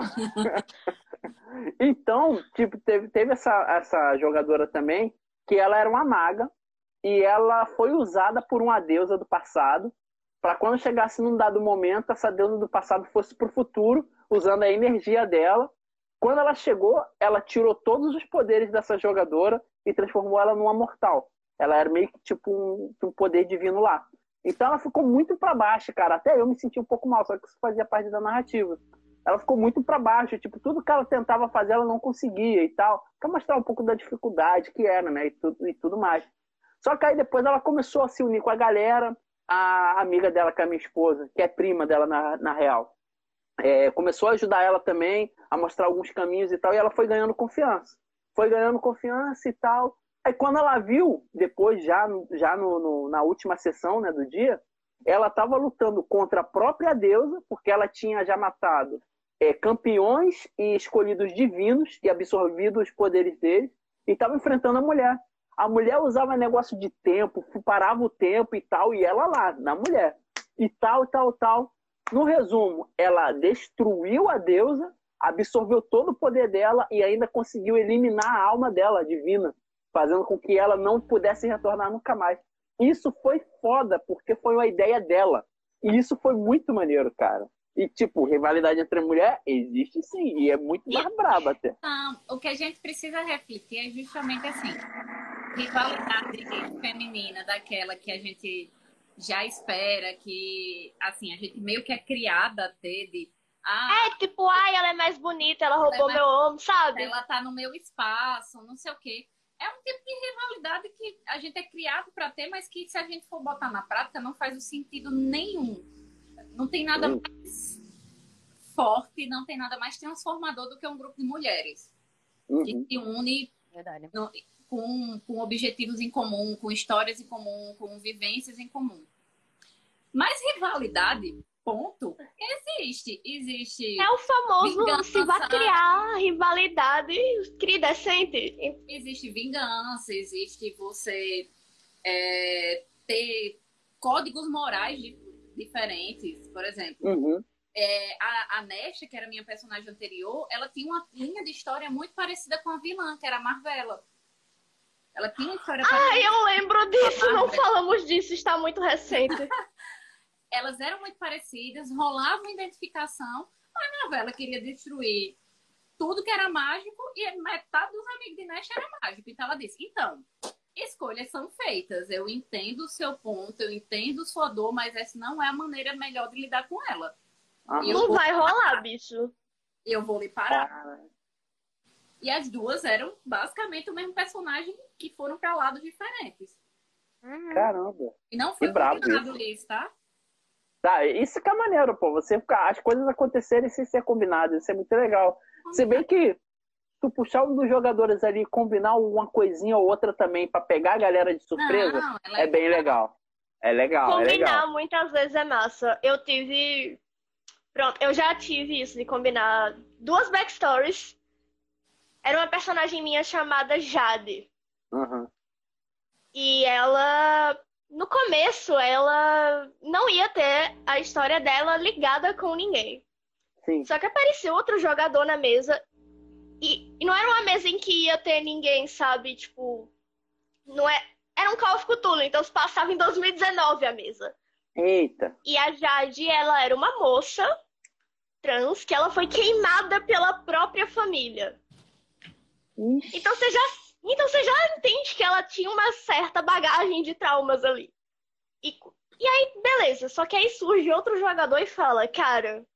Então, tipo, teve essa jogadora também, que ela era uma maga, e ela foi usada por uma deusa do passado, para quando chegasse num dado momento, essa deusa do passado fosse pro futuro, usando a energia dela. Quando ela chegou, ela tirou todos os poderes dessa jogadora e transformou ela numa mortal. Ela era meio que tipo um poder divino lá. Então ela ficou muito para baixo, cara. Até eu me senti um pouco mal, só que isso fazia parte da narrativa. Ela ficou muito para baixo, tipo, tudo que ela tentava fazer, ela não conseguia e tal. Pra mostrar um pouco da dificuldade que era, né, e tudo mais. Só que aí depois ela começou a se unir com a galera, a amiga dela, que é a minha esposa, que é prima dela na real. Começou a ajudar ela também, a mostrar alguns caminhos e tal, e ela foi ganhando confiança. Foi ganhando confiança e tal. Aí quando ela viu, depois, já na última sessão, né, do dia, ela estava lutando contra a própria deusa, porque ela tinha já matado campeões e escolhidos divinos e absorvido os poderes deles, e estava enfrentando a mulher. A mulher usava negócio de tempo, parava o tempo e tal, e ela lá, na mulher. E tal. No resumo, ela destruiu a deusa, absorveu todo o poder dela e ainda conseguiu eliminar a alma dela, a divina, fazendo com que ela não pudesse retornar nunca mais. Isso foi foda, porque foi uma ideia dela. E isso foi muito maneiro, cara. E, tipo, rivalidade entre mulher existe sim, e é muito mais braba até. O que a gente precisa refletir é justamente assim, rivalidade feminina, daquela que a gente já espera, que, assim, a gente meio que é criada a ter de... tipo, ela é mais bonita, ela roubou meu homem, sabe? Ela tá no meu espaço, não sei o quê. É um tipo de rivalidade que a gente é criado para ter, mas que se a gente for botar na prática não faz sentido nenhum. Não tem nada mais forte, não tem nada mais transformador do que um grupo de mulheres que se une com objetivos em comum, com histórias em comum, com vivências em comum. Mas rivalidade, ponto, existe. É o famoso, vingança, se vai criar rivalidade, cria decente. Existe vingança, existe você ter códigos morais diferentes, por exemplo. A Nesha, que era a minha personagem anterior, ela tinha uma linha de história muito parecida com a vilã, que era a Marvella. Ela tinha uma história parecida. Eu lembro disso, não falamos disso, está muito recente. Elas eram muito parecidas, rolava uma identificação, mas a Marvella queria destruir tudo que era mágico e metade dos amigos de Nesha era mágico. Então ela disse, escolhas são feitas, eu entendo o seu ponto, eu entendo sua dor, mas essa não é a maneira melhor de lidar com ela. Não vai rolar, bicho. Eu vou lhe parar. E as duas eram basicamente o mesmo personagem que foram para lados diferentes. Caramba. E não foi combinado isso, tá? Tá, isso que é maneiro, pô. As coisas acontecerem sem ser combinado. Isso é muito legal. Se bem que tu puxar um dos jogadores ali e combinar uma coisinha ou outra também pra pegar a galera de surpresa, é bem legal. É legal. Combinar muitas vezes é massa. Eu já tive isso de combinar duas backstories. Era uma personagem minha chamada Jade. E ela, no começo, ela não ia ter a história dela ligada com ninguém. Sim. Só que apareceu outro jogador na mesa. E não era uma mesa em que ia ter ninguém, sabe? Tipo, era um Call of Cthulhu, então se passava em 2019 a mesa. Eita. E a Jade, ela era uma moça trans que ela foi queimada pela própria família. Ixi. Então você já entende que ela tinha uma certa bagagem de traumas ali. E aí, beleza. Só que aí surge outro jogador e fala, cara,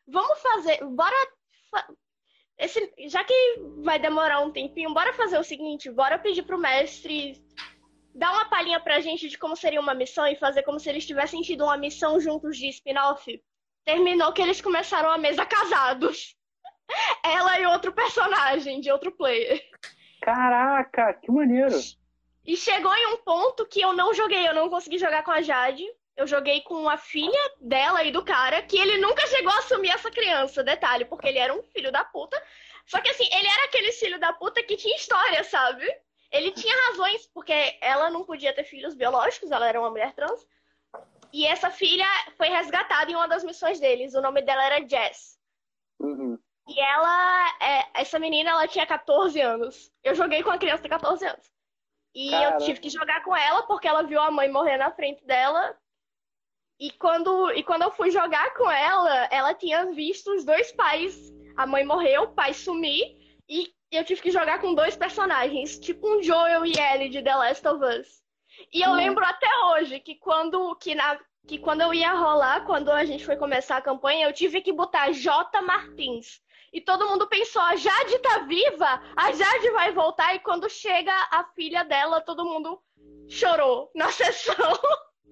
Vamos fazer, bora. Já que vai demorar um tempinho, bora fazer o seguinte, bora pedir pro mestre dar uma palhinha pra gente de como seria uma missão e fazer como se eles tivessem tido uma missão juntos de spin-off. Terminou que eles começaram a mesa casados. Ela e outro personagem de outro player. Caraca, que maneiro. E chegou em um ponto que eu não joguei, eu não consegui jogar com a Jade. Eu joguei com a filha dela e do cara, que ele nunca chegou a assumir essa criança, detalhe, porque ele era um filho da puta. Só que assim, ele era aquele filho da puta que tinha história, sabe? Ele tinha razões, porque ela não podia ter filhos biológicos, ela era uma mulher trans. E essa filha foi resgatada em uma das missões deles. O nome dela era Jess. Uhum. E essa menina, ela tinha 14 anos. Eu joguei com a criança de 14 anos. E Cara. eu tive que jogar com ela, porque ela viu a mãe morrer na frente dela. E quando eu fui jogar com ela tinha visto os dois pais. A mãe morreu, o pai sumir. E eu tive que jogar com dois personagens, tipo um Joel e Ellie de The Last of Us. E eu lembro até hoje que quando eu ia rolar, quando a gente foi começar a campanha, eu tive que botar J. Martins. E todo mundo pensou, a Jade tá viva, a Jade vai voltar. E quando chega a filha dela, todo mundo chorou na sessão.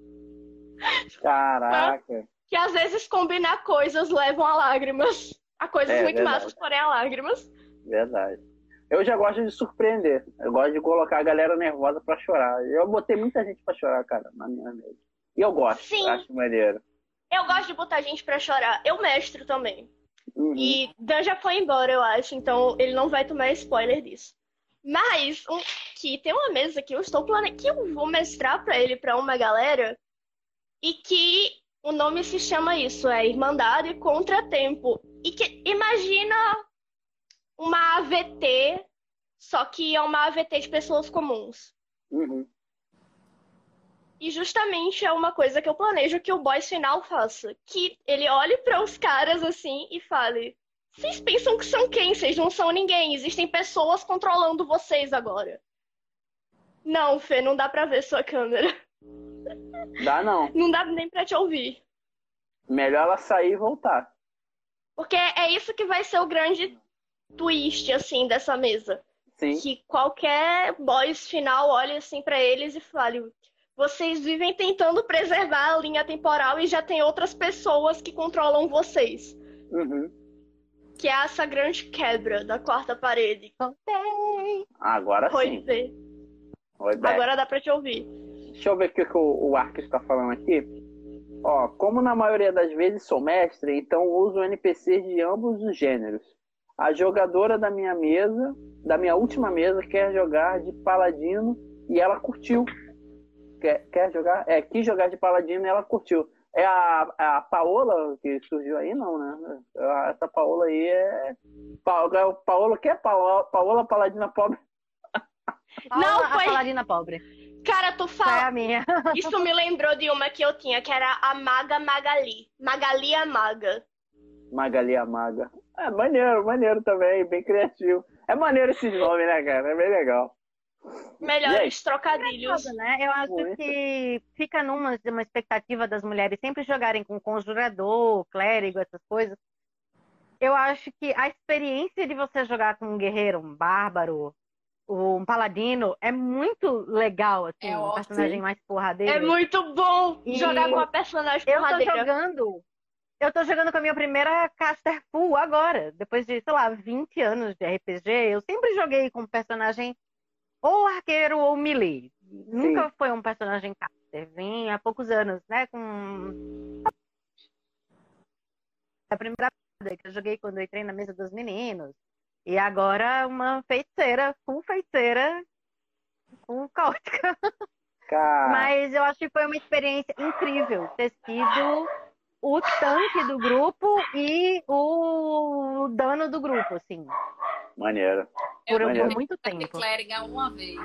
Caraca. Que às vezes combinar coisas levam a lágrimas. A coisas muito verdade. massas, porém a lágrimas. Verdade. Eu já gosto de surpreender. Eu gosto de colocar a galera nervosa pra chorar. Eu botei muita gente pra chorar, cara, na minha mesa. E eu gosto, Sim. acho maneiro. Eu gosto de botar gente pra chorar. Eu mestro também. Uhum. E Dan já foi embora, eu acho, então ele não vai tomar spoiler disso. Mas que tem uma mesa que eu estou planejando, que eu vou mestrar pra ele, pra uma galera, e que o nome se chama isso, é Irmandade Contratempo. E que imagina uma AVT, só que é uma AVT de pessoas comuns. Uhum. E justamente é uma coisa que eu planejo que o boss final faça. Que ele olhe para os caras assim e fale: vocês pensam que são quem? Vocês não são ninguém. Existem pessoas controlando vocês agora. Não, Fê, não dá pra ver sua câmera. Dá não. Não dá nem pra te ouvir. Melhor ela sair e voltar. Porque é isso que vai ser o grande twist, assim, dessa mesa. Sim. Que qualquer boss final olhe assim pra eles e fale: vocês vivem tentando preservar a linha temporal e já tem outras pessoas que controlam vocês. Uhum. Que é essa grande quebra da quarta parede. Agora Foi sim. ver. Oi, Beck. Agora dá pra te ouvir. Deixa eu ver o que o Ark está falando aqui. Ó, como na maioria das vezes sou mestre, então uso NPCs de ambos os gêneros. A jogadora da minha última mesa, quer jogar de paladino e ela curtiu. Quer jogar? Quis jogar de paladino e ela curtiu. É a Paola que surgiu aí? Não, né? Essa Paola aí é... Paola o quê? Paola Paladina Pobre? Não, foi- a paladina pobre. Cara, tu É fala. a minha. Isso me lembrou de uma que eu tinha, que era a Maga Magali. Magali a Maga. Magali a Maga. É maneiro também, bem criativo. É maneiro esse nome, né, cara? É bem legal. Melhores trocadilhos. Né? Eu acho Muito. que fica uma expectativa das mulheres sempre jogarem com conjurador, clérigo, essas coisas. Eu acho que a experiência de você jogar com um guerreiro, um bárbaro, um paladino, é muito legal, assim, É um ótimo. personagem mais porradeiro. É muito bom E jogar com a personagem Eu tô porradeira. jogando com a minha primeira caster full agora, depois de, sei lá, 20 anos de RPG. Eu sempre joguei com personagem ou arqueiro ou melee. Nunca foi um personagem caster. Vim há poucos anos, né, com a primeira que eu joguei quando eu entrei na mesa dos meninos. E agora uma feiticeira, full feiticeira, full caótica. Cara, Mas eu acho que foi uma experiência incrível ter sido o tanque do grupo e o dano do grupo, assim, maneiro. por Maneiro. muito Eu fui tempo. clériga uma vez.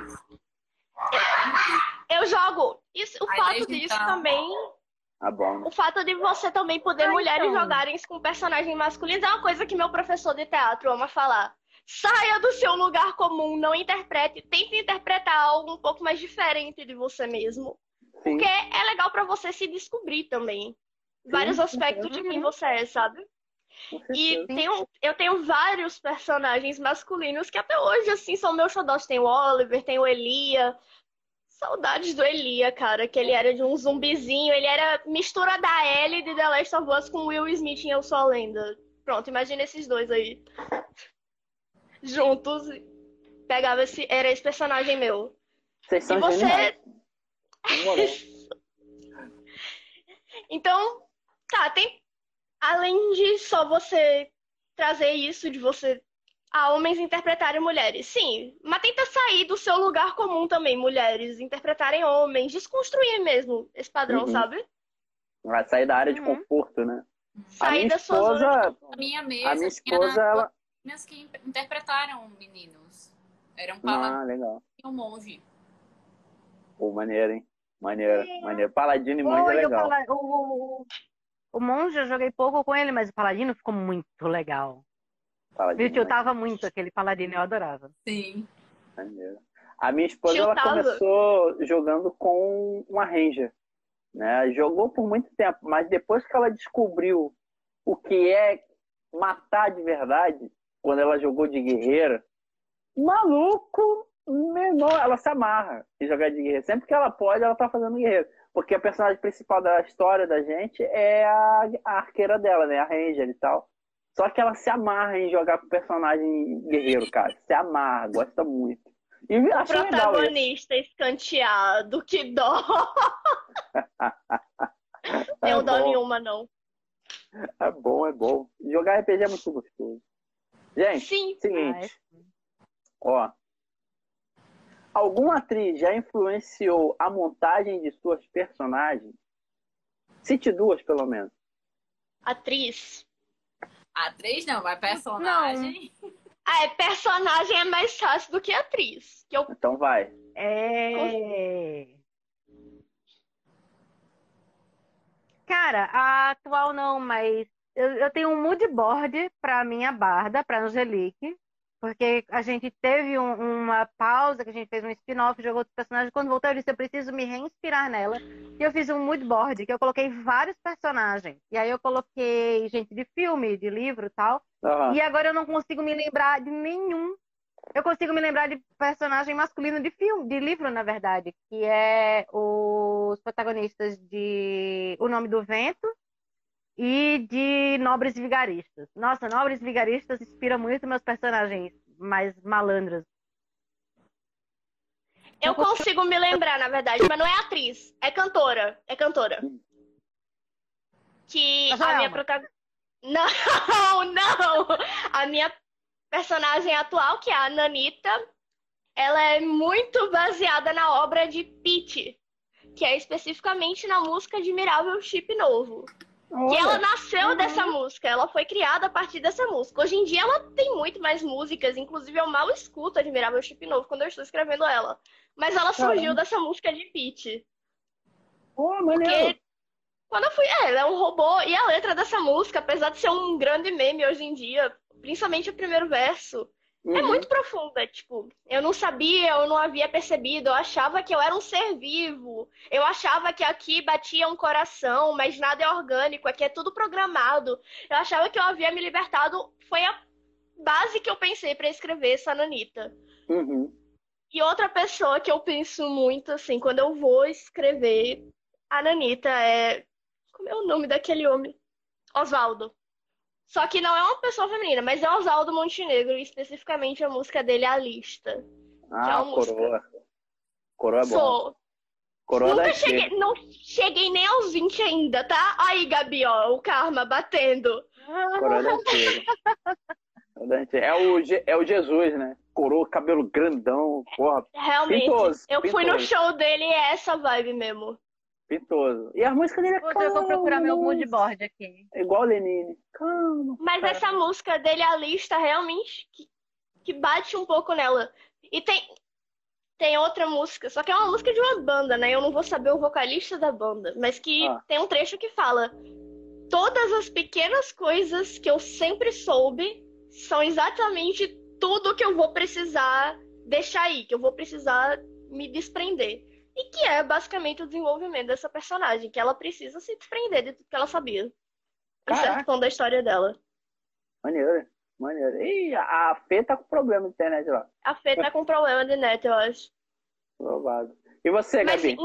Eu jogo. Isso, o Aí, fato desde disso então- também. Tá bom. O fato de você também poder mulheres então. jogarem com personagens masculinos é uma coisa que meu professor de teatro ama falar. Saia do seu lugar comum, não interprete, tente interpretar algo um pouco mais diferente de você mesmo. Sim. Porque é legal pra você se descobrir também. Vários aspectos de quem você é, sabe? Com E certeza. eu tenho vários personagens masculinos que até hoje, assim, são meus xodós. Tem o Oliver, tem o Elia. Saudades do Elia, cara, que ele era de um zumbizinho. Ele era mistura da Ellie de The Last of Us com o Will Smith em Eu Sou a Lenda. Pronto, imagina esses dois aí. Juntos. Pegava era esse personagem meu. Vocês são E você... geniais. Na moral. Então, tá, tem... Além de só você trazer isso, de você... homens interpretarem mulheres. Sim, mas tenta sair do seu lugar comum também, mulheres interpretarem homens, desconstruir mesmo esse padrão, Uhum. sabe? Vai sair da área de Uhum. conforto, né? A Sair minha da sua zona de esposa, conforto. A minha a mesa minha tinha esposa, ela... meninas que interpretaram meninos. Era um paladino Ah, legal. e um monge. Pô, maneiro, hein? Maneiro, maneiro. Paladino e monge é Oi, legal. o monge eu joguei pouco com ele, mas o paladino ficou muito legal. Paladino Viu, eu e tava muito aquele paladino, eu adorava. Sim. maneiro. A minha esposa, ela Tiltava. começou jogando com uma Ranger, né? Jogou por muito tempo, mas depois que ela descobriu o que é matar de verdade, quando ela jogou de guerreira, maluco, menor, ela se amarra em jogar de guerreiro. Sempre que ela pode, ela tá fazendo guerreiro. Porque a personagem principal da história da gente é a arqueira dela, né? A Ranger e tal. Só que ela se amarra em jogar com personagem guerreiro, cara. Se amarra, gosta muito. E acho legal isso. Protagonista escanteado, que dó. Tenho dó bom. nenhuma, não. É bom, é bom. Jogar RPG é muito gostoso. Gente, Sim. seguinte. Ó. Alguma atriz já influenciou a montagem de suas personagens? Cite duas, pelo menos. Atriz. Atriz não, mas personagem. Personagem é mais fácil do que atriz. Que eu... Então vai. Cara, a atual não, mas eu tenho um mood board pra minha Barda, pra Angelique, porque a gente teve uma pausa, que a gente fez um spin-off, jogou outros personagens. Quando voltou, eu disse, eu preciso me reinspirar nela. E eu fiz um mood board, que eu coloquei vários personagens. E aí eu coloquei gente de filme, de livro e tal. Uhum. E agora eu não consigo me lembrar de nenhum. Eu consigo me lembrar de personagem masculino de filme, de livro, na verdade, que é os protagonistas de O Nome do Vento e de Nobres Vigaristas. Nossa, Nobres Vigaristas inspira muito meus personagens mais malandros. Eu consigo me lembrar, na verdade, mas não é atriz, é cantora. É cantora. Que Mas a minha Joelma. protagonista. Não! A minha personagem atual, que é a Nanita, ela é muito baseada na obra de Pitty, que é especificamente na música Admirável Chip Novo. Que ela nasceu dessa música, ela foi criada a partir dessa música. Hoje em dia ela tem muito mais músicas, inclusive eu mal escuto Admirável Chip Novo quando eu estou escrevendo ela. Mas ela surgiu dessa música de Pitty. Porque quando eu fui. Ela é um robô, e a letra dessa música, apesar de ser um grande meme hoje em dia, principalmente o primeiro verso, é muito profunda. Tipo, eu não sabia, eu não havia percebido, eu achava que eu era um ser vivo. Eu achava que aqui batia um coração, mas nada é orgânico, aqui é tudo programado. Eu achava que eu havia me libertado. Foi a base que eu pensei para escrever essa Nanita. E outra pessoa que eu penso muito, assim, quando eu vou escrever a Nanita é... Como é o nome daquele homem? Oswaldo. Só que não é uma pessoa feminina, mas é Oswaldo Montenegro, e especificamente a música dele, A Lista. Que é uma música. Coroa. Coroa é bom. Sou. Coroa Nunca da cheguei, não cheguei nem aos 20 ainda, tá? Aí, Gabi, ó, o karma batendo. Coroa da É o Jesus, né? Coroa, cabelo grandão, porra. Realmente, Pintoso, eu fui no pintoso. show dele e é essa vibe mesmo. Pintoso. E a música dele é calma. Eu vou procurar meu mood board aqui. É igual o Lenine. Calma. Mas essa música dele, A Lista, realmente que bate um pouco nela. E tem outra música, só que é uma música de uma banda, né? Eu não vou saber o vocalista da banda, mas que tem um trecho que fala: todas as pequenas coisas que eu sempre soube são exatamente tudo que eu vou precisar deixar aí, que eu vou precisar me desprender. E que é basicamente o desenvolvimento dessa personagem, que ela precisa se desprender de tudo que ela sabia. Em certo ponto da história dela. Maneiro, maneiro. Ih, a Fê tá com problema de internet lá. A Fê tá com problema de net, eu acho. Provável. E você, Mas Gabi?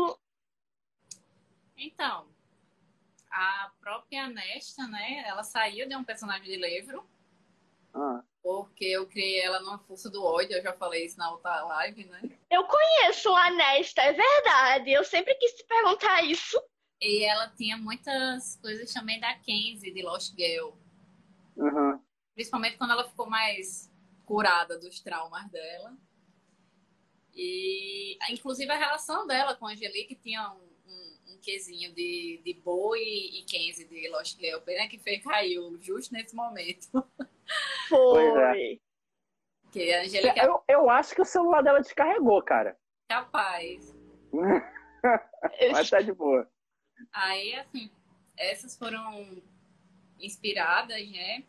Então, a própria Nesta, né? Ela saiu de um personagem de livro, Ah, porque eu criei ela numa força do ódio, eu já falei isso na outra live, né? eu conheço a Nesta, é verdade. Eu sempre quis te perguntar isso. E ela tinha muitas coisas também da Kenzie, de Lost Girl. uhum. Principalmente quando ela ficou mais curada dos traumas dela. E, inclusive, a relação dela com a Angelique tinha um quezinho de Bo e Kenzie de Lost Girl. Pena que Fê caiu justo nesse momento. Foi. Que a Angelique Eu acho que o celular dela descarregou, cara. é capaz. Mas tá de boa. Aí, assim, essas foram inspiradas, né?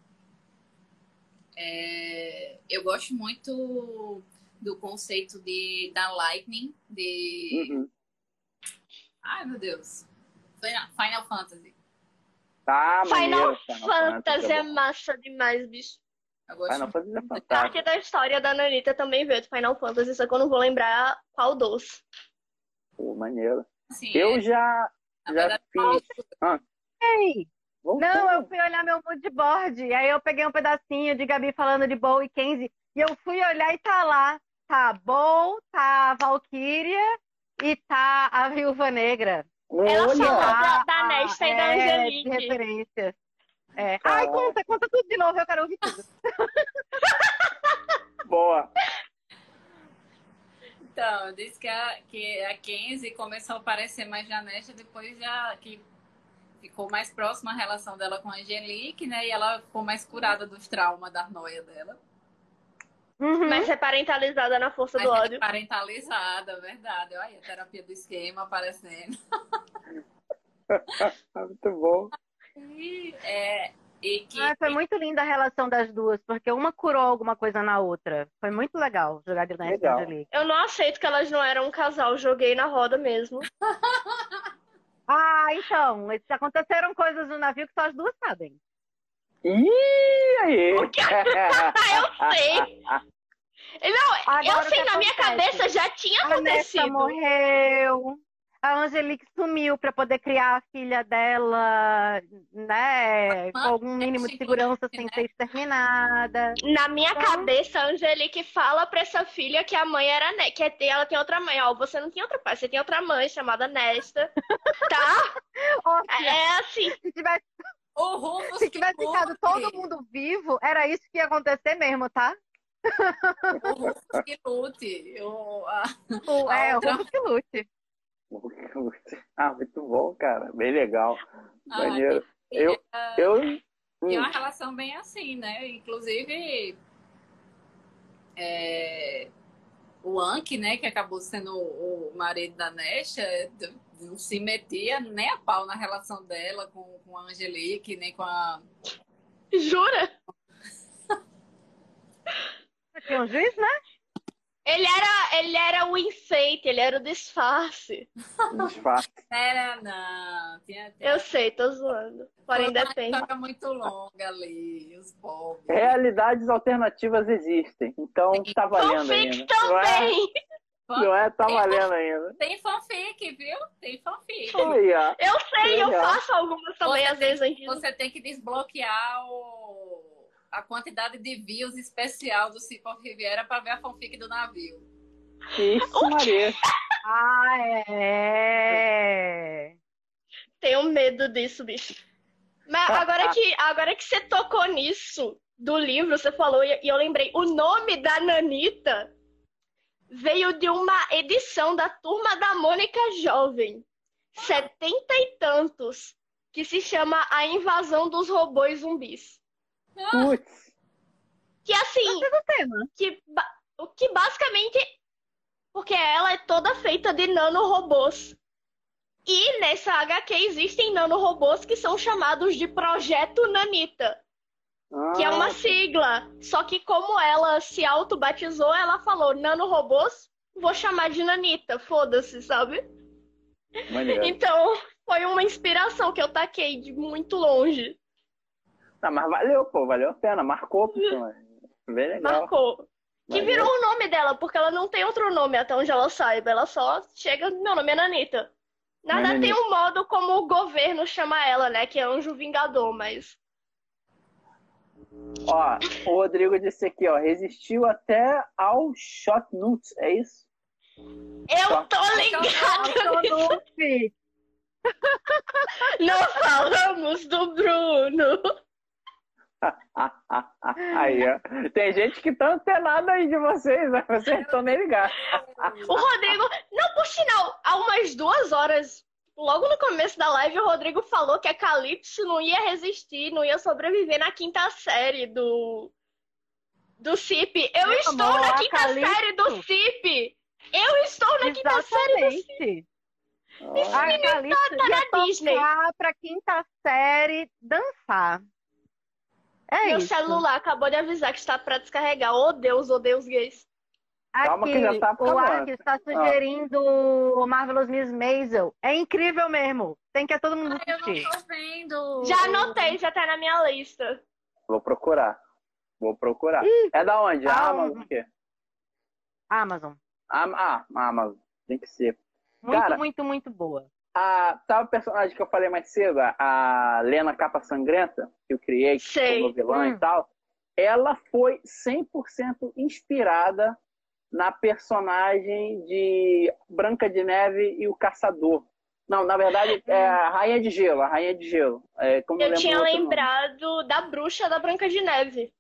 Eu gosto muito do conceito da Lightning, Uhum. Ai, meu Deus. Final Fantasy. Tá, Final maneiro. Fantasy é bom. massa demais, bicho. Eu gosto Final Fantasy é Parte fantástico. da história da Nanita também veio do Final Fantasy, só que eu não vou lembrar qual dos. Pô, maneiro. assim, Eu já na verdade, fiz. Ei, Voltou. não, eu fui olhar meu mood board, e aí eu peguei um pedacinho de Gabi falando de Bo e Kenzie, e eu fui olhar e tá lá. Tá Bo, tá a Valkyria e tá a Viúva Negra. Ela Olha, fala da Nesta e da de Angelique. referência. É. Caraca. Ai, conta tudo de novo, eu quero ouvir tudo. boa. Então, eu disse que a Kenzie começou a aparecer mais na Nesta depois já que ficou mais próxima a relação dela com a Angelique, né? E ela ficou mais curada dos traumas, da noia dela. Uhum. Mas é parentalizada na força Mas do ela ódio. é parentalizada, verdade. Olha a terapia do esquema aparecendo. Muito bom. E que Foi muito linda a relação das duas, porque uma curou alguma coisa na outra. Foi muito legal jogar de Nesta e Legal. Angelique. Eu não aceito que elas não eram um casal, joguei na roda mesmo. Ah, então, aconteceram coisas no navio que só as duas sabem. Ih, aí. Eu sei. Não, Agora, eu o sei, que na minha acontece? cabeça já tinha A Nesta acontecido. morreu. A Angelique sumiu para poder criar a filha dela, né? Com algum mínimo de segurança sem ser exterminada. Na minha Então- cabeça, a Angelique fala pra essa filha que a mãe era ela tem outra mãe. Ó, você não tinha outra pai, você tem outra mãe chamada Nesta. Tá? Olha, É assim. o Rufus se tivesse que ficado lute. todo mundo vivo, era isso que ia acontecer mesmo, tá? O Rufus que lute. O outra- Rufus que lute. Ah, muito bom, cara. Bem legal. Ah, Maneiro. e- Eu. Tinha uma relação bem assim, né? Inclusive, o Anki, né, que acabou sendo o marido da Nesta, não se metia nem a pau na relação dela com a Angelique, nem com a... Jura? Tinha um juiz, né? Ele era o enfeite, ele era o disfarce. Disfarce. Era, não. Tinha Eu sei, tô zoando. Porém, Foi uma depende. história muito longa ali, os pobres. Realidades alternativas existem. Então tá valendo Fanfic ainda. Não é? também! Não é? Tá valendo ainda. Tem fanfic, viu? Tem fanfic. Aí, ó. Eu sei, eu Legal. faço algumas também, às vezes, antes. Você tem que desbloquear a quantidade de views especial do Cipo Riviera para ver a fanfic do navio. Isso, Maria. Ah, é. Tenho medo disso, bicho. Mas agora que você tocou nisso, do livro, você falou, e eu lembrei, o nome da Nanita veio de uma edição da Turma da Mônica Jovem, 70 e tantos, que se chama A Invasão dos Robôs Zumbis. Putz. Que assim, o que basicamente, porque ela é toda feita de nanorobôs. E nessa HQ existem nanorobôs que são chamados de Projeto Nanita, que é uma sigla. Só que como ela se auto-batizou, ela falou, nanorobôs, vou chamar de Nanita, foda-se, sabe? Maneiro. Então, foi uma inspiração que eu taquei de muito longe. Tá, mas valeu, pô, valeu a pena. Marcou, pô, bem legal. Marcou. Que Valeu. virou o nome dela, porque ela não tem outro nome até onde ela saiba. Ela só chega. Meu nome é Nanita. Na verdade, tem um modo como o governo chama ela, né? Que é Anjo Vingador, mas. Ó, o Rodrigo disse aqui, ó, resistiu até ao Shot Nuts, é isso? Eu tô ligada nisso. Luffy. Não falamos do Bruno. Aí, ó. Tem gente que tá antenada aí de vocês, né? Vocês estão nem ligados. O Rodrigo. Não, por sinal, há umas 2 horas, logo no começo da live, o Rodrigo falou que a Calypso não ia resistir, não ia sobreviver na 5ª série do CIP. Eu Meu estou amor, na a 5ª Calypso. série do CIP. Eu estou na 5ª série do CIP. A Calypso tá ia na Disney. tocar pra 5ª série dançar. É Meu isso. celular acabou de avisar que está para descarregar. Oh, Deus, gays. Calma Aqui, que já tá o acabando. Ark está sugerindo o Marvelous Miss Maisel. É incrível mesmo. Tem que todo mundo Eu não assistir. tô vendo. Já anotei, já tá na minha lista. Vou procurar. É da onde? Tá Amazon? O quê? Amazon. Amazon. Tem que ser. Muito, Cara, muito, muito boa. Tava o personagem que eu falei mais cedo, a Lena Capa Sangrenta, que eu criei, que Sei. foi vilã e tal. Ela foi 100% inspirada na personagem de Branca de Neve e o Caçador. Não, na verdade, é a Rainha de Gelo. Como Eu lembro tinha o outro nome. lembrado da bruxa da Branca de Neve.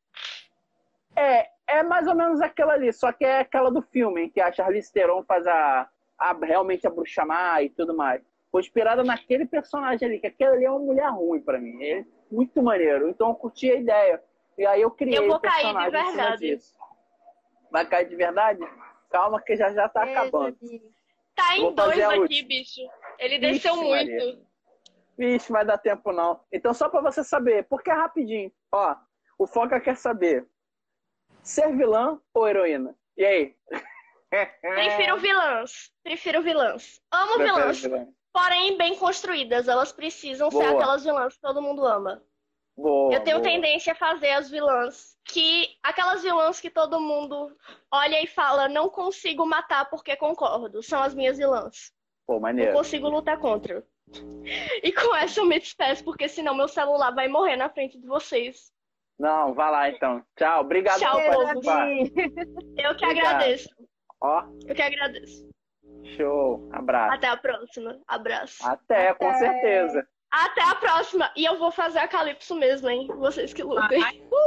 É mais ou menos aquela ali, só que é aquela do filme, em que a Charlize Theron faz realmente a bruxa má e tudo mais. Foi inspirada naquele personagem ali, que aquele ali é uma mulher ruim pra mim. É muito maneiro. Então eu curti a ideia. E aí eu criei Eu vou o cair de personagem em cima verdade. disso. Vai cair de verdade? Calma que já tá acabando. Tá Vou em 2 fazer a aqui, última. bicho. Ele desceu Vixe, muito. Maria. Vixe, vai dar tempo não. Então só pra você saber, porque é rapidinho. Ó, o Foca quer saber, ser vilã ou heroína? E aí? Prefiro vilãs. Amo vilãs. Porém, bem construídas. Elas precisam ser Boa. aquelas vilãs que todo mundo ama. Boa, Eu tenho boa. tendência a fazer as vilãs aquelas vilãs que todo mundo olha e fala, não consigo matar porque concordo. São as minhas vilãs. Pô, Não maneiro. consigo lutar contra. E com essa eu me despeço, porque senão meu celular vai morrer na frente de vocês. Não, vai lá então. Tchau, obrigado Tchau, por povo. participar. Eu que Obrigado. agradeço. Ó, Eu que agradeço. show. Abraço. Até a próxima. Abraço. Até, com certeza. Até a próxima. E eu vou fazer a Calypso mesmo, hein? Vocês que lutem.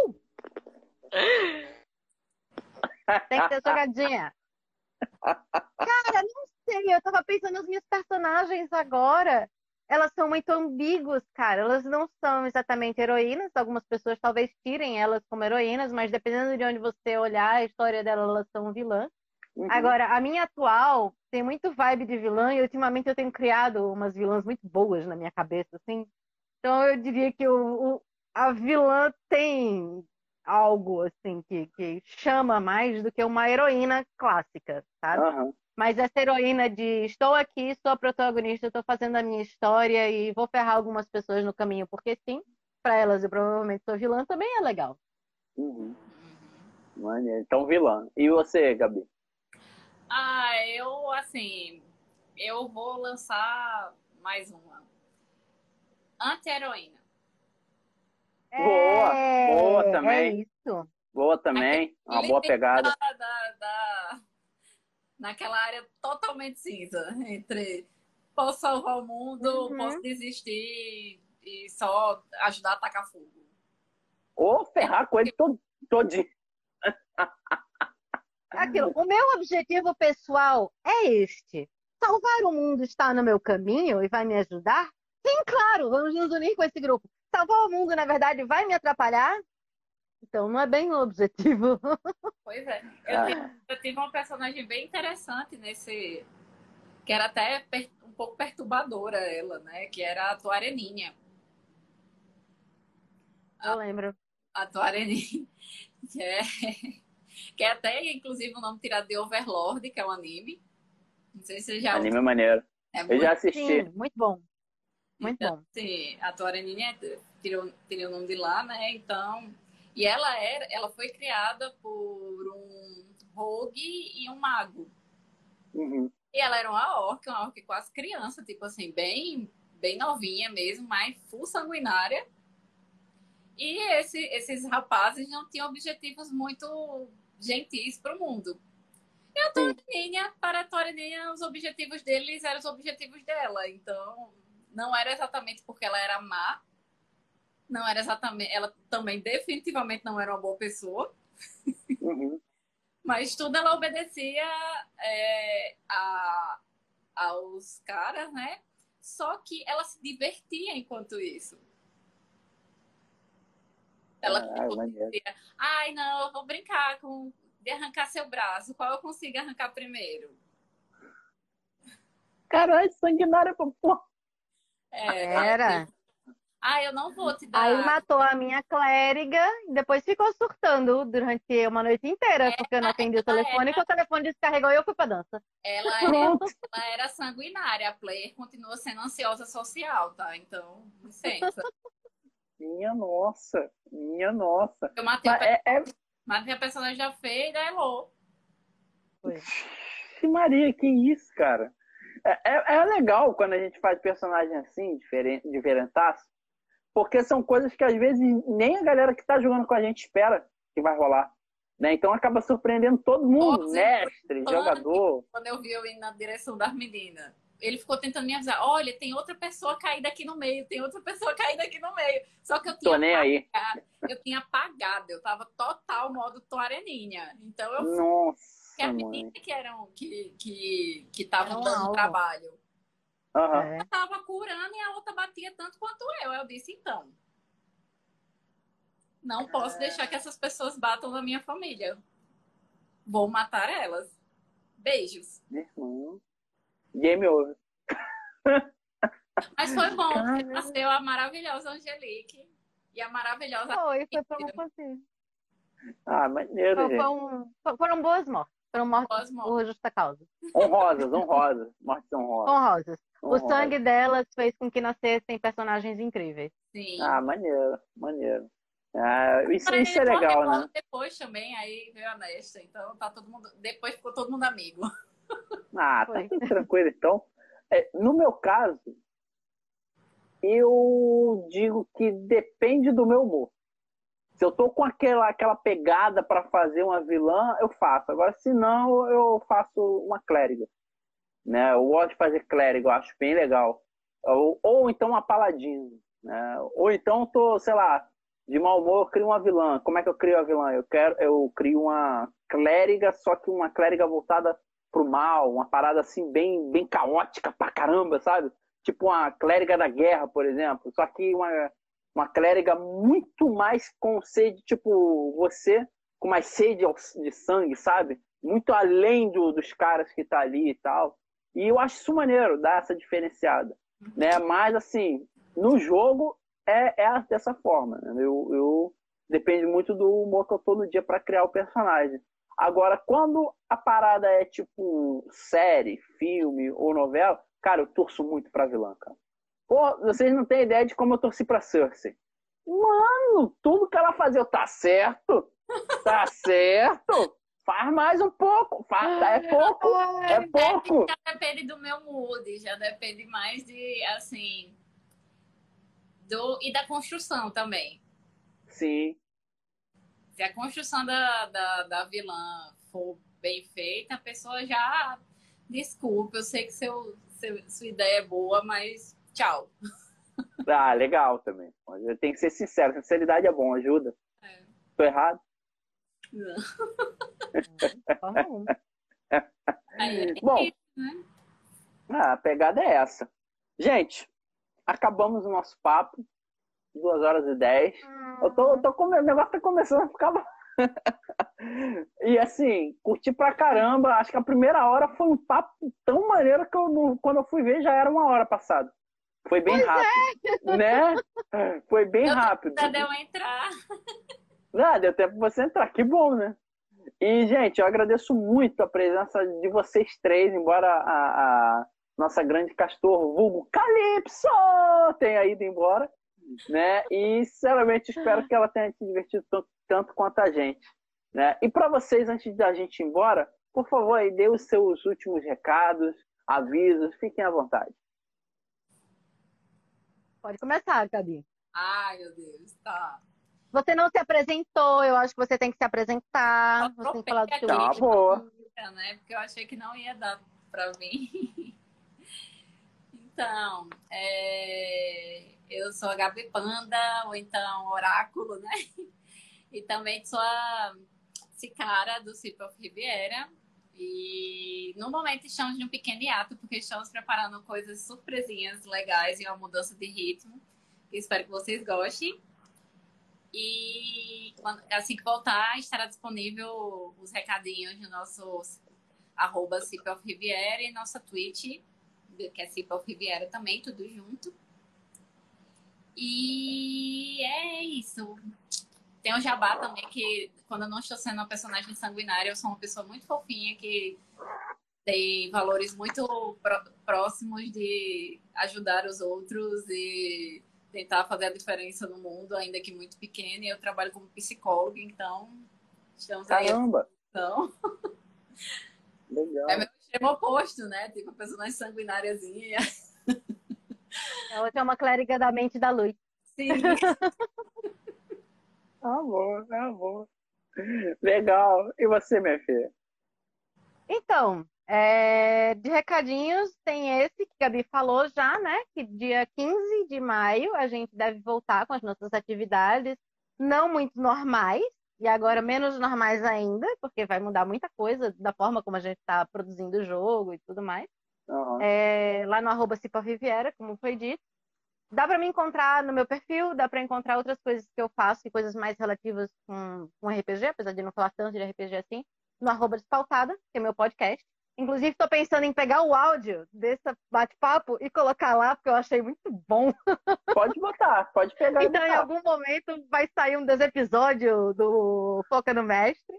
Tem que ter jogadinha. Cara, não sei. Eu tava pensando nas minhas personagens agora. Elas são muito ambíguas, cara. Elas não são exatamente heroínas. Algumas pessoas talvez tirem elas como heroínas, mas dependendo de onde você olhar a história delas, elas são vilãs. Uhum. Agora, a minha atual tem muito vibe de vilã e ultimamente eu tenho criado umas vilãs muito boas na minha cabeça, assim. Então eu diria que a vilã tem algo, assim, que chama mais do que uma heroína clássica, sabe? Aham. Mas essa heroína de estou aqui, sou a protagonista, estou fazendo a minha história e vou ferrar algumas pessoas no caminho, porque sim, para elas eu provavelmente sou vilã, também é legal. Uhum. Maneiro. Então, vilã. E você, Gabi? Eu vou lançar mais uma. Anti-heroína. Boa também. É isso. Boa também. Uma boa pegada. Naquela área totalmente cinza. Entre posso salvar o mundo, posso desistir e só ajudar a atacar fogo. Ou ferrar com ele todinho. Aquilo, o meu objetivo pessoal é este. Salvar o mundo está no meu caminho e vai me ajudar? Sim, claro, vamos nos unir com esse grupo. Salvar o mundo, na verdade, vai me atrapalhar? Então, não é bem o objetivo. Pois é. Eu tive uma personagem bem interessante nesse... Que era até um pouco perturbadora ela, né? Que era a Tuareninha. Eu lembro. A Tuareninha. Que é até, inclusive, o nome tirado de Overlord, que é um anime. Não sei se você já... Anime maneiro. Eu já assisti. Sim, muito bom. Muito Então, bom. assim, a Toraninha tirou o nome de lá, né? Então, e ela foi criada por um rogue e um mago. Uhum. E ela era uma orc quase criança, tipo assim, bem novinha mesmo, mas full sanguinária. E esses rapazes não tinham objetivos muito gentis para o mundo. E a Toraninha, para a Toraninha, os objetivos deles eram os objetivos dela. Então, não era exatamente porque ela era má, não era exatamente. Ela também definitivamente não era uma boa pessoa. Uhum. Mas tudo ela obedecia aos caras, né? Só que ela se divertia enquanto isso. Ela dizia, ai, não, eu vou brincar de arrancar seu braço. Qual eu consigo arrancar primeiro? Caralho, sanguinária, pô. Era. Ah, eu não vou te dar. Aí matou a minha clériga e depois ficou surtando durante uma noite inteira, porque eu não atendi o telefone, que o telefone descarregou e eu fui pra dança. Ela era sanguinária, a player continua sendo ansiosa social, tá? Então, licença. Minha nossa. Eu matei, matei a personagem já feia da Elo. Maria, que isso, cara? É legal quando a gente faz personagem assim, diferentaço, porque são coisas que às vezes nem a galera que tá jogando com a gente espera que vai rolar. Né? Então acaba surpreendendo todo mundo, mestre, jogador. Quando eu vi eu indo na direção das meninas, ele ficou tentando me avisar, olha, tem outra pessoa caída aqui no meio, Só que eu tinha apagado, eu tava total modo Toareninha. Então eu Nossa, que as meninas que estavam dando trabalho. Uhum. Eu tava curando e a outra batia tanto quanto eu. Eu disse, então, não posso deixar que essas pessoas batam na minha família. Vou matar elas. Beijos. Game over. Mas foi bom, porque nasceu a maravilhosa Angelique e a maravilhosa... Foi pra não fazer. Ah, maneiro, gente. Foram boas mortes. Foram mortes por justa causa. Honrosas. Mortes honrosas. Honrosas. O sangue delas fez com que nascessem personagens incríveis. Sim. Ah, maneiro. Isso é legal, né? Depois também, aí veio a Nesta. Então tá todo mundo... Depois ficou todo mundo amigo. Ah, tá tudo tranquilo, então. No meu caso, eu digo que depende do meu humor. Se eu tô com aquela pegada para fazer uma vilã, eu faço. Agora, se não, eu faço uma clériga. Né? Eu gosto de fazer clérigo, eu acho bem legal. Ou então uma paladino. Né? Ou então tô, sei lá, de mau humor, eu crio uma vilã. Como é que eu crio a vilã? Eu crio uma clériga, só que uma clériga voltada pro mal, uma parada assim bem caótica pra caramba, sabe? Tipo uma clériga da guerra, por exemplo. Só que uma clériga muito mais com sede, tipo você, com mais sede de sangue, sabe? Muito além dos caras que tá ali e tal. E eu acho isso maneiro, dar essa diferenciada. Né? Mas, assim, no jogo é dessa forma. Né? Eu depende muito do humor que eu tô no dia para criar o personagem. Agora, quando a parada é tipo série, filme ou novela, cara, eu torço muito pra vilã, cara. Pô, vocês não têm ideia de como eu torci pra Cersei. Mano, tudo que ela fazia, tá certo? Tá certo? Faz mais um pouco. É pouco. Já depende do meu mood, já depende mais de, assim... E da construção também. Sim. Se a construção da vilã for bem feita, a pessoa já... Desculpa, eu sei que sua ideia é boa, mas tchau. Ah, legal também. Tem que ser sincero. Sinceridade é bom, ajuda. Tô errado? Não. Bom, né? A pegada é essa. Gente, acabamos o nosso papo. 2h10. O negócio tá começando a ficar... E assim, curti pra caramba. Acho que a primeira hora foi um papo tão maneiro que quando eu fui ver já era 1 hora passada. Foi bem rápido, né? Foi bem rápido. Deu a entrar. Deu tempo pra você entrar, que bom, né? E, gente, eu agradeço muito a presença de vocês três, embora nossa grande castor, vulgo Calypso, tenha ido embora, né? E, sinceramente, espero que ela tenha se divertido tanto quanto a gente, né? E para vocês, antes da gente ir embora, por favor, aí, dê os seus últimos recados, avisos, fiquem à vontade. Pode começar, Gabi. Ai, meu Deus, tá. Você não se apresentou, eu acho que você tem que se apresentar. Só Você tem que falar do seu Tá, último. boa. Né? Porque eu achei que não ia dar pra mim. Então, eu sou a Gabi Panda, ou então Oráculo, né? E também sou a Cicara do Cip of Riviera. E no momento estamos em um pequeno hiato, porque estamos preparando coisas surpresinhas legais e uma mudança de ritmo. Espero que vocês gostem. E assim que voltar, estará disponível os recadinhos no nosso @CipOfRiviera e nossa Twitch, que é CipOfRiviera também, tudo junto. E é isso. Tem o Jabá também, que quando eu não estou sendo uma personagem sanguinária, eu sou uma pessoa muito fofinha, que tem valores muito próximos de ajudar os outros e tentar fazer a diferença no mundo, ainda que muito pequena. E eu trabalho como psicóloga, então estamos Caramba! aí. Então, Legal. é meu extremo oposto, né? Tipo, a personagem sanguináriazinha. Ela é uma clériga da mente da luz. Sim. Boa. Legal. E você, minha filha? Então, de recadinhos, tem esse que a Gabi falou já, né? Que dia 15 de maio a gente deve voltar com as nossas atividades, não muito normais, e agora menos normais ainda, porque vai mudar muita coisa da forma como a gente está produzindo o jogo e tudo mais. Uhum. Lá no @CipOfRiviera, como foi dito. Dá para me encontrar no meu perfil, dá para encontrar outras coisas que eu faço e coisas mais relativas com RPG, apesar de não falar tanto de RPG assim, no @Despautada, que é meu podcast. Inclusive, estou pensando em pegar o áudio desse bate-papo e colocar lá, porque eu achei muito bom. Pode botar, pode pegar. Então, em algum momento, vai sair um dos episódios do Foca no Mestre.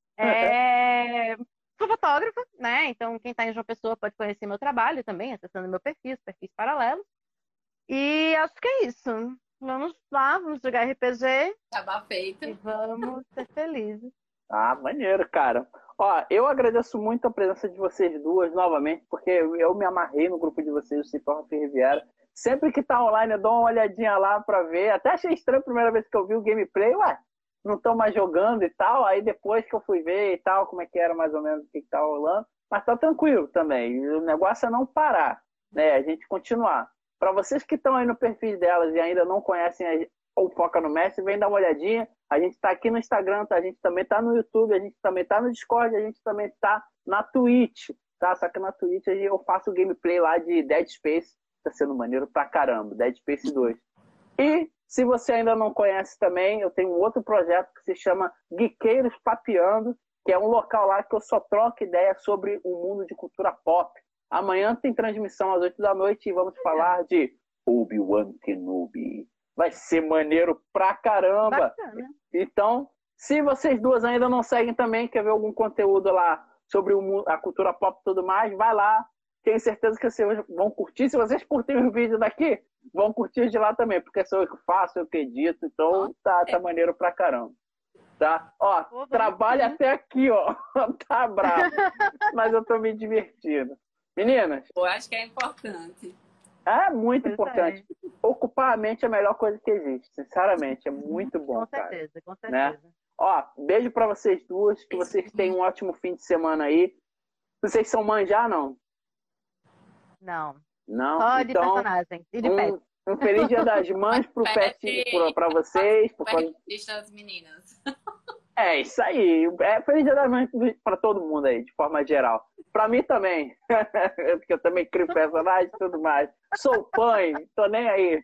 Sou fotógrafa, né? Então, quem está em João Pessoa pode conhecer meu trabalho também, acessando meu perfil, os perfis paralelos. E acho que é isso. Vamos lá, vamos jogar RPG. Jabá feito. E vamos ser felizes. Ah, maneiro, cara. Ó, eu agradeço muito a presença de vocês duas novamente, porque eu me amarrei no grupo de vocês, o Cip of Riviera. Sempre que tá online, eu dou uma olhadinha lá pra ver. Até achei estranho a primeira vez que eu vi o gameplay. Ué, não estão mais jogando e tal. Aí depois que eu fui ver e tal, como é que era mais ou menos o que tava rolando. Mas tá tranquilo também. O negócio é não parar, né? A gente continuar. Para vocês que estão aí no perfil delas e ainda não conhecem o Foca no Mestre, vem dar uma olhadinha. A gente está aqui no Instagram, tá? A gente também está no YouTube, a gente também está no Discord, a gente também está na Twitch, tá? Só que na Twitch eu faço o gameplay lá de Dead Space, tá sendo maneiro pra caramba, Dead Space 2. E se você ainda não conhece também, eu tenho um outro projeto que se chama Geekeiros Papeando, que é um local lá que eu só troco ideia sobre o mundo de cultura pop. Amanhã tem transmissão às 8 da noite e vamos falar de Obi-Wan Kenobi. Vai ser maneiro pra caramba. Bacana. Então, se vocês duas ainda não seguem também, quer ver algum conteúdo lá sobre a cultura pop e tudo mais, vai lá. Tenho certeza que vocês vão curtir. Se vocês curtirem o vídeo daqui, vão curtir de lá também, porque sou eu que faço, eu que edito. Então, tá maneiro pra caramba. Tá? Ó, trabalho até aqui, ó. Tá bravo. Mas eu tô me divertindo. Meninas? Eu acho que é importante. É muito importante. Ocupar a mente é a melhor coisa que existe. Sinceramente, é muito bom, com certeza, cara. Com certeza. Né? Ó, beijo pra vocês duas. Que vocês tenham um ótimo fim de semana aí. Vocês são mães já, não? Não. Não? Só de então, personagem. E de pet. Um feliz dia das mães pro pet, pra vocês. Das meninas. É isso aí. Feliz dia das mães pra todo mundo aí, de forma geral. Pra mim também. Porque eu também crio personagem e tudo mais. Sou pai, tô nem aí.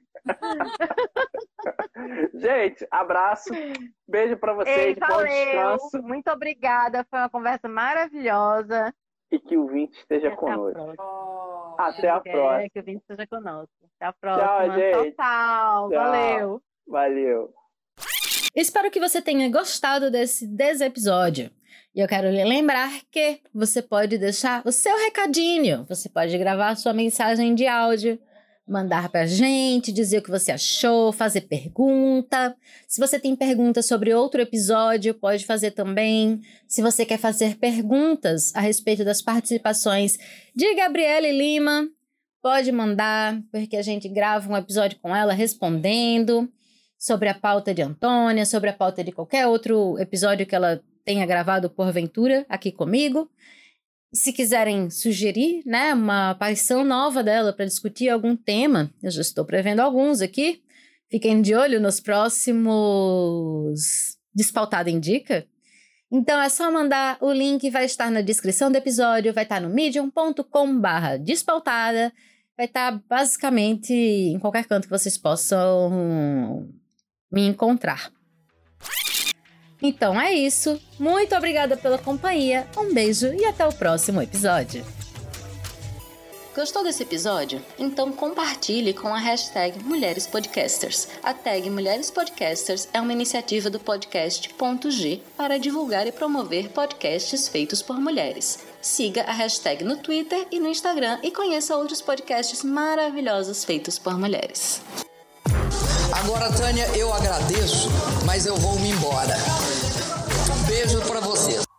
Gente, abraço. Beijo pra vocês. Bom descanso. Muito obrigada. Foi uma conversa maravilhosa. E que o Vinte esteja conosco. Até a próxima. Que o Vinte esteja conosco. Até a próxima. Tchau, gente. Tchau. Valeu. Valeu. Espero que você tenha gostado desse episódio. E eu quero lhe lembrar que você pode deixar o seu recadinho. Você pode gravar sua mensagem de áudio, mandar pra gente, dizer o que você achou, fazer pergunta. Se você tem perguntas sobre outro episódio, pode fazer também. Se você quer fazer perguntas a respeito das participações de Gabriele Lima, pode mandar, porque a gente grava um episódio com ela respondendo sobre a pauta de Antônia, sobre a pauta de qualquer outro episódio que ela tenha gravado porventura aqui comigo. Se quiserem sugerir, né, uma aparição nova dela para discutir algum tema, eu já estou prevendo alguns aqui. Fiquem de olho nos próximos Despautada Indica. Então é só mandar, o link vai estar na descrição do episódio, vai estar no medium.com/despautada, vai estar basicamente em qualquer canto que vocês possam me encontrar. Então é isso. Muito obrigada pela companhia. Um beijo e até o próximo episódio. Gostou desse episódio? Então compartilhe com a hashtag Mulheres Podcasters. A tag Mulheres Podcasters é uma iniciativa do podcast.g para divulgar e promover podcasts feitos por mulheres. Siga a hashtag no Twitter e no Instagram e conheça outros podcasts maravilhosos feitos por mulheres. Agora, Tânia, eu agradeço, mas eu vou me embora. Um beijo pra vocês.